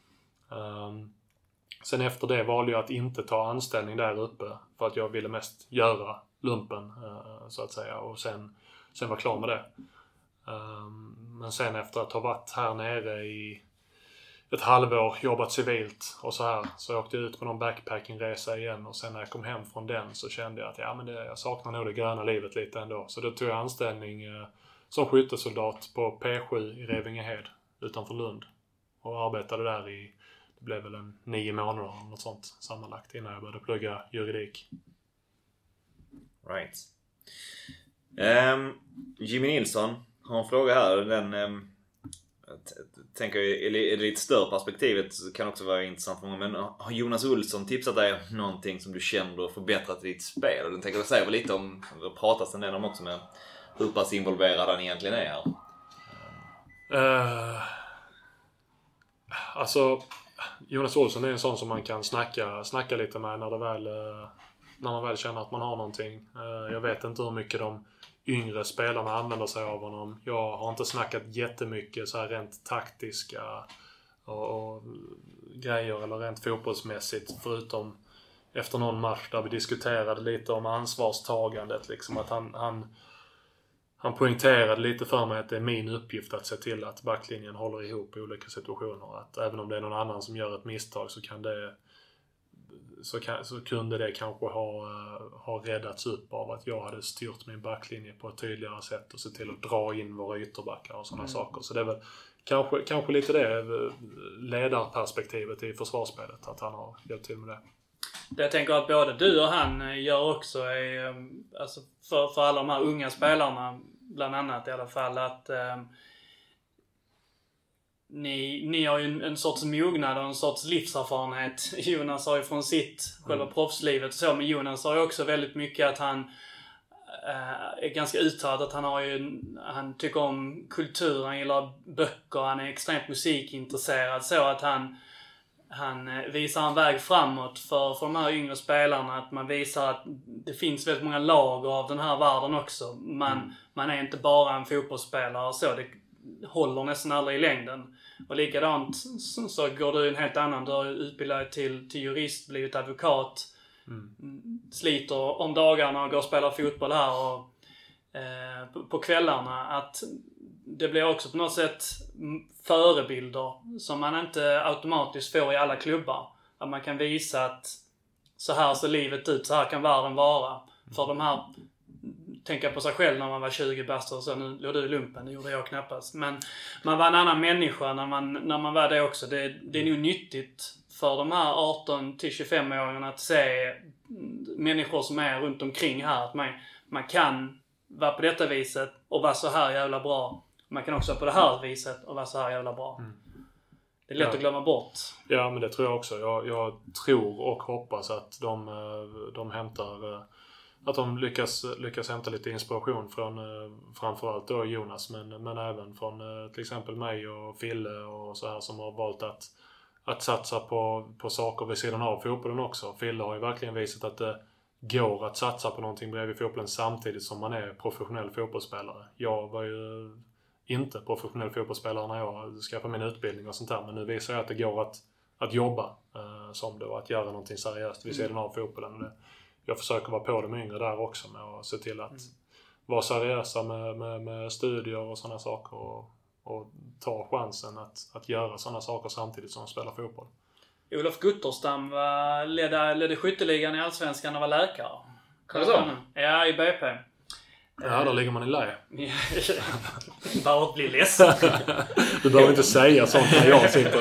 Sen efter det valde jag att inte ta anställning där uppe för att jag ville mest göra lumpen så att säga och sen var klar med det. Men sen efter att ha varit här nere i ett halvår, jobbat civilt och så här, så jag åkte ut på någon backpackingresa igen och sen när jag kom hem från den så kände jag att jag saknar nog det gröna livet lite ändå. Så då tog jag anställning som skyttesoldat på P7 i Revingehed utanför Lund och arbetade där det blev väl 9 månader eller något sånt sammanlagt innan jag började plugga juridik. Right. Jimmy Nilsson har en fråga här. tänker i det lite större perspektivet så kan det också vara intressant för många. Men har Jonas Olsson tipsat dig någonting som du känner och förbättrat i ditt spel? Och den tänker jag säga lite om, det pratas en del om också med hur pass involverad han egentligen är här. Alltså Jonas Olsson är en sån som man kan snacka lite med när man väl känner att man har någonting. Jag vet inte hur mycket de yngre spelarna använder sig av honom. Jag har inte snackat jättemycket så här rent taktiska och grejer eller rent fotbollsmässigt, förutom efter någon match där vi diskuterade lite om ansvarstagandet liksom, att han poängterade lite för mig att det är min uppgift att se till att backlinjen håller ihop i olika situationer. Att även om det är någon annan som gör ett misstag så kunde det kanske ha räddats upp av att jag hade styrt min backlinje på ett tydligare sätt och se till att dra in våra ytterbackar och sådana saker. Så det är väl kanske lite det ledarperspektivet i försvarsspelet, att han har hjälpt till med det. Det jag tänker att både du och han gör också är, alltså för alla de här unga spelarna bland annat i alla fall, att ni har ju en sorts mognad och en sorts livserfarenhet. Jonas har ju från sitt själva proffslivet och så, men Jonas har ju också väldigt mycket att han är ganska uttalat att han tycker om kultur, han gillar böcker, han är extremt musikintresserad, så att han visar en väg framåt för de här yngre spelarna, att man visar att det finns väldigt många lager av den här världen också. Man är inte bara en fotbollsspelare och så, det håller nästan aldrig i längden. Och likadant så går du en helt annan, du har utbildat till jurist, blivit advokat, sliter om dagarna och går och spelar fotboll här och på kvällarna, att det blir också på något sätt förebilder som man inte automatiskt får i alla klubbar. Att man kan visa att så här ser livet ut, så här kan världen vara. För de här, tänka på sig själv när man var 20 bast och så, nu låg du i lumpen, det gjorde jag knappast. Men man var en annan människa när man var det också. Det är nog nyttigt för de här 18-25-åringarna att se människor som är runt omkring här. Att man kan vara på detta viset och vara så här jävla bra. Man kan också vara på det här viset och vara så här jävla bra. Det är lätt att glömma bort. Ja, men det tror jag också. Jag tror och hoppas att de hämtar... Att de lyckas hämta lite inspiration från framförallt då Jonas, men även från till exempel mig och Fille och så här, som har valt att satsa på saker vid sidan av fotbollen också. Fille har ju verkligen visat att det går att satsa på någonting bredvid fotbollen samtidigt som man är professionell fotbollsspelare. Jag var ju inte professionell fotbollsspelare när jag skaffade min utbildning och sånt där, men nu visar jag att det går att jobba som det och att göra någonting seriöst vid sidan av fotbollen. Jag försöker vara på de yngre där också med att se till att vara seriösa med studier och sådana saker och ta chansen att göra sådana saker samtidigt som de spelar fotboll. Olof Gutterstam ledde skytteligan i Allsvenskan och var läkare. Kan du så? Ja, i BP. Ja, då ligger man i lä. Bara bli ledsen. Du behöver inte säga sånt när jag sitter.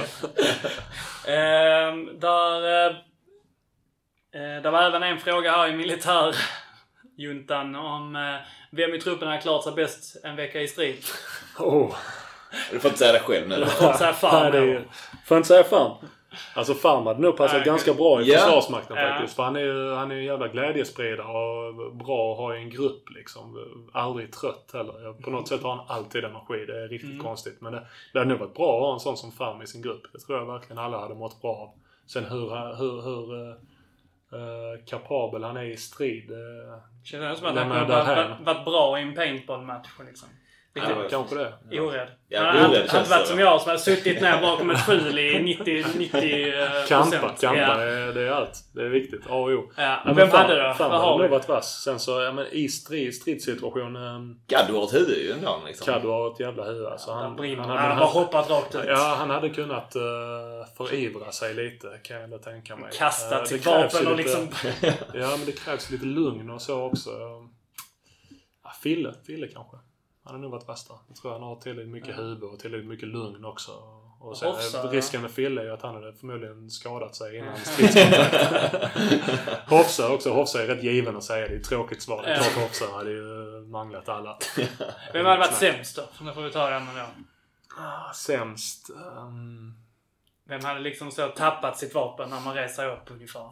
Det var även en fråga här i militärjuntan om vem i truppen har klarat sig bäst en vecka i strid. Du får inte säga det själv nu. Du får inte säga fan. Får inte säga fan. Alltså fan hade nog passat ganska bra i försvarsmakten faktiskt. För han är en jävla glädjespridare och bra att ha i en grupp liksom. Aldrig trött heller. På något sätt har han alltid energi. Det är riktigt konstigt. Men det hade nog varit bra att ha en sån som fan i sin grupp. Det tror jag verkligen alla hade mått bra av. Sen hur kapabel han är i strid. Känns som att han kunde varit bra i en paintball-match liksom. Kanske det. Orädd. Han hade inte varit som jag som hade suttit ner bakom ett skjul i 90%. Kampa, det är allt. Det är viktigt. A och O. Ja, men vem hade det? Fan hade nog varit vass. Sen så, i stridsituationen... Kaddo har ett huvud ju ändå liksom. Kaddo har ett jävla huvud. Alltså, han bara hoppat rakt ut. Ja, han hade kunnat förivra sig lite, kan jag ändå tänka mig. Kasta till vapen och liksom... Ja, men det krävs lite lugn och så också. Fille kanske. Han har nog varit värsta. Jag tror han har tillräckligt mycket huvud och tillräckligt mycket lugn också. Och sen risken med Fille är att han hade förmodligen skadat sig innan stridskontakt. Hofsa är rätt given att säga. Det är tråkigt svar. Det är klart Hofsa hade ju manglat alla. Vem hade varit sämst då? Som får vi ta igen då. Sämst. Vem hade liksom så tappat sitt vapen när man reser upp ungefär?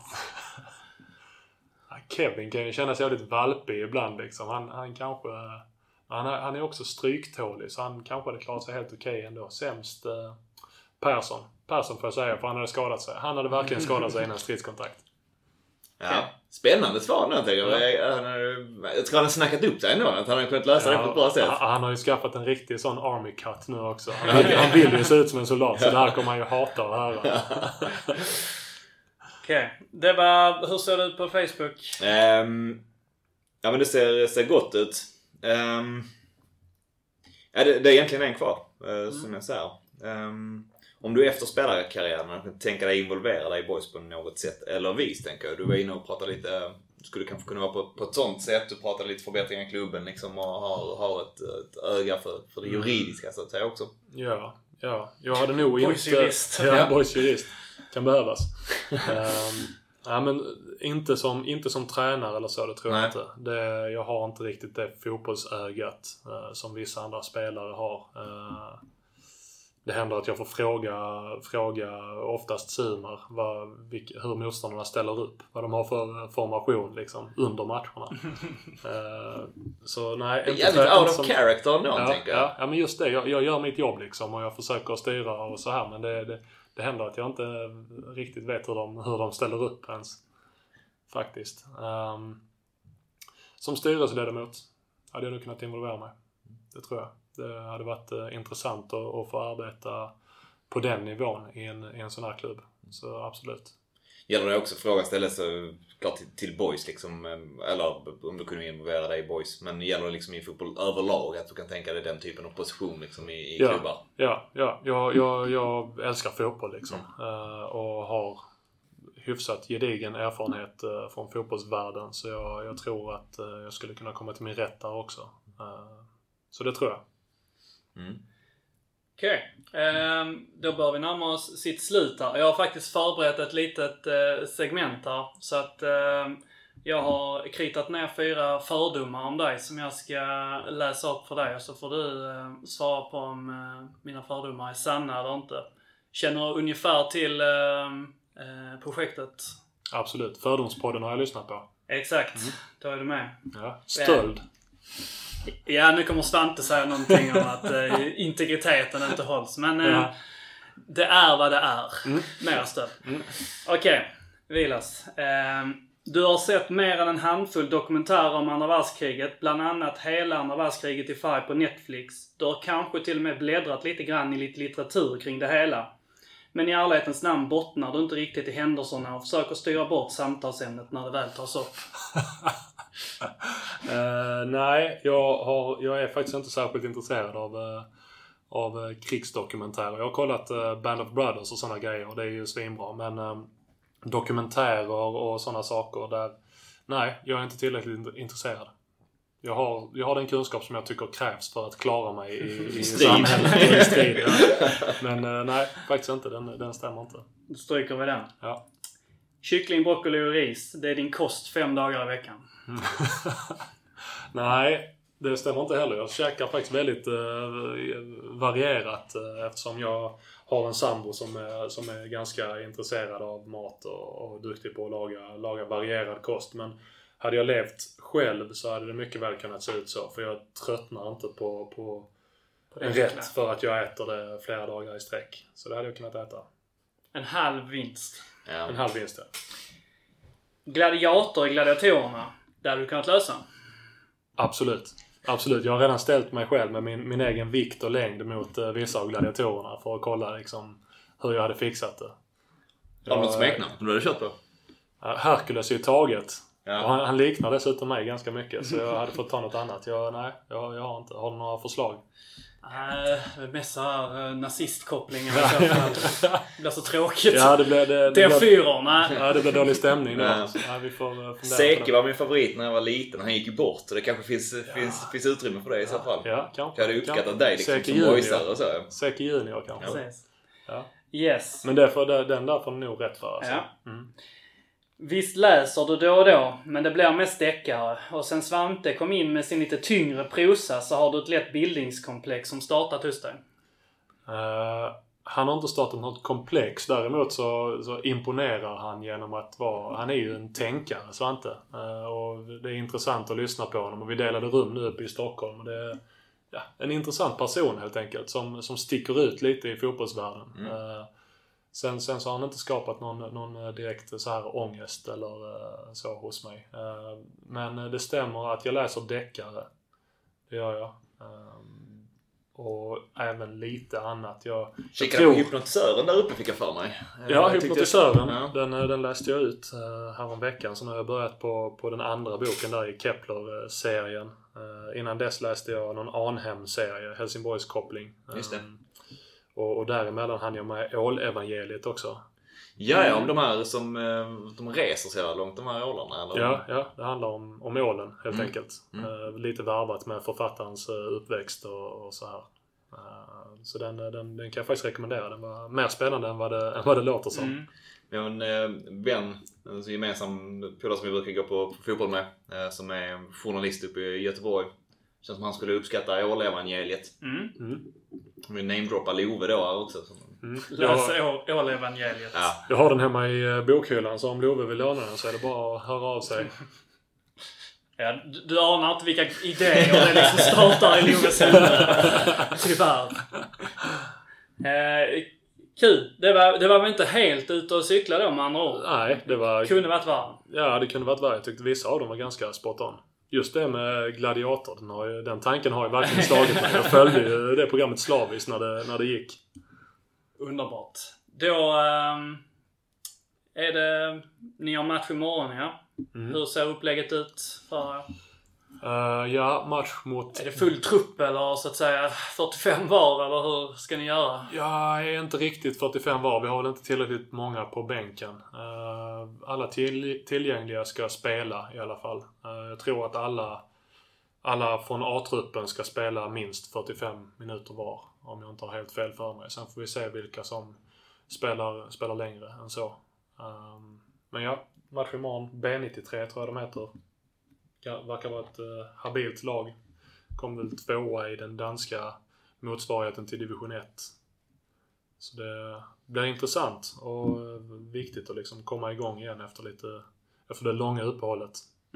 Kevin kan ju kännas jävligt valpig ibland liksom. Han kanske... Han är också stryktålig, så han kanske hade klarat sig helt okej ändå. Sämst Persson. Persson får jag säga, för han hade skadat sig. Han hade verkligen skadat sig innan stridskontakt. Ja, spännande svar nu, tänker jag. Jag tror han har snackat upp sig ändå, att han har kunnat lösa det på ett bra sätt. Han har ju skaffat en riktig sån army cut nu också. Han vill ju se ut som en soldat, så det här kommer han ju hata att höra. Okej. Det var... Hur ser det ut på Facebook? Ja, men det ser gott ut. Ja, det är egentligen en kvar, som jag säger. Om du efter spelarkarriären tänker dig involvera dig i boys på något sätt, eller vis, tänker jag. Du var inne och pratade lite, skulle kanske kunna vara på ett sånt sätt. Du pratade lite förbättringar i klubben liksom, och har ett öga för det juridiska, så att säga, också. Ja. Jag hade nog Boys-jurist. Boys-jurist. Kan behövas. Ja, men inte som tränare eller så, det tror jag inte. Jag har inte riktigt det fotbollsögat som vissa andra spelare har. Det händer att jag får fråga oftast Sumer hur motståndarna ställer upp. Vad de har för formation liksom, under matcherna. Så nej. Det är jävligt out of character tänker jag. Ja, men just det. Jag gör mitt jobb liksom, och jag försöker styra och så här. Men det händer att jag inte riktigt vet hur de ställer upp ens. Faktiskt. Som styrelseledamot hade jag nog kunnat involvera mig. Det tror jag. Det hade varit intressant att få arbeta på den nivån i en sån här klubb. Så absolut. Gäller det också frågan stället så klart till boys liksom, eller om du kunde involvera dig i boys, men gäller det liksom i fotboll överlag att du kan tänka dig den typen av position liksom i klubbar? Ja. Jag älskar fotboll liksom, och har hyfsat gedigen erfarenhet från fotbollsvärlden, så jag tror att jag skulle kunna komma till min rätt där också. Så det tror jag. Okej. Då bör vi närma oss sitt slut här. Jag har faktiskt förberett ett litet segment här. Så att jag har kritat ner 4 fördomar om dig som jag ska läsa upp för dig. Och så får du svara på om mina fördomar är sanna eller inte. Känner du ungefär till projektet? Absolut. Fördomspodden har jag lyssnat på. Exakt. Då är du med. Ja. Stöld. Ja, nu kommer Svante säga någonting om att integriteten inte hålls. Men det är vad det är. Mer stöd. Okej, Vilas. Du har sett mer än en handfull dokumentärer om andra världskriget. Bland annat hela andra världskriget i färg på Netflix. Du har kanske till och med bläddrat lite grann i lite litteratur kring det hela. Men i ärlighetens namn bottnar du inte riktigt i händelserna och försöker styra bort samtalsämnet när det väl tas upp. Nej, jag är faktiskt inte särskilt intresserad av krigsdokumentärer. Jag har kollat Band of Brothers och sådana grejer, och det är ju svinbra. Men dokumentärer och sådana saker där, nej, jag är inte tillräckligt intresserad. Jag har den kunskap som jag tycker krävs för att klara mig i samhället och i strid. Ja. Men nej, faktiskt inte. Den stämmer inte. Du stryker med den. Ja. Kyckling, broccoli och ris. Det är din kost 5 dagar i veckan. Nej, det stämmer inte heller. Jag käkar faktiskt väldigt varierat, eftersom jag har en sambo som är ganska intresserad av mat och duktig på att laga varierad kost. Men hade jag levt själv så hade det mycket väl kunnat se ut så. För jag tröttnar inte på en rätt för att jag äter det flera dagar i sträck. Så det hade jag kunnat äta. En halv vinst. Ja. En halv vinst, ja. Gladiator i gladiatorerna. Där hade du kunnat lösa. Absolut. Jag har redan ställt mig själv med min egen vikt och längd mot vissa av gladiatorerna för att kolla liksom hur jag hade fixat det. Har du något smeknamn du hade kört på? Herkules är ju taget. Ja. Och han liknar dessutom mig ganska mycket, så jag hade fått ta något annat. Jag har inte. Har du några förslag? Mest såhär nazistkopplingar. Det blir så tråkigt. Ja, det blir det blir dålig stämning då. Ja. Ja, vi får Seki var min favorit när jag var liten. Han gick ju bort, så det kanske finns utrymme för det i så fall. Ja, kanske. Jag hade uppskattat dig liksom, Seki som voiceare och så. Seki Junior kanske. Ja. Yes. Men den där får du nog rätt för. Alltså. Ja. Visst läser du då och då, men det blir mest deckare. Och sen Svante kom in med sin lite tyngre prosa så har du ett lätt bildningskomplex som startat hos dig. Han har inte startat något komplex. Däremot så imponerar han genom att han är ju en tänkare, Svante. Och det är intressant att lyssna på honom. Och vi delade rum nu uppe i Stockholm. Och det är en intressant person helt enkelt. Som sticker ut lite i fotbollsvärlden. Sen så har han inte skapat någon direkt så här ångest eller så hos mig. Men det stämmer att jag läser deckare. Det gör jag. Och även lite annat. Jag kikade på hypnotisören där uppe fick jag för mig. Ja, hypnotisören. Den läste jag ut här om veckan. Så nu har jag börjat på den andra boken där i Kepler-serien. Innan dess läste jag någon Arnhem-serie, Helsingborgs koppling. Just det. Och däremellan hann jag med Ålevangeliet också. Ja, om de här som de reser så långt, de här ålarna eller? Ja, det handlar om ålen helt enkelt. Lite varvat med författarens uppväxt och så här. Så den kan jag faktiskt rekommendera. Den var mer spännande än vad det låter som. Vi har en vän, en gemensam polare som vi brukar gå på fotboll med, som är journalist uppe i Göteborg. Känns som han skulle uppskatta Ålevangeliet. Vi namedroppar Love då också. Läs Ålevangeliet. Ja. Jag har den hemma i bokhyllan, så om Love vill låna den så är det bara att höra av sig. Ja, du anar inte vilka idéer det liksom startar i Loves huvud. Tyvärr. Kul. Det var väl inte helt ute och cykla då med andra ord? Nej, kunde varit värre. Ja, det kunde varit värre. Jag tyckte vissa av dem var ganska spot on. Just det med Gladiator, den tanken har ju verkligen slagit mig. Jag följde ju det programmet slaviskt när det gick. Underbart. Då är det... Ni har match imorgon, ja? Hur ser upplägget ut för er? Ja, match mot... Är det full trupp eller så att säga 45 var, eller hur ska ni göra? Jag är inte riktigt 45 var. Vi har väl inte tillräckligt många på bänken. Alla tillgängliga ska spela i alla fall. Jag tror att alla från A-truppen ska spela minst 45 minuter var. Om jag inte har helt fel för mig. Sen får vi se vilka som spelar längre än så. Men ja, match imorgon. B93 tror jag de heter. Verkar vara ett habilt lag. Kom väl 2 i den danska motsvarigheten till division 1. Så det blir intressant och viktigt att liksom komma igång igen efter det långa uppehållet.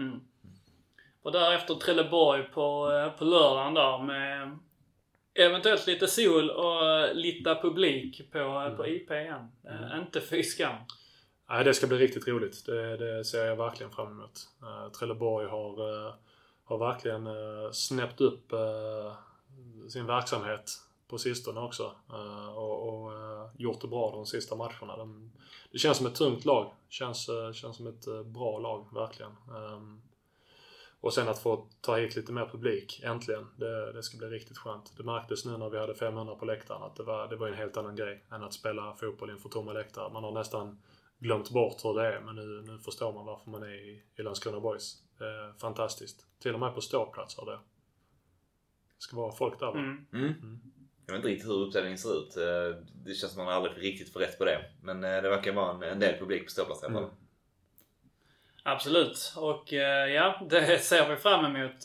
Och därefter Trelleborg på lördagen där med eventuellt lite sol och lite publik på IP igen. Inte fy skam. Nej, det ska bli riktigt roligt. Det ser jag verkligen fram emot. Trelleborg har verkligen snäppt upp sin verksamhet på sistone också. Och gjort det bra de sista matcherna. Det känns som ett tungt lag. Känns som ett bra lag, verkligen. Och sen att få ta hit lite mer publik, äntligen. Det ska bli riktigt skönt. Det märktes nu när vi hade 500 på läktaren att det var en helt annan grej än att spela fotboll inför tomma läktare. Man har nästan glömt bort hur det är, men nu förstår man varför man är i Landskrona Boys. Det är fantastiskt. Till och med på ståplatser det ska vara folk där. Jag vet inte riktigt hur uppställningen ser ut. Det känns som man aldrig riktigt får rätt på det. Men det verkar vara en del publik på ståplatser. Absolut. Och ja, det ser vi fram emot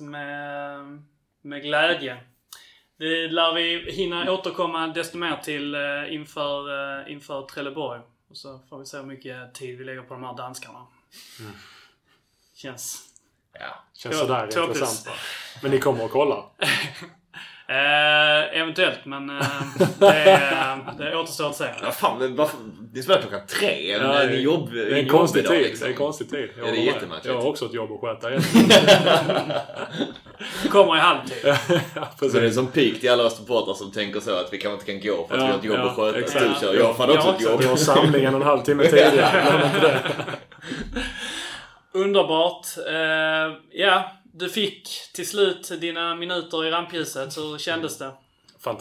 med glädje. Det lär vi hinna återkomma desto mer till inför Trelleborg. Och så får vi se hur mycket tid vi lägger på de här danskarna. Känns sådär intressant, va? Men ni kommer att kolla? Eventuellt, men det återstår att säga. Ja, fan, det spelar klockan 3. Det är en konstig tid. Liksom. Det är en konstig tid. Det är jättemärkligt. Jag har också ett jobb att sköta. Kommer i halvtid. Så det är som peak till alla supportrar som tänker så att vi kanske inte kan gå för att vi har ett jobb att sköta. Exakt. Du kör, jag har också ett jobb. Jag har samlingen en halvtimme tidigare. Underbart. Ja, du fick till slut dina minuter i rampljuset. Så kändes det?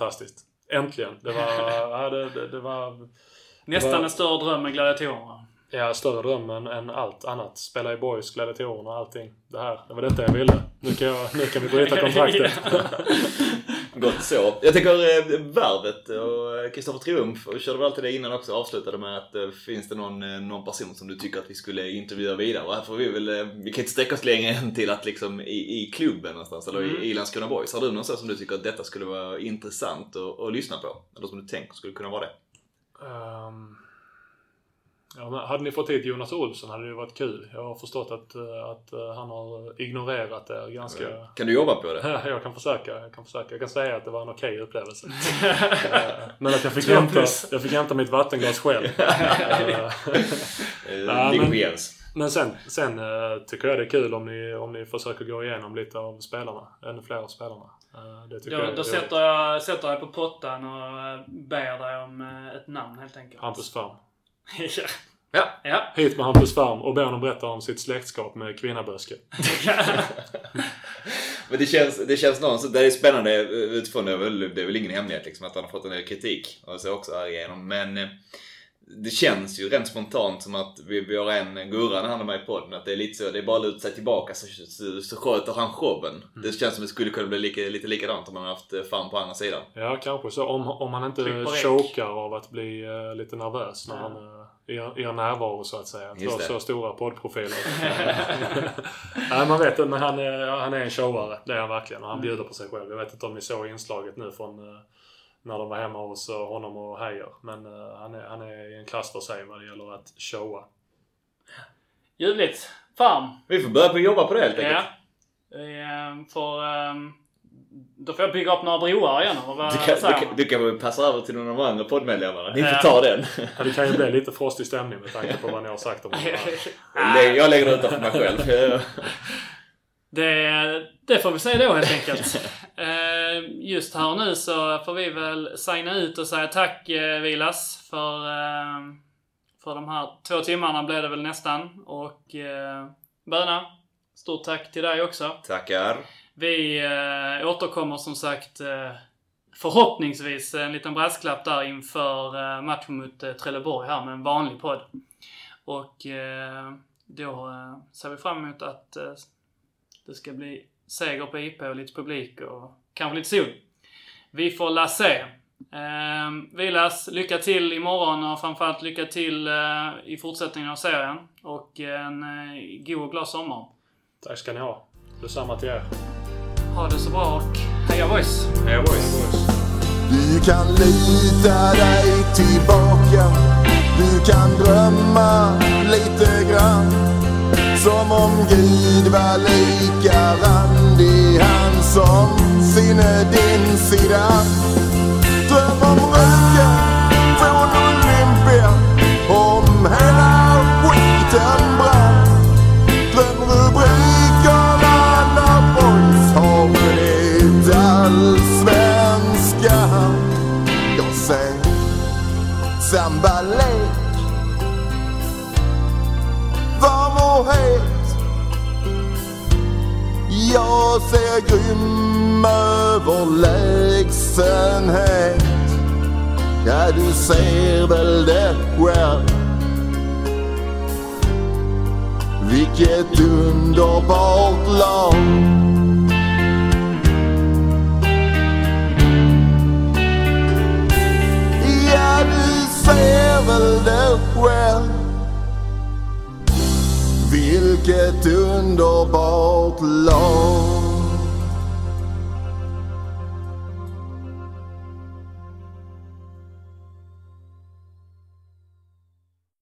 Fantastiskt. Äntligen. Det var nästan en större dröm med gladiatorerna. Ja, större dröm än allt annat. Spela i Boys, gladiatorerna och allting. Det var detta jag ville. Nu kan vi bryta kontraktet. Gott så. Jag tänker Värvet och Kristoffer Triumf, och körde väl alltid det innan också, avslutade med att finns det någon person som du tycker att vi skulle intervjua vidare, och här får vi kan inte sträcka oss längre än till att liksom i klubben någonstans eller i Landskrona Boys. Har du någon som du tycker att detta skulle vara intressant att lyssna på, eller som du tänker skulle kunna vara det? Ja, men hade ni fått hit Jonas Olsson hade det varit kul. Jag har förstått att han har ignorerat det ganska... Kan du jobba på det? Jag kan försöka. Jag kan säga att det var en okej upplevelse. Men att jag fick hämta mitt vattenglas själv. Men sen tycker jag det är kul om ni försöker gå igenom lite av spelarna. Ännu fler av spelarna. Då sätter jag på pottan och ber dig om ett namn helt enkelt. Hampus Färm. Ja. Hit med Hampus Färm och ber honom berätta om sitt släktskap med Kvinnaböske. Men det känns någonstans, det är spännande utifrån det är väl ingen hemlighet liksom, att han har fått en del kritik och så också här igenom, men det känns ju rent spontant som att vi har en Gurra när han är med i podden, att det är lite så, det är bara att luta sig tillbaka så sköter han showen. Det känns som att det skulle kunna bli lite likadant om man har haft Färm på andra sidan. Ja, kanske så. Om han inte chokar av att bli lite nervös när han är närvaro så att säga. Så stora poddprofiler. Nej, man vet inte, men han är en showare. Det är han verkligen. Och han bjuder på sig själv. Jag vet inte om ni såg inslaget nu från när de var hemma hos honom och Heijer. Men han är i en klass för sig vad det gäller att showa. Ljuvligt. Färm. Vi får börja på jobba på det helt enkelt. Då får jag bygga upp några broar igen. Du kan väl passa över till någon av de andra poddmedlemmarna. Ni får ta den. Ja, det kan ju bli lite frostig stämning med tanke på vad ni har sagt om det. Jag lägger det utanför mig själv. Det får vi säga då helt enkelt. Just här nu så får vi väl signa ut och säga tack Vilas för de här 2 timmarna blev det väl nästan. Och Böna, stort tack till dig också. Tackar. Vi återkommer som sagt förhoppningsvis en liten brasklapp där inför matchen mot Trelleborg här med en vanlig podd. Och då ser vi fram emot att det ska bli seger på IP och lite publik och kanske lite sol. Vi får la se. Vilas, lycka till imorgon och framförallt lycka till i fortsättningen av serien. Och en god och glad sommar. Tack ska ni ha. Detsamma till er. Ha det så bra och heja boys! Heja boys! Du kan lita dig tillbaka. Du kan drömma lite grann. Som om Gud var lika randig. Han som sinne din sida. Dröm om röken från Olympia. Om hela skiten brann. Dröm rubrikerna när boys har vunnit allsvenskan. Jag ser sambalek. Varm och het. Jag ser grym överlägsenhet. Ja, du ser väl det själv. Vilket underbart lag. Ja, du ser väl det själv. Vilket underbart lag.